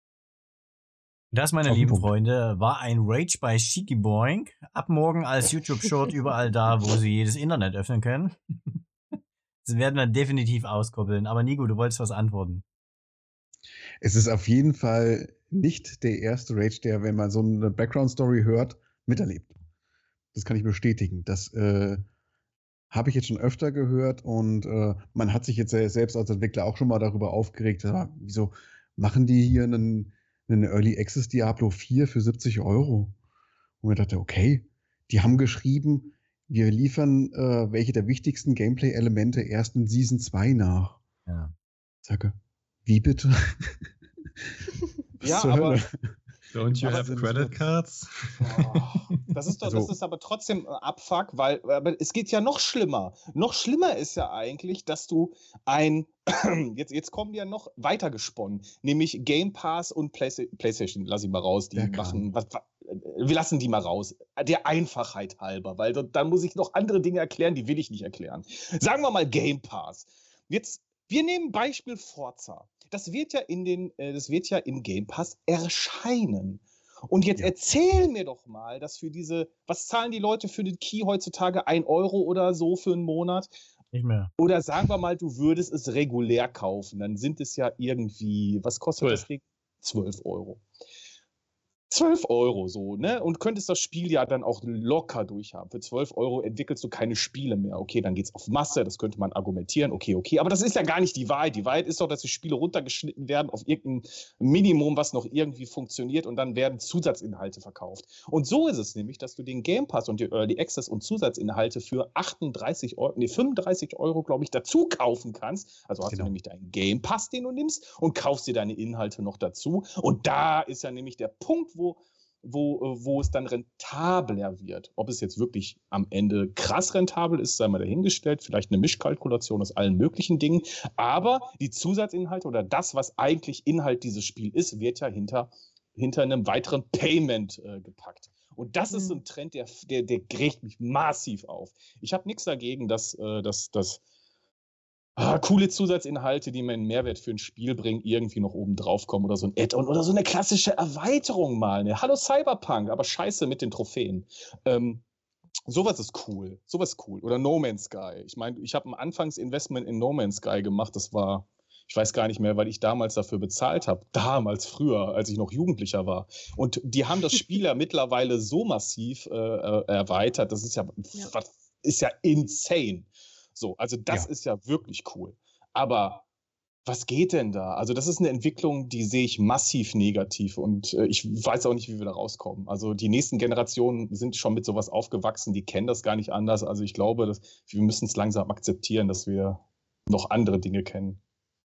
Das, meine lieben Freunde, war ein Rage bei Shiki Boing. Ab morgen als YouTube-Short überall da, wo Sie jedes Internet öffnen können. Das werden wir definitiv auskoppeln. Aber Nico, du wolltest was antworten. Es ist auf jeden Fall nicht der erste Rage, der, wenn man so eine Background-Story hört, miterlebt. Das kann ich bestätigen. Das äh, habe ich jetzt schon öfter gehört und äh, man hat sich jetzt selbst als Entwickler auch schon mal darüber aufgeregt. Ja, wieso machen die hier einen einen Early Access Diablo vier für siebzig Euro. Und ich dachte, okay, die haben geschrieben, wir liefern äh, welche der wichtigsten Gameplay-Elemente erst in Season zwei nach. Ja. Sage, wie bitte? Ja, aber Don't you have credit cards? Oh, das ist doch, also, das ist aber trotzdem Abfuck, weil aber es geht ja noch schlimmer. Noch schlimmer ist ja eigentlich, dass du ein jetzt, jetzt kommen wir noch weiter gesponnen, nämlich Game Pass und Playsta- PlayStation, lass ich mal raus, die machen, was, wir lassen die mal raus, der Einfachheit halber, weil dann muss ich noch andere Dinge erklären, die will ich nicht erklären. Sagen wir mal Game Pass. Jetzt, wir nehmen Beispiel Forza. Das wird ja in den, äh, das wird ja im Game Pass erscheinen. Und jetzt ja. erzähl mir doch mal, dass für diese, was zahlen die Leute für den Key heutzutage? Ein Euro oder so für einen Monat? Nicht mehr. Oder sagen wir mal, du würdest es regulär kaufen. Dann sind es ja irgendwie, was kostet zwölf. das Ding? zwölf Euro. zwölf Euro so, ne? Und könntest das Spiel ja dann auch locker durchhaben. Für zwölf Euro entwickelst du keine Spiele mehr. Okay, dann geht's auf Masse, das könnte man argumentieren. Okay, okay, aber das ist ja gar nicht die Wahrheit. Die Wahrheit ist doch, dass die Spiele runtergeschnitten werden auf irgendein Minimum, was noch irgendwie funktioniert und dann werden Zusatzinhalte verkauft. Und so ist es nämlich, dass du den Game Pass und die Early Access und Zusatzinhalte für achtunddreißig Euro, nee, fünfunddreißig Euro, glaube ich, dazu kaufen kannst. Also hast genau. du nämlich deinen Game Pass, den du nimmst und kaufst dir deine Inhalte noch dazu. Und da ist ja nämlich der Punkt, wo Wo, wo, wo es dann rentabler wird. Ob es jetzt wirklich am Ende krass rentabel ist, sei mal dahingestellt. Vielleicht eine Mischkalkulation aus allen möglichen Dingen. Aber die Zusatzinhalte oder das, was eigentlich Inhalt dieses Spiels ist, wird ja hinter, hinter einem weiteren Payment äh, gepackt. Und das mhm. ist so ein Trend, der, der, der regt mich massiv auf. Ich habe nichts dagegen, dass, äh, dass, dass Ah, coole Zusatzinhalte, die mir einen Mehrwert für ein Spiel bringen, irgendwie noch oben drauf kommen oder so ein Add-on oder so eine klassische Erweiterung mal. Ne? Hallo Cyberpunk, aber scheiße mit den Trophäen. Ähm, sowas ist cool. Sowas ist cool. Oder No Man's Sky. Ich meine, ich habe ein Anfangsinvestment in No Man's Sky gemacht. Das war, ich weiß gar nicht mehr, weil ich damals dafür bezahlt habe. Damals, früher, als ich noch Jugendlicher war. Und die haben das Spiel ja mittlerweile so massiv äh, erweitert. Das ist ja, ja. Was, ist ja insane. So, also das ja. ist ja wirklich cool. Aber was geht denn da? Also das ist eine Entwicklung, die sehe ich massiv negativ und äh, ich weiß auch nicht, wie wir da rauskommen. Also die nächsten Generationen sind schon mit sowas aufgewachsen, die kennen das gar nicht anders. Also ich glaube, dass, wir müssen es langsam akzeptieren, dass wir noch andere Dinge kennen.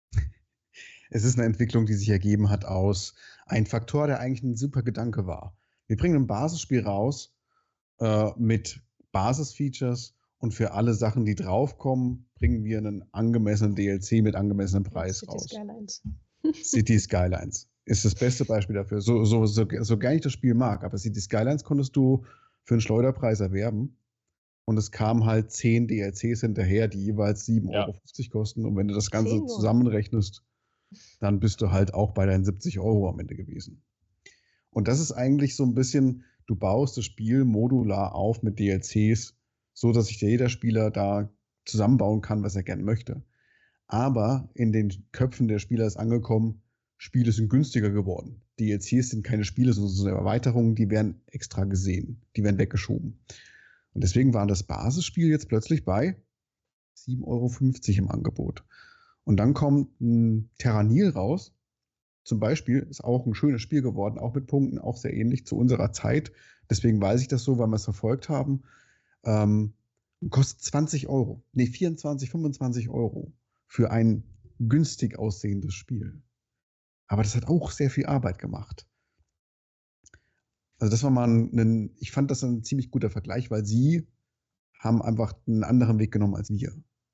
Es ist eine Entwicklung, die sich ergeben hat aus einem Faktor, der eigentlich ein super Gedanke war. Wir bringen ein Basisspiel raus äh, mit Basisfeatures Und für alle Sachen, die draufkommen, bringen wir einen angemessenen D L C mit angemessenem Preis City raus. Skylines. City Skylines ist das beste Beispiel dafür. So, so, so, so gar nicht das Spiel mag, aber City Skylines konntest du für einen Schleuderpreis erwerben. Und es kamen halt zehn D L Cs hinterher, die jeweils sieben Euro fünfzig kosten. Und wenn du das Ganze zusammenrechnest, dann bist du halt auch bei deinen siebzig Euro am Ende gewesen. Und das ist eigentlich so ein bisschen, du baust das Spiel modular auf mit D L Cs, so dass sich jeder Spieler da zusammenbauen kann, was er gern möchte. Aber in den Köpfen der Spieler ist angekommen, Spiele sind günstiger geworden. D L Cs sind keine Spiele, sondern so Erweiterungen, die werden extra gesehen, die werden weggeschoben. Und deswegen war das Basisspiel jetzt plötzlich bei sieben Euro fünfzig im Angebot. Und dann kommt ein Terranil raus. Zum Beispiel ist auch ein schönes Spiel geworden, auch mit Punkten, auch sehr ähnlich zu unserer Zeit. Deswegen weiß ich das so, weil wir es verfolgt haben. Ähm, kostet zwanzig Euro. Nee, vierundzwanzig, fünfundzwanzig Euro für ein günstig aussehendes Spiel. Aber das hat auch sehr viel Arbeit gemacht. Also das war mal ein, ein, ich fand das ein ziemlich guter Vergleich, weil sie haben einfach einen anderen Weg genommen als wir.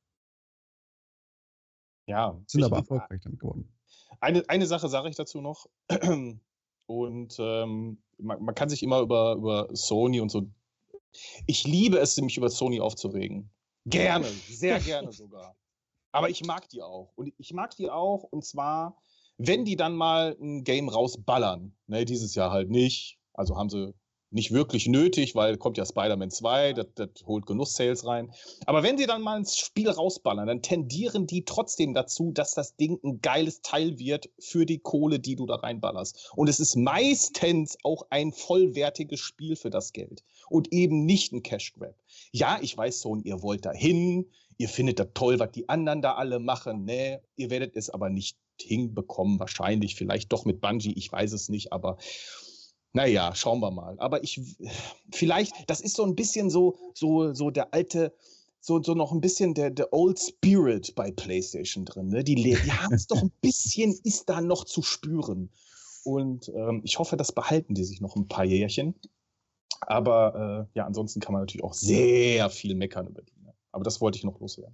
Ja. Sind ich, aber erfolgreich damit geworden. Eine, eine Sache sage ich dazu noch. Und ähm, man, man kann sich immer über, über Sony und so. Ich liebe es, mich über Sony aufzuregen. Gerne, sehr gerne sogar. Aber ich mag die auch. Und ich mag die auch, und zwar, wenn die dann mal ein Game rausballern. Ne, dieses Jahr halt nicht. Also haben sie nicht wirklich nötig, weil kommt ja Spider-Man zwei, das, das holt Genuss-Sales rein. Aber wenn sie dann mal ein Spiel rausballern, dann tendieren die trotzdem dazu, dass das Ding ein geiles Teil wird für die Kohle, die du da reinballerst. Und es ist meistens auch ein vollwertiges Spiel für das Geld und eben nicht ein Cash-Grab. Ja, ich weiß, Sony, ihr wollt da hin, ihr findet das toll, was die anderen da alle machen. Nee, ihr werdet es aber nicht hinbekommen, wahrscheinlich, vielleicht doch mit Bungie, ich weiß es nicht, aber naja, schauen wir mal. Aber ich, vielleicht, das ist so ein bisschen so, so, so der alte, so, so noch ein bisschen der, der Old Spirit bei PlayStation drin. Ne? Die, die haben es doch ein bisschen, ist da noch zu spüren. Und ähm, ich hoffe, das behalten die sich noch ein paar Jährchen. Aber äh, ja, ansonsten kann man natürlich auch sehr viel meckern über die. Ne? Aber das wollte ich noch loswerden.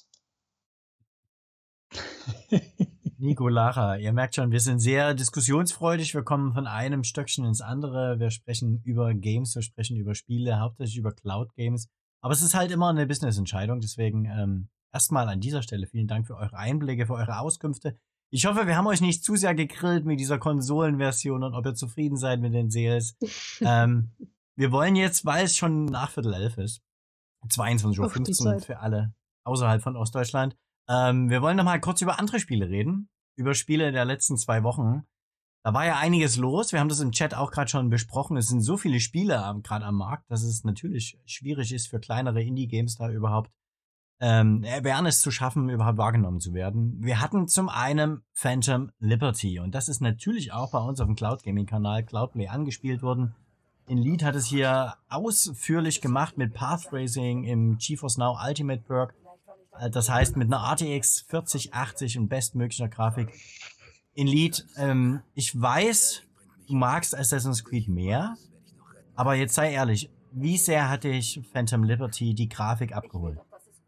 Nico, Lara, ihr merkt schon, wir sind sehr diskussionsfreudig. Wir kommen von einem Stöckchen ins andere. Wir sprechen über Games, wir sprechen über Spiele, hauptsächlich über Cloud-Games. Aber es ist halt immer eine Business-Entscheidung. Deswegen ähm, erstmal an dieser Stelle vielen Dank für eure Einblicke, für eure Auskünfte. Ich hoffe, wir haben euch nicht zu sehr gegrillt mit dieser Konsolenversion und ob ihr zufrieden seid mit den Sales. ähm, wir wollen jetzt, weil es schon nach Viertel elf ist, zweiundzwanzig Uhr fünfzehn für alle außerhalb von Ostdeutschland, Ähm, wir wollen noch mal kurz über andere Spiele reden. Über Spiele der letzten zwei Wochen. Da war ja einiges los. Wir haben das im Chat auch gerade schon besprochen. Es sind so viele Spiele gerade am Markt, dass es natürlich schwierig ist für kleinere Indie-Games da überhaupt ähm, Awareness zu schaffen, überhaupt wahrgenommen zu werden. Wir hatten zum einen Phantom Liberty. Und das ist natürlich auch bei uns auf dem Cloud Gaming-Kanal Cloudplay angespielt worden. Inlead hat es hier ausführlich gemacht mit Path Racing im GeForce Now Ultimate Perk. Das heißt, mit einer R T X vierzig achtzig und bestmöglicher Grafik. Inlead, ähm, ich weiß, du magst Assassin's Creed mehr, aber jetzt sei ehrlich, wie sehr hat dich Phantom Liberty die Grafik abgeholt?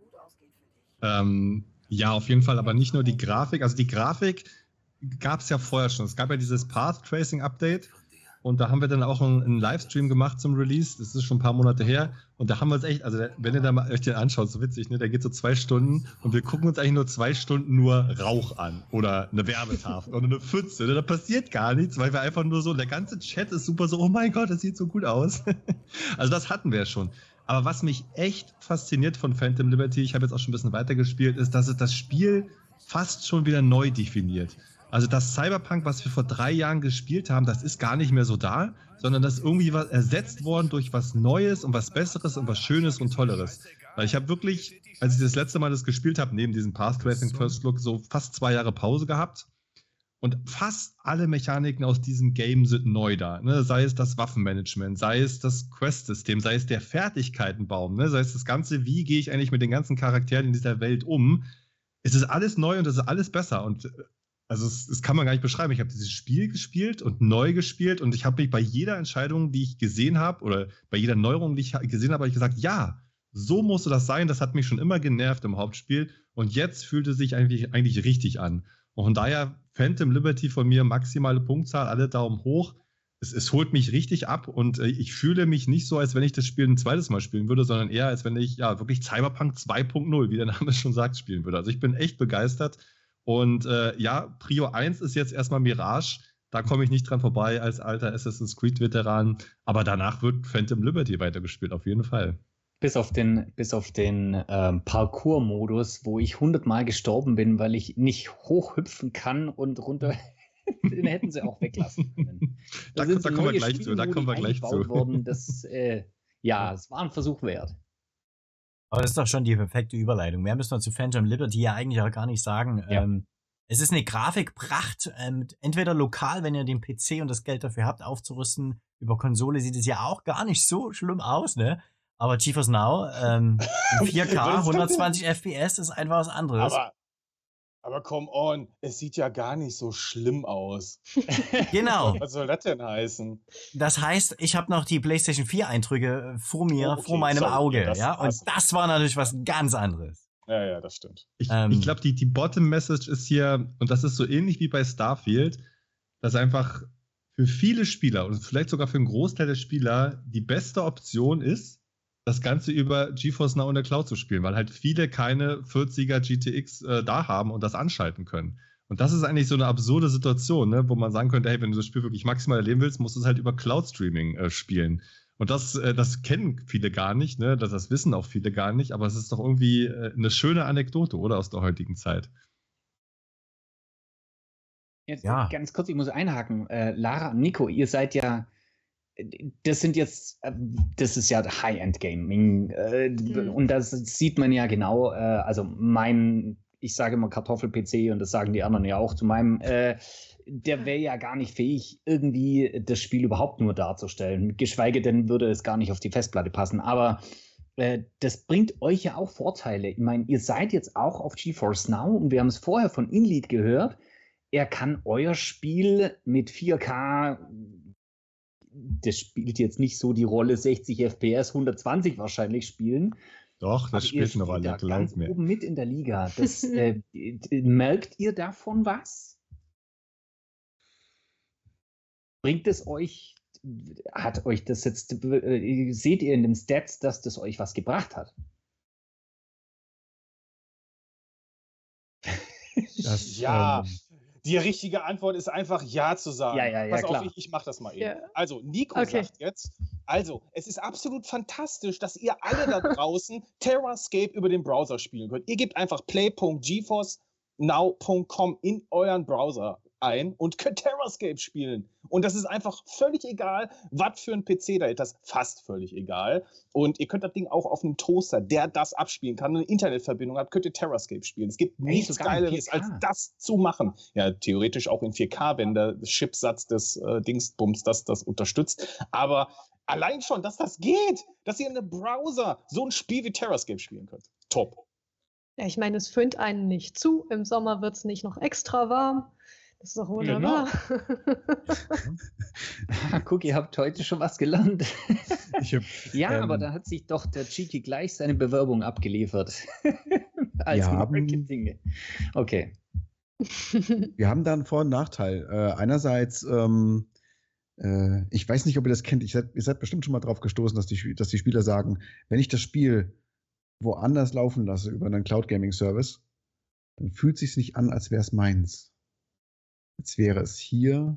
Ähm, ja, auf jeden Fall, aber nicht nur die Grafik. Also die Grafik gab es ja vorher schon. Es gab ja dieses Path Tracing Update. Und da haben wir dann auch einen, einen Livestream gemacht zum Release. Das ist schon ein paar Monate her. Und da haben wir uns echt, also wenn ihr da mal euch den anschaut, so witzig, ne? Der geht so zwei Stunden und wir gucken uns eigentlich nur zwei Stunden nur Rauch an. Oder eine Wärmetafel oder eine Pfütze. Ne? Da passiert gar nichts, weil wir einfach nur so, der ganze Chat ist super so, oh mein Gott, das sieht so gut aus. Also das hatten wir schon. Aber was mich echt fasziniert von Phantom Liberty, ich habe jetzt auch schon ein bisschen weitergespielt, ist, dass es das Spiel fast schon wieder neu definiert. Also das Cyberpunk, was wir vor drei Jahren gespielt haben, das ist gar nicht mehr so da, sondern das ist irgendwie was ersetzt worden durch was Neues und was Besseres und was Schönes und Tolleres. Weil ich habe wirklich, als ich das letzte Mal das gespielt habe, neben diesem Path Tracing First Look, so fast zwei Jahre Pause gehabt. Und fast alle Mechaniken aus diesem Game sind neu da. Ne? Sei es das Waffenmanagement, sei es das Quest-System, sei es der Fertigkeitenbaum, ne? Sei es das Ganze, wie gehe ich eigentlich mit den ganzen Charakteren in dieser Welt um. Es ist alles neu und es ist alles besser. Und also das, das kann man gar nicht beschreiben. Ich habe dieses Spiel gespielt und neu gespielt und ich habe mich bei jeder Entscheidung, die ich gesehen habe, oder bei jeder Neuerung, die ich gesehen habe, habe ich gesagt, ja, so musste das sein, das hat mich schon immer genervt im Hauptspiel und jetzt fühlt es sich eigentlich, eigentlich richtig an. Und von daher Phantom Liberty von mir, maximale Punktzahl, alle Daumen hoch. Es, es holt mich richtig ab und äh, ich fühle mich nicht so, als wenn ich das Spiel ein zweites Mal spielen würde, sondern eher, als wenn ich ja wirklich Cyberpunk zwei Punkt null, wie der Name schon sagt, spielen würde. Also ich bin echt begeistert und äh, ja, Prio eins ist jetzt erstmal Mirage. Da komme ich nicht dran vorbei als alter Assassin's Creed-Veteran. Aber danach wird Phantom Liberty weitergespielt, auf jeden Fall. Bis auf den, bis auf den ähm, Parkour-Modus, wo ich hundertmal gestorben bin, weil ich nicht hochhüpfen kann und runter. Den hätten sie auch weglassen können. Da, Da, da kommen wir gleich zu. Da kommen wir gleich zu. Worden. Das, äh, ja, es war ein Versuch wert. Aber das ist doch schon die perfekte Überleitung. Mehr müssen wir zu Phantom Liberty ja eigentlich auch gar nicht sagen. Ja. Ähm, es ist eine Grafikpracht, ähm, entweder lokal, wenn ihr den P C und das Geld dafür habt, aufzurüsten. Über Konsole sieht es ja auch gar nicht so schlimm aus, ne? Aber GeForce Now, ähm, vier K, hundertzwanzig F P S ist einfach was anderes. Aber, aber come on, es sieht ja gar nicht so schlimm aus. Genau. Was soll das denn heißen? Das heißt, ich habe noch die PlayStation vier Eindrücke vor mir, Oh, okay, vor meinem sorry, Auge, das- ja? Und das- das war natürlich was ganz anderes. Ja, ja, das stimmt. Ich, Ähm. ich glaube, die, die Bottom-Message ist hier, und das ist so ähnlich wie bei Starfield, dass einfach für viele Spieler und vielleicht sogar für einen Großteil der Spieler die beste Option ist, das Ganze über GeForce Now in der Cloud zu spielen, weil halt viele keine vierziger G T X äh, da haben und das anschalten können. Und das ist eigentlich so eine absurde Situation, ne, wo man sagen könnte, hey, wenn du das Spiel wirklich maximal erleben willst, musst du es halt über Cloud-Streaming äh, spielen. Und das, äh, das kennen viele gar nicht, ne? Das, das wissen auch viele gar nicht, aber es ist doch irgendwie äh, eine schöne Anekdote, oder, aus der heutigen Zeit. Jetzt Ja. ganz kurz, ich muss einhaken. Äh, Lara, Nico, ihr seid ja, das sind jetzt, äh, das ist ja High-End-Gaming. Äh, Mhm. Und das sieht man ja genau, äh, also mein, ich sage immer Kartoffel-P C und das sagen die anderen ja auch zu meinem, äh, der wäre ja gar nicht fähig, irgendwie das Spiel überhaupt nur darzustellen. Geschweige denn würde es gar nicht auf die Festplatte passen. Aber äh, das bringt euch ja auch Vorteile. Ich meine, ihr seid jetzt auch auf GeForce Now und wir haben es vorher von Inlead gehört. Er kann euer Spiel mit vier K, das spielt jetzt nicht so die Rolle sechzig F P S, hundertzwanzig wahrscheinlich spielen. Doch, das Aber ihr spielt eine Rolle, da glaub ganz mir. oben mit in der Liga. Das, äh, merkt ihr davon was? Bringt es euch, hat euch das jetzt, äh, seht ihr in den Stats, dass das euch was gebracht hat? Das, Ja, ähm, die richtige Antwort ist einfach Ja zu sagen. Ja, ja, ja, Pass klar. auf, ich, ich mach das mal eben. Ja. Also, Nico Okay. sagt jetzt, also, es ist absolut fantastisch, dass ihr alle da draußen Terrascape über den Browser spielen könnt. Ihr gebt einfach play punkt geforce now punkt com in euren Browser ein und könnt Terrascape spielen. Und das ist einfach völlig egal, was für ein P C da ist. Das ist fast völlig egal. Und ihr könnt das Ding auch auf einem Toaster, der das abspielen kann, eine Internetverbindung hat, könnt ihr Terrascape spielen. Es gibt Ey, nichts sogar in Geileres, vier K. als das zu machen. Ja, theoretisch auch in vier K, wenn der Chipsatz des äh, Dingsbums das, das unterstützt. Aber allein schon, dass das geht, dass ihr in einem Browser so ein Spiel wie Terrascape spielen könnt. Top. Ja, ich meine, es föhnt einen nicht zu. Im Sommer wird es nicht noch extra warm. Das ist doch wunderbar. Guck, ihr habt heute schon was gelernt. Ich hab, Ja, ähm, aber da hat sich doch der Cheeky gleich seine Bewerbung abgeliefert. Als Wir haben- Marketing. Okay. wir haben da einen Vor- und Nachteil. Äh, einerseits, ähm, äh, ich weiß nicht, ob ihr das kennt, ich seid, ihr seid bestimmt schon mal drauf gestoßen, dass die, Sp- dass die Spieler sagen, wenn ich das Spiel woanders laufen lasse über einen Cloud Gaming Service, dann fühlt es sich nicht an, als wäre es meins. Jetzt wäre es hier,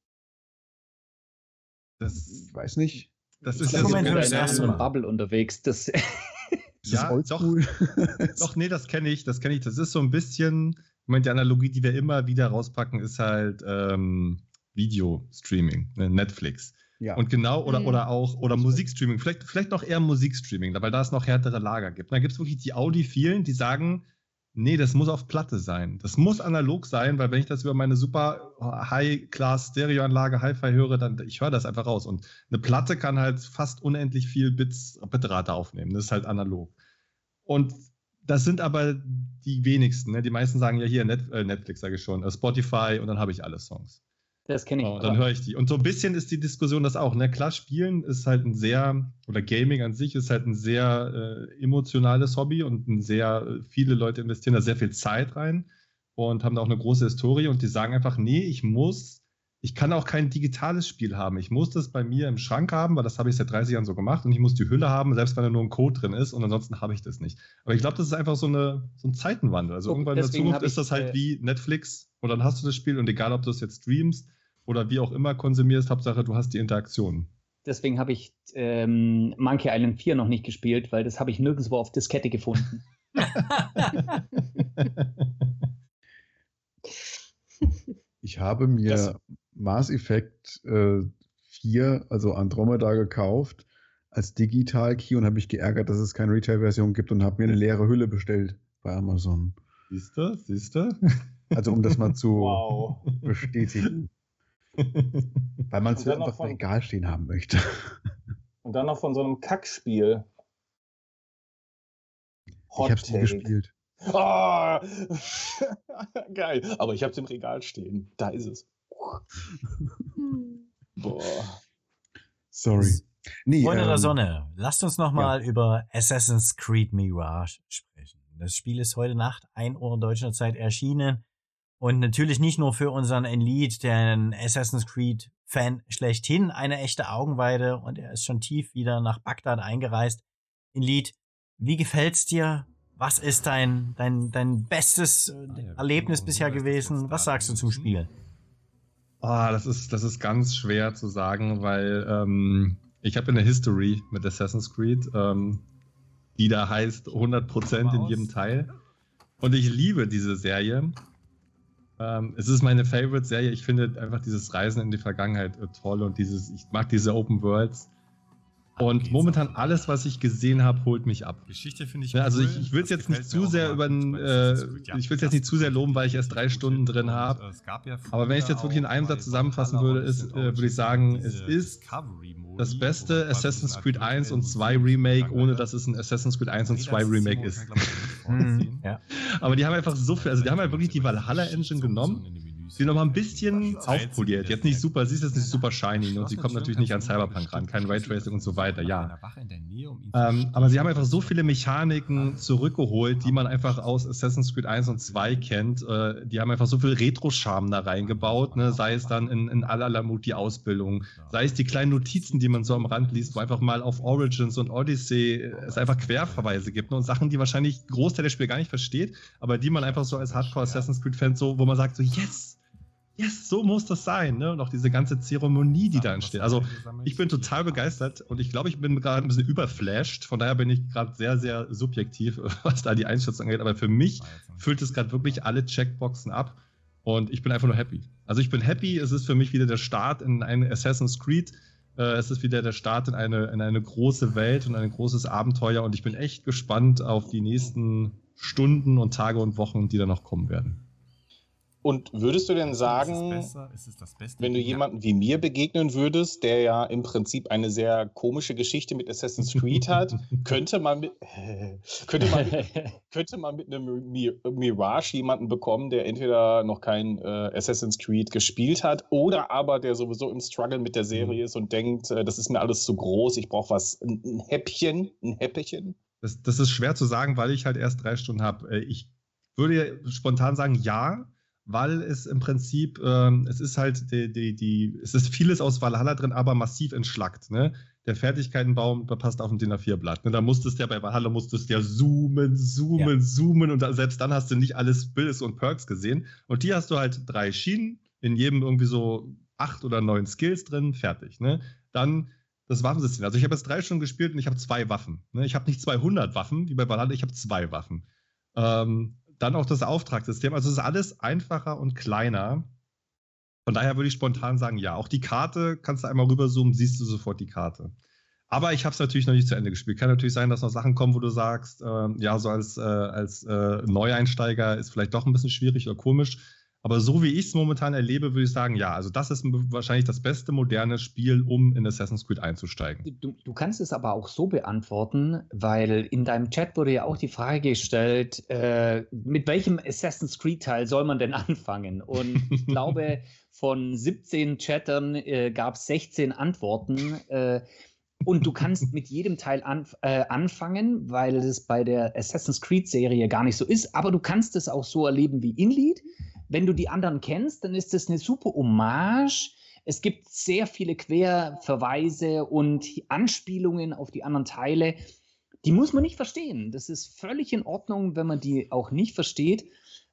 das, ich weiß nicht. das Das ist ja ist so Moment, in das einer erste Mal. Bubble unterwegs. Das, Ist Ja, das doch. oldschool? Doch, nee, das kenne ich, das kenne ich. Das ist so ein bisschen, ich meine, die Analogie, die wir immer wieder rauspacken, ist halt ähm, Video-Streaming, ne, Netflix. Ja. Und genau, oder, Mhm. oder auch, oder Musikstreaming, vielleicht, vielleicht noch eher Musikstreaming, weil da es noch härtere Lager gibt. Da gibt es wirklich die Audiophilen, die sagen, nee, das muss auf Platte sein. Das muss analog sein, weil wenn ich das über meine super High-Class-Stereoanlage Hi-Fi höre, dann ich höre das einfach raus. Und eine Platte kann halt fast unendlich viel Bits, Bitrate aufnehmen. Das ist halt analog. Und das sind aber die wenigsten. Ne? Die meisten sagen ja hier Net, äh, Netflix, sage ich schon, äh, Spotify und dann habe ich alle Songs. Das kenne ich. Oh, dann höre ich die. Und so ein bisschen ist die Diskussion das auch. Ne? Klar, Spielen ist halt ein sehr, oder Gaming an sich ist halt ein sehr äh, emotionales Hobby und ein sehr, viele Leute investieren da sehr viel Zeit rein und haben da auch eine große Historie und die sagen einfach, nee, ich muss, ich kann auch kein digitales Spiel haben. Ich muss das bei mir im Schrank haben, weil das habe ich seit dreißig Jahren so gemacht und ich muss die Hülle haben, selbst wenn da nur ein Code drin ist und ansonsten habe ich das nicht. Aber ich glaube, das ist einfach so, eine, so ein Zeitenwandel. Also irgendwann in der Zukunft ist das halt äh, wie Netflix und dann hast du das Spiel und egal, ob du es jetzt streamst oder wie auch immer konsumierst, Hauptsache du hast die Interaktion. Deswegen habe ich ähm, Monkey Island vier noch nicht gespielt, weil das habe ich nirgendwo auf Diskette gefunden. Ich habe mir das Mass Effect äh, vier, also Andromeda, gekauft als Digital-Key und habe mich geärgert, dass es keine Retail-Version gibt und habe mir eine leere Hülle bestellt bei Amazon. Siehst du? Siehst du? Also um das mal zu wow. bestätigen. Weil man es einfach von, im Regal stehen haben möchte. Und dann noch von so einem Kackspiel. Hot ich hab's nie gespielt. Oh! Geil. Aber ich hab's im Regal stehen. Da ist es. Boah. Sorry. Nee, Freunde ähm, der Sonne, lasst uns nochmal ja. über Assassin's Creed Mirage sprechen. Das Spiel ist heute Nacht ein Uhr deutscher Zeit erschienen. Und natürlich nicht nur für unseren Elite, den Assassin's Creed-Fan schlechthin, eine echte Augenweide. Und er ist schon tief wieder nach Bagdad eingereist. Elite, wie gefällt's dir? Was ist dein, dein, dein bestes Erlebnis bisher gewesen? Was sagst du zum Spiel? Ah, das ist, das ist ganz schwer zu sagen, weil ähm, ich habe eine History mit Assassin's Creed, ähm, die da heißt hundert Prozent in jedem Teil. Und ich liebe diese Serie. Ähm, es ist meine Favorite-Serie. Ich finde einfach dieses Reisen in die Vergangenheit äh, toll und dieses, ich mag diese Open Worlds. Und momentan alles, was ich gesehen habe, holt mich ab. Geschichte finde ich ja, also ich, ich will es jetzt nicht zu sehr über äh, ich will es jetzt nicht zu sehr loben, weil ich erst drei Stunden drin habe. Aber wenn ich es jetzt wirklich in einem Satz zusammenfassen würde, ist, äh, würde ich sagen, es ist das beste Assassin's Creed eins und zwei Remake, ohne dass es ein Assassin's Creed eins und zwei Remake ist. Mhm. Ja. Aber die haben einfach so viel, also die haben halt wirklich die Valhalla Engine genommen, sie nochmal ein bisschen aufpoliert. Jetzt nicht super, sie ist jetzt nicht super shiny und sie kommt natürlich nicht an Cyberpunk ran, kein Raytracing und so weiter, ja. Ähm, aber sie haben einfach so viele Mechaniken zurückgeholt, die man einfach aus Assassin's Creed eins und zwei kennt. Äh, die haben einfach so viel Retro-Charme da reingebaut, ne? Sei es dann in, in Al-Alamut die Ausbildung, sei es die kleinen Notizen, die man so am Rand liest, wo einfach mal auf Origins und Odyssey es einfach Querverweise gibt, ne? Und Sachen, die wahrscheinlich ein Großteil der Spiele gar nicht versteht, aber die man einfach so als Hardcore Assassin's Creed-Fan so, wo man sagt so, yes! Yes, so muss das sein, ne? Und auch diese ganze Zeremonie, die da entsteht. Also ich bin total begeistert und ich glaube, ich bin gerade ein bisschen überflasht. Von daher bin ich gerade sehr, sehr subjektiv, was da die Einschätzung angeht. Aber für mich füllt es gerade wirklich alle Checkboxen ab und ich bin einfach nur happy. Also ich bin happy, es ist für mich wieder der Start in ein Assassin's Creed. Es ist wieder der Start in eine, in eine große Welt und ein großes Abenteuer und ich bin echt gespannt auf die nächsten Stunden und Tage und Wochen, die da noch kommen werden. Und würdest du denn sagen, ist es besser? Ist es das Beste? Wenn du jemanden wie mir begegnen würdest, der ja im Prinzip eine sehr komische Geschichte mit Assassin's Creed hat, könnte man mit, äh, könnte man mit, könnte man mit einem Mirage jemanden bekommen, der entweder noch kein äh, Assassin's Creed gespielt hat oder aber der sowieso im Struggle mit der Serie ist und denkt, äh, das ist mir alles zu groß, ich brauche was, ein, ein Häppchen, ein Häppchen? Das, das ist schwer zu sagen, weil ich halt erst drei Stunden habe. Ich würde spontan sagen, ja, weil es im Prinzip, ähm, es ist halt, die, die, die, es ist vieles aus Valhalla drin, aber massiv entschlackt, ne? Der Fertigkeitenbaum passt auf ein D I N A vier Blatt. Ne? Da musstest du ja bei Valhalla musstest du ja zoomen, zoomen, ja. zoomen und da, selbst dann hast du nicht alle Spills und Perks gesehen. Und die hast du halt drei Schienen, in jedem irgendwie so acht oder neun Skills drin, fertig, ne? Dann das Waffensystem. Also ich habe jetzt drei Stunden gespielt und ich habe zwei Waffen. Ne? Ich habe nicht zweihundert Waffen, wie bei Valhalla, ich habe zwei Waffen. Ähm, Dann auch das Auftragssystem. Also es ist alles einfacher und kleiner. Von daher würde ich spontan sagen, ja. Auch die Karte, kannst du einmal rüberzoomen, siehst du sofort die Karte. Aber ich habe es natürlich noch nicht zu Ende gespielt. Kann natürlich sein, dass noch Sachen kommen, wo du sagst, äh, ja, so als, äh, als äh, Neueinsteiger ist vielleicht doch ein bisschen schwierig oder komisch. Aber so wie ich es momentan erlebe, würde ich sagen, ja, also das ist wahrscheinlich das beste moderne Spiel, um in Assassin's Creed einzusteigen. Du, du kannst es aber auch so beantworten, weil in deinem Chat wurde ja auch die Frage gestellt, äh, mit welchem Assassin's Creed-Teil soll man denn anfangen? Und ich glaube, von siebzehn Chattern äh, gab es sechzehn Antworten. Äh, und du kannst mit jedem Teil an, äh, anfangen, weil es bei der Assassin's Creed-Serie gar nicht so ist. Aber du kannst es auch so erleben wie Inlead. Wenn du die anderen kennst, dann ist das eine super Hommage. Es gibt sehr viele Querverweise und Anspielungen auf die anderen Teile. Die muss man nicht verstehen. Das ist völlig in Ordnung, wenn man die auch nicht versteht.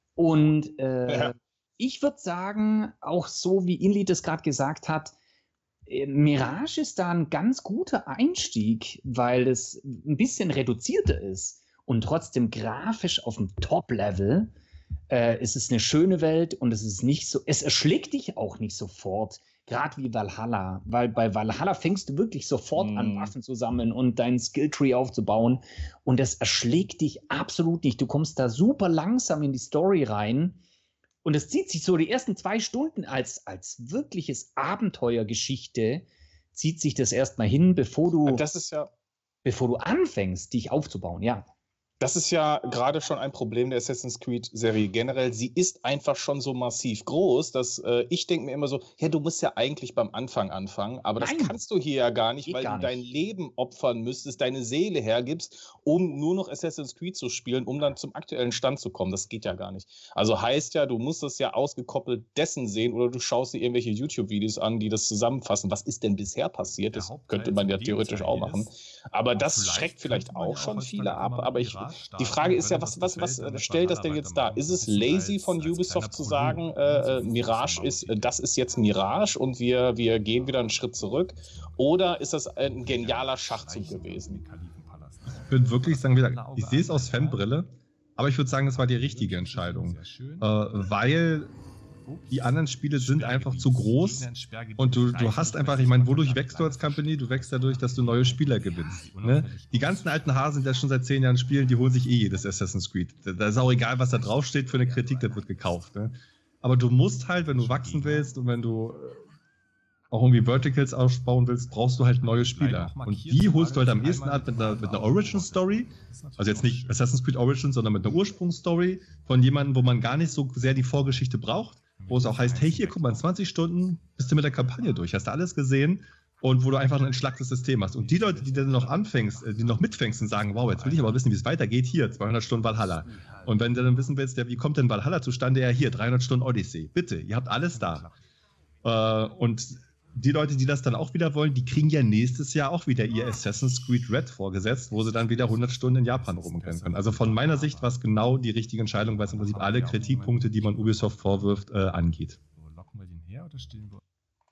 Und äh, ja. ich würde sagen, auch so wie Inlead es gerade gesagt hat, äh, Mirage ist da ein ganz guter Einstieg, weil es ein bisschen reduzierter ist und trotzdem grafisch auf dem Top-Level. Äh, es ist eine schöne Welt und es ist nicht so, es erschlägt dich auch nicht sofort, gerade wie Valhalla, weil bei Valhalla fängst du wirklich sofort mm. an, Waffen zu sammeln und deinen Skilltree aufzubauen und es erschlägt dich absolut nicht. Du kommst da super langsam in die Story rein und es zieht sich so die ersten zwei Stunden als, als wirkliches Abenteuergeschichte, zieht sich das erstmal hin, bevor du, das ist ja, bevor du anfängst, dich aufzubauen, ja. Das ist ja gerade schon ein Problem der Assassin's Creed-Serie generell. Sie ist einfach schon so massiv groß, dass äh, ich denke mir immer so, ja, du musst ja eigentlich beim Anfang anfangen, aber Nein. das kannst du hier ja gar nicht, Geht weil gar du nicht. dein Leben opfern müsstest, deine Seele hergibst, um nur noch Assassin's Creed zu spielen, um dann zum aktuellen Stand zu kommen. Das geht ja gar nicht. Also heißt ja, du musst das ja ausgekoppelt dessen sehen oder du schaust dir irgendwelche YouTube-Videos an, die das zusammenfassen. Was ist denn bisher passiert? Das könnte man ja theoretisch auch machen. Aber das schreckt vielleicht auch schon viele ab, aber ich Die Frage ist ja, was, was, was stellt das denn jetzt dar? Ist es lazy von Ubisoft zu sagen, äh, Mirage ist, das ist jetzt Mirage und wir, wir gehen wieder einen Schritt zurück? Oder ist das ein genialer Schachzug gewesen? Ich würde wirklich sagen, ich sehe es aus Fanbrille, aber ich würde sagen, das war die richtige Entscheidung. Äh, weil die anderen Spiele sind einfach zu groß und du, du hast einfach, ich meine, wodurch wächst du als Company? Du wächst dadurch, dass du neue Spieler gewinnst. Ne? Die ganzen alten Hasen, die das schon seit zehn Jahren spielen, die holen sich eh jedes Assassin's Creed. Da ist auch egal, was da draufsteht für eine Kritik, das wird gekauft. Ne? Aber du musst halt, wenn du wachsen willst und wenn du auch irgendwie Verticals ausbauen willst, brauchst du halt neue Spieler. Und die holst du halt am ehesten ab mit einer, mit einer Origin-Story. Also jetzt nicht Assassin's Creed Origin, sondern mit einer Ursprungsstory von jemandem, wo man gar nicht so sehr die Vorgeschichte braucht. Wo es auch heißt, hey, hier, guck mal, in zwanzig Stunden bist du mit der Kampagne durch, hast du alles gesehen und wo du einfach ein entschlacktes System hast. Und die Leute, die dann noch anfängst, die noch mitfängst und sagen, wow, jetzt will ich aber wissen, wie es weitergeht, hier, zweihundert Stunden Valhalla. Und wenn du dann wissen willst, ja, wie kommt denn Valhalla zustande? Ja, hier, dreihundert Stunden Odyssey. Bitte, ihr habt alles da. Äh, und die Leute, die das dann auch wieder wollen, die kriegen ja nächstes Jahr auch wieder ihr Assassin's Creed Red vorgesetzt, wo sie dann wieder hundert Stunden in Japan rumrennen können. Also von meiner Sicht war es genau die richtige Entscheidung, weil es im Prinzip alle Kritikpunkte, die man Ubisoft vorwirft, äh, angeht. Locken wir den her oder stehen wir?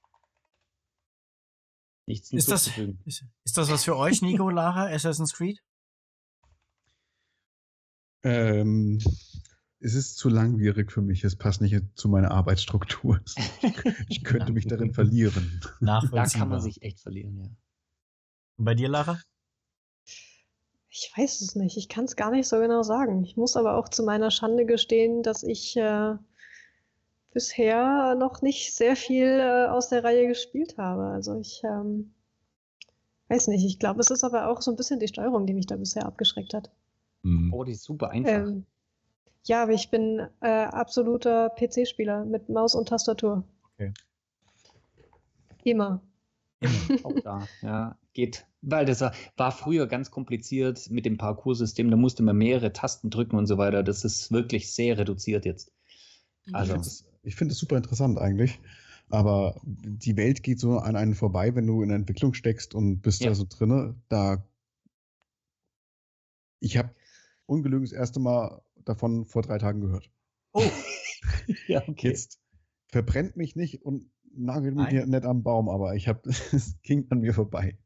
Nichts ist, das, ist, ist das was für euch, Nico, Lara, Assassin's Creed? Ähm... Es ist zu langwierig für mich. Es passt nicht zu meiner Arbeitsstruktur. Ich könnte mich darin verlieren. Da kann man sich echt verlieren, ja. Und bei dir, Lara? Ich weiß es nicht. Ich kann es gar nicht so genau sagen. Ich muss aber auch zu meiner Schande gestehen, dass ich äh, bisher noch nicht sehr viel äh, aus der Reihe gespielt habe. Also ich ähm, weiß nicht. Ich glaube, es ist aber auch so ein bisschen die Steuerung, die mich da bisher abgeschreckt hat. Mhm. Oh, die ist super einfach. Ähm, Ja, aber ich bin äh, absoluter P C-Spieler mit Maus und Tastatur. Okay. Immer. Immer. Auch da, ja, geht. Weil das war früher ganz kompliziert mit dem Parcoursystem, da musste man mehrere Tasten drücken und so weiter. Das ist wirklich sehr reduziert jetzt. Also. Ich finde es super interessant eigentlich. Aber die Welt geht so an einen vorbei, wenn du in der Entwicklung steckst und bist ja. da so drinne. Da ich habe ungelogen das erste Mal davon vor drei Tagen gehört. Oh, ja, okay. Jetzt verbrennt mich nicht und nagelt mich hier nicht am Baum, aber ich habe, es ging an mir vorbei.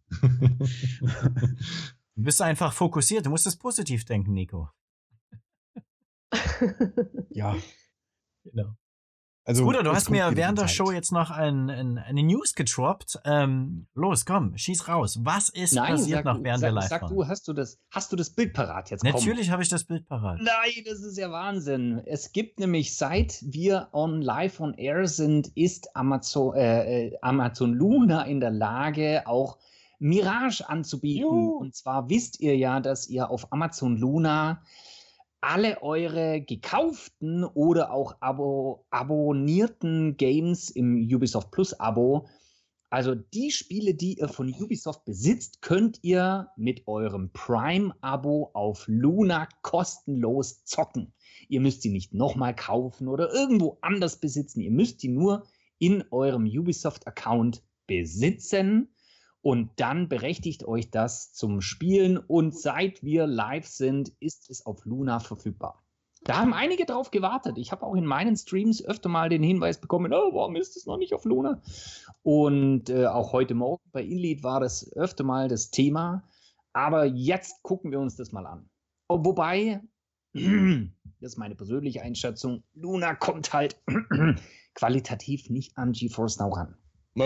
Du bist einfach fokussiert, du musst es positiv denken, Nico. Ja. Genau. Also, Bruder, du es hast kommt mir wenig während der Zeit. Show jetzt noch ein, ein, eine News getroppt. Ähm, los, komm, schieß raus. Was ist Nein, passiert sag, noch du, während der sag, live sag waren? du, hast du das, hast du das Bild parat jetzt? Komm. Natürlich habe ich das Bild parat. Nein, das ist ja Wahnsinn. Es gibt nämlich, seit wir on live on air sind, ist Amazon, äh, äh, Amazon Luna in der Lage, auch Mirage anzubieten. Juhu. Und zwar wisst ihr ja, dass ihr auf Amazon Luna alle eure gekauften oder auch abo abonnierten Games im Ubisoft Plus Abo, also die Spiele, die ihr von Ubisoft besitzt, könnt ihr mit eurem Prime-Abo auf Luna kostenlos zocken. Ihr müsst sie nicht nochmal kaufen oder irgendwo anders besitzen. Ihr müsst die nur in eurem Ubisoft-Account besitzen. Und dann berechtigt euch das zum Spielen. Und seit wir live sind, ist es auf Luna verfügbar. Da haben einige drauf gewartet. Ich habe auch in meinen Streams öfter mal den Hinweis bekommen, oh, warum ist es noch nicht auf Luna? Und äh, auch heute Morgen bei InLead war das öfter mal das Thema. Aber jetzt gucken wir uns das mal an. Oh, wobei, das ist meine persönliche Einschätzung, Luna kommt halt qualitativ nicht an GeForce Now ran.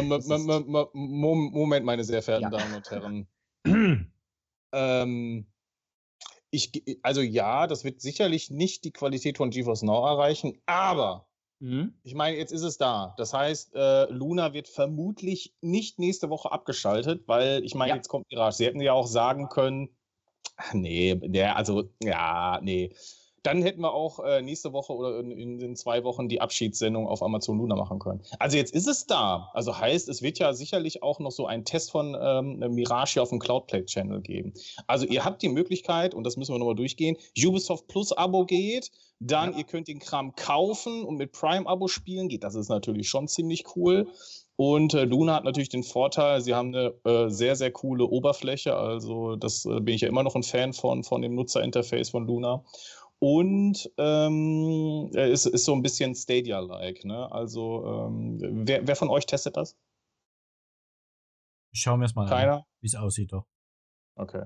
Moment, meine sehr verehrten ja. Damen und Herren. ähm, ich, also ja, das wird sicherlich nicht die Qualität von GeForce Now erreichen, aber mhm. ich meine, jetzt ist es da. Das heißt, äh, Luna wird vermutlich nicht nächste Woche abgeschaltet, weil ich meine, ja. jetzt kommt Mirage. Sie hätten ja auch sagen können, ach, nee, der, also ja, nee. Dann hätten wir auch äh, nächste Woche oder in, in, in zwei Wochen die Abschiedssendung auf Amazon Luna machen können. Also jetzt ist es da. Also heißt, es wird ja sicherlich auch noch so einen Test von ähm, Mirage auf dem Cloudplay-Channel geben. Also ihr habt die Möglichkeit, und das müssen wir nochmal durchgehen, Ubisoft Plus Abo geht, dann ja. ihr könnt den Kram kaufen und mit Prime-Abo spielen geht. Das ist natürlich schon ziemlich cool. Und äh, Luna hat natürlich den Vorteil, sie haben eine äh, sehr, sehr coole Oberfläche. Also das äh, bin ich ja immer noch ein Fan von, von dem Nutzerinterface von Luna. Und ähm, ist, ist so ein bisschen Stadia-like. Ne? Also, ähm, wer, wer von euch testet das? Ich schaue mir es mal Keiner? an, wie es aussieht doch. Okay.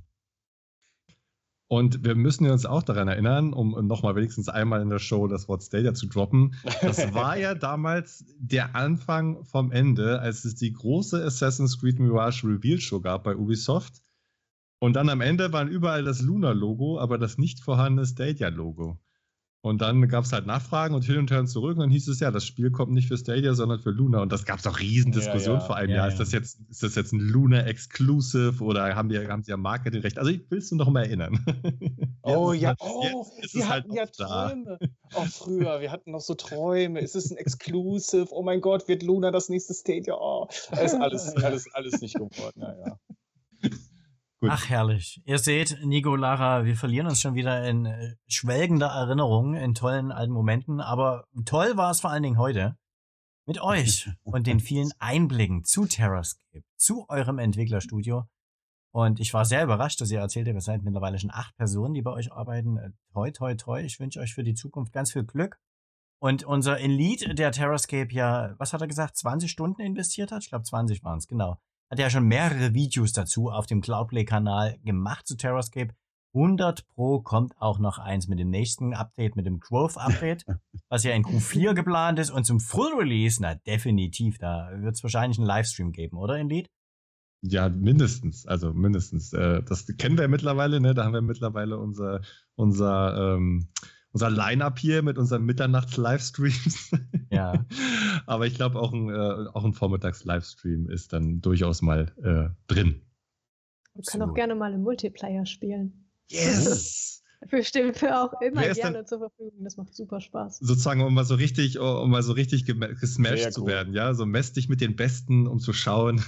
Und wir müssen uns auch daran erinnern, um nochmal wenigstens einmal in der Show das Wort Stadia zu droppen. Das war ja damals der Anfang vom Ende, als es die große Assassin's Creed Mirage Reveal Show gab bei Ubisoft. Und dann am Ende waren überall das Luna-Logo, aber das nicht vorhandene Stadia-Logo. Und dann gab es halt Nachfragen und hin und her zurück. Und dann hieß es ja, das Spiel kommt nicht für Stadia, sondern für Luna. Und das gab es auch Riesendiskussionen ja, ja. vor einem ja, Jahr. Ja. Ist das jetzt, ist das jetzt ein Luna-Exclusive oder haben, die, haben sie ja Marketingrecht? Also ich will es nur noch mal erinnern. Oh ja, halt, oh, jetzt wir halt hatten ja Träume. Oh, früher, wir hatten noch so Träume. Ist es ein Exclusive? Oh mein Gott, wird Luna das nächste Stadia? Oh, ist alles, alles, alles nicht geworden. Ja, ja. Gut. Ach, herrlich. Ihr seht, Nico, Lara, wir verlieren uns schon wieder in äh, schwelgender Erinnerungen, in tollen alten Momenten. Aber toll war es vor allen Dingen heute mit euch und den vielen Einblicken zu Terrascape, zu eurem Entwicklerstudio. Und ich war sehr überrascht, dass ihr erzählt habt, ihr seid mittlerweile schon acht Personen, die bei euch arbeiten. Toi, toi, toi. Ich wünsche euch für die Zukunft ganz viel Glück. Und unser Elite, der Terrascape ja, was hat er gesagt, zwanzig Stunden investiert hat? Ich glaube, zwanzig waren es, genau. Hat ja schon mehrere Videos dazu auf dem Cloudplay-Kanal gemacht zu Terrascape. hundert Pro kommt auch noch eins mit dem nächsten Update, mit dem Growth-Update, was ja in Q vier geplant ist. Und zum Full-Release, na definitiv, da wird es wahrscheinlich einen Livestream geben, oder Indeed? Ja, mindestens, also mindestens. Das kennen wir mittlerweile, ne? Da haben wir mittlerweile unser, unser, ähm, unser Line-Up hier mit unseren Mitternachts-Livestreams. Ja. Aber ich glaube, auch ein, äh, auch ein Vormittags-Livestream ist dann durchaus mal äh, drin. Wir können auch gerne mal im Multiplayer spielen. Yes! Dafür stehen wir auch immer gerne dann, zur Verfügung. Das macht super Spaß. Sozusagen, um mal so richtig, um mal so richtig gesmashed Sehr zu cool. werden, ja. So mess dich mit den Besten, um zu schauen.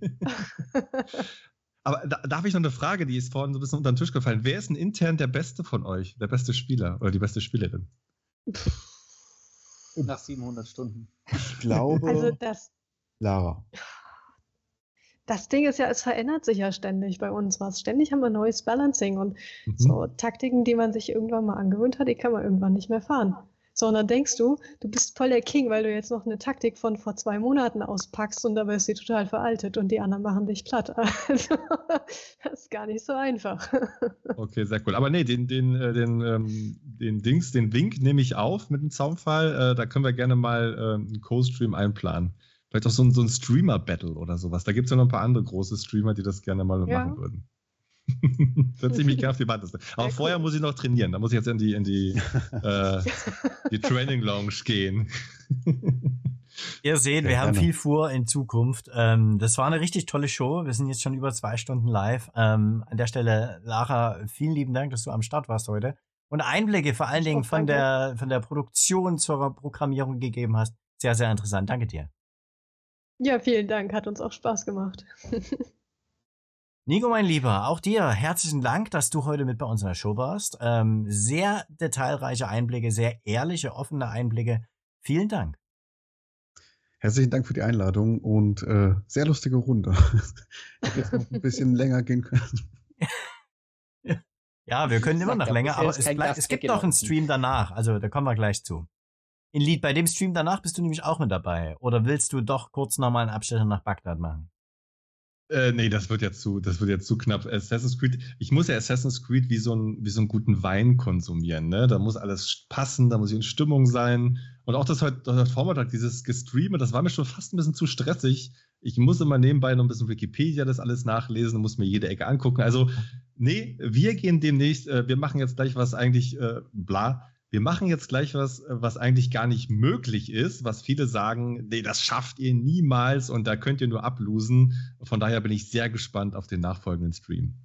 Aber da, da habe ich noch eine Frage, die ist vorhin so ein bisschen unter den Tisch gefallen. Wer ist denn intern der Beste von euch? Der beste Spieler oder die beste Spielerin? Nach siebenhundert Stunden. Ich glaube, also das, Lara. Das Ding ist ja, es verändert sich ja ständig bei uns was. Ständig haben wir neues Balancing und Mhm. so Taktiken, die man sich irgendwann mal angewöhnt hat, die kann man irgendwann nicht mehr fahren. So, und dann denkst du, du bist voll der King, weil du jetzt noch eine Taktik von vor zwei Monaten auspackst und dabei ist sie total veraltet und die anderen machen dich platt. Also, das ist gar nicht so einfach. Okay, sehr cool. Aber nee, den, den, äh, den, ähm, den Dings, den Wink nehme ich auf mit dem Zaunpfahl. Äh, da können wir gerne mal äh, einen Co-Stream einplanen. Vielleicht auch so ein, so ein Streamer-Battle oder sowas. Da gibt es ja noch ein paar andere große Streamer, die das gerne mal Ja. machen würden. Setze ich mich gerne auf die Wand. Aber Sehr vorher cool. muss ich noch trainieren. Da muss ich jetzt in die, in die, äh, die Training Lounge gehen. Ihr seht, Sehr wir haben gerne. viel vor in Zukunft. Ähm, das war eine richtig tolle Show. Wir sind jetzt schon über zwei Stunden live. Ähm, an der Stelle, Lara, vielen lieben Dank, dass du am Start warst heute. Und Einblicke vor allen Ich Dingen auch, von danke. der, von der Produktion zur Programmierung gegeben hast. Sehr, sehr interessant. Danke dir. Ja, vielen Dank, hat uns auch Spaß gemacht. Nico, mein Lieber, auch dir herzlichen Dank, dass du heute mit bei uns in der Show warst. Ähm, sehr detailreiche Einblicke, sehr ehrliche, offene Einblicke. Vielen Dank. Herzlichen Dank für die Einladung und äh, sehr lustige Runde. Hätte jetzt noch ein bisschen länger gehen können. Ja, wir können immer noch Ja, länger, bisher aber ist es, kein bleib, Gast es gibt noch einen weggelaufen. Stream danach. Also da kommen wir gleich zu. In Lied, bei dem Stream danach bist du nämlich auch mit dabei. Oder willst du doch kurz nochmal einen Abstecher nach Bagdad machen? Äh, nee, das wird jetzt zu, das wird jetzt zu knapp. Assassin's Creed, ich muss ja Assassin's Creed wie so, ein, wie so einen guten Wein konsumieren, ne? Da muss alles passen, da muss ich in Stimmung sein. Und auch das heute, heute Vormittag, dieses Gestreame, das war mir schon fast ein bisschen zu stressig. Ich muss immer nebenbei noch ein bisschen Wikipedia das alles nachlesen, muss mir jede Ecke angucken. Also, nee, wir gehen demnächst, äh, wir machen jetzt gleich was eigentlich, äh, bla, wir machen jetzt gleich was, äh, was eigentlich gar nicht möglich ist, was viele sagen, nee, das schafft ihr niemals und da könnt ihr nur ablosen. Von daher bin ich sehr gespannt auf den nachfolgenden Stream.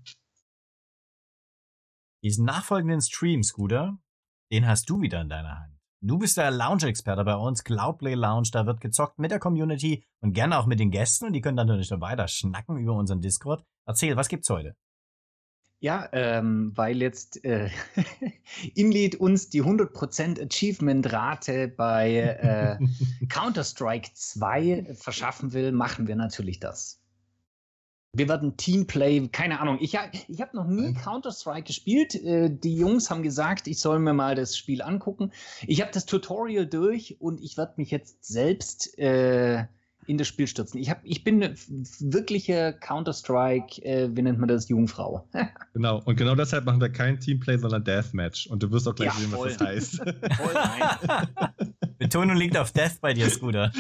Diesen nachfolgenden Stream, Scooter, den hast du wieder in deiner Hand. Du bist der Lounge-Experte bei uns, Cloudplay Lounge, da wird gezockt mit der Community und gerne auch mit den Gästen und die können dann natürlich noch weiter schnacken über unseren Discord. Erzähl, was gibt's heute? Ja, ähm, weil jetzt äh, Inlead uns die hundert Prozent Achievement-Rate bei äh, Counter-Strike zwei verschaffen will, machen wir natürlich das. Wir werden Teamplay, keine Ahnung. Ich, ha- ich habe noch nie Counter-Strike gespielt. Äh, die Jungs haben gesagt, ich soll mir mal das Spiel angucken. Ich habe das Tutorial durch und ich werde mich jetzt selbst äh, in das Spiel stürzen. Ich, hab, ich bin eine wirkliche Counter-Strike, äh, wie nennt man das, Jungfrau. Genau, und genau deshalb machen wir kein Teamplay, sondern Deathmatch. Und du wirst auch gleich Ja, sehen, voll. was das heißt. Voll rein. Betonung liegt auf Death bei dir, Scooter.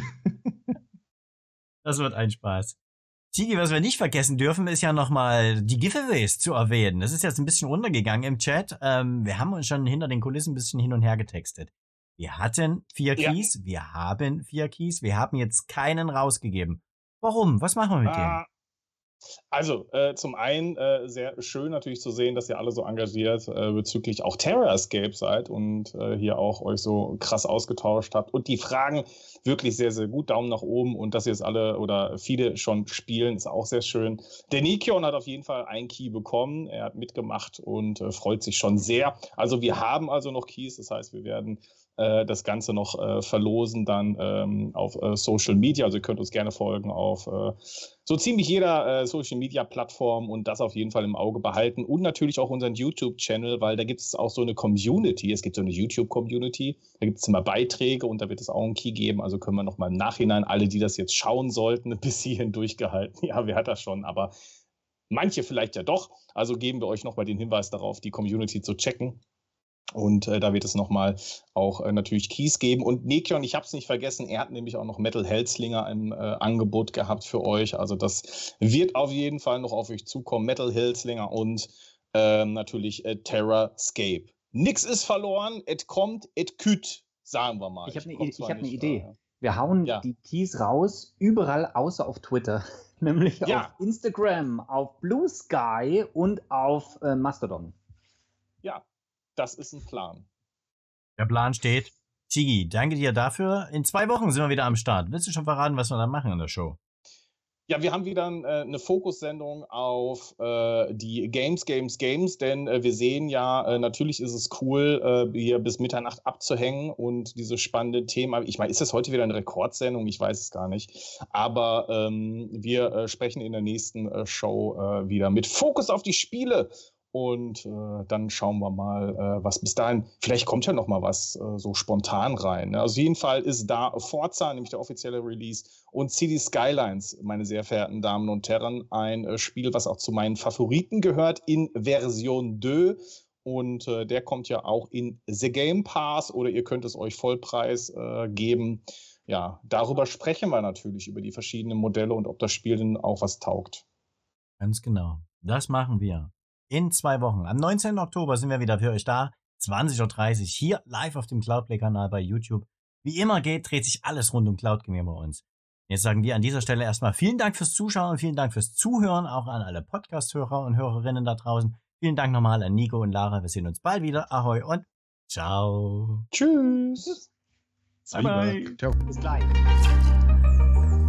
Das wird ein Spaß. Tigi, was wir nicht vergessen dürfen, ist ja nochmal die Giveaways zu erwähnen. Das ist jetzt ein bisschen runtergegangen im Chat. Ähm, wir haben uns schon hinter den Kulissen ein bisschen hin und her getextet. Wir hatten vier Ja. Keys, wir haben vier Keys, wir haben jetzt keinen rausgegeben. Warum? Was machen wir mit Ah, also, äh, zum einen äh, sehr schön natürlich zu sehen, dass ihr alle so engagiert äh, bezüglich auch Terra Escape seid und äh, hier auch euch so krass ausgetauscht habt und die Fragen wirklich sehr, sehr gut. Daumen nach oben und dass ihr es alle oder viele schon spielen, ist auch sehr schön. Der Nikion hat auf jeden Fall ein Key bekommen. Er hat mitgemacht und äh, freut sich schon sehr. Also wir haben also noch Keys, das heißt, wir werden äh, das Ganze noch äh, verlosen dann ähm, auf äh, Social Media. Also ihr könnt uns gerne folgen auf äh, so ziemlich jeder äh, Social Media Plattform und das auf jeden Fall im Auge behalten und natürlich auch unseren YouTube-Channel, weil da gibt es auch so eine Community. Es gibt so eine YouTube-Community, da gibt es immer Beiträge und da wird es auch einen Key geben. Also können wir nochmal im Nachhinein, alle, die das jetzt schauen sollten, bis hierhin durchgehalten. Ja, wer hat das schon? Aber manche vielleicht ja doch. Also geben wir euch nochmal den Hinweis darauf, die Community zu checken. Und äh, da wird es nochmal auch äh, natürlich Keys geben. Und Nekion, ich habe es nicht vergessen, er hat nämlich auch noch Metal Hellslinger im äh, Angebot gehabt für euch. Also das wird auf jeden Fall noch auf euch zukommen. Metal Hellslinger und äh, natürlich äh, Terrascape. Nix ist verloren, et kommt, et küt, sagen wir mal. Ich habe eine komm ich zwar hab ne nicht, Idee. äh, Wir hauen Ja. die Keys raus, überall außer auf Twitter. Nämlich Ja. auf Instagram, auf Blue Sky und auf äh, Mastodon. Ja, das ist ein Plan. Der Plan steht. Tigi, danke dir dafür. In zwei Wochen sind wir wieder am Start. Willst du schon verraten, was wir da machen in der Show? Ja, wir haben wieder äh, eine Fokussendung auf äh, die Games, Games, Games, denn äh, wir sehen ja, äh, natürlich ist es cool, äh, hier bis Mitternacht abzuhängen und diese spannende Themen. Ich meine, ist das heute wieder eine Rekordsendung? Ich weiß es gar nicht. Aber ähm, wir äh, sprechen in der nächsten äh, Show äh, wieder mit Fokus auf die Spiele. Und äh, dann schauen wir mal, äh, was bis dahin, vielleicht kommt ja noch mal was äh, so spontan rein. Ne? Also auf jeden Fall ist da Forza, nämlich der offizielle Release, und City Skylines, meine sehr verehrten Damen und Herren, ein äh, Spiel, was auch zu meinen Favoriten gehört, in Version zwei. Und äh, der kommt ja auch in The Game Pass, oder ihr könnt es euch Vollpreis äh, geben. Ja, darüber sprechen wir natürlich, über die verschiedenen Modelle und ob das Spiel denn auch was taugt. Ganz genau. Das machen wir. In zwei Wochen. Am neunzehnten Oktober sind wir wieder für euch da. zwanzig Uhr dreißig hier live auf dem Cloudplay-Kanal bei YouTube. Wie immer geht, dreht sich alles rund um Cloud Gaming bei uns. Jetzt sagen wir an dieser Stelle erstmal vielen Dank fürs Zuschauen und vielen Dank fürs Zuhören, auch an alle Podcast-Hörer und Hörerinnen da draußen. Vielen Dank nochmal an Nico und Lara. Wir sehen uns bald wieder. Ahoi und ciao. Tschüss. Bye bye. Ciao. Bis gleich.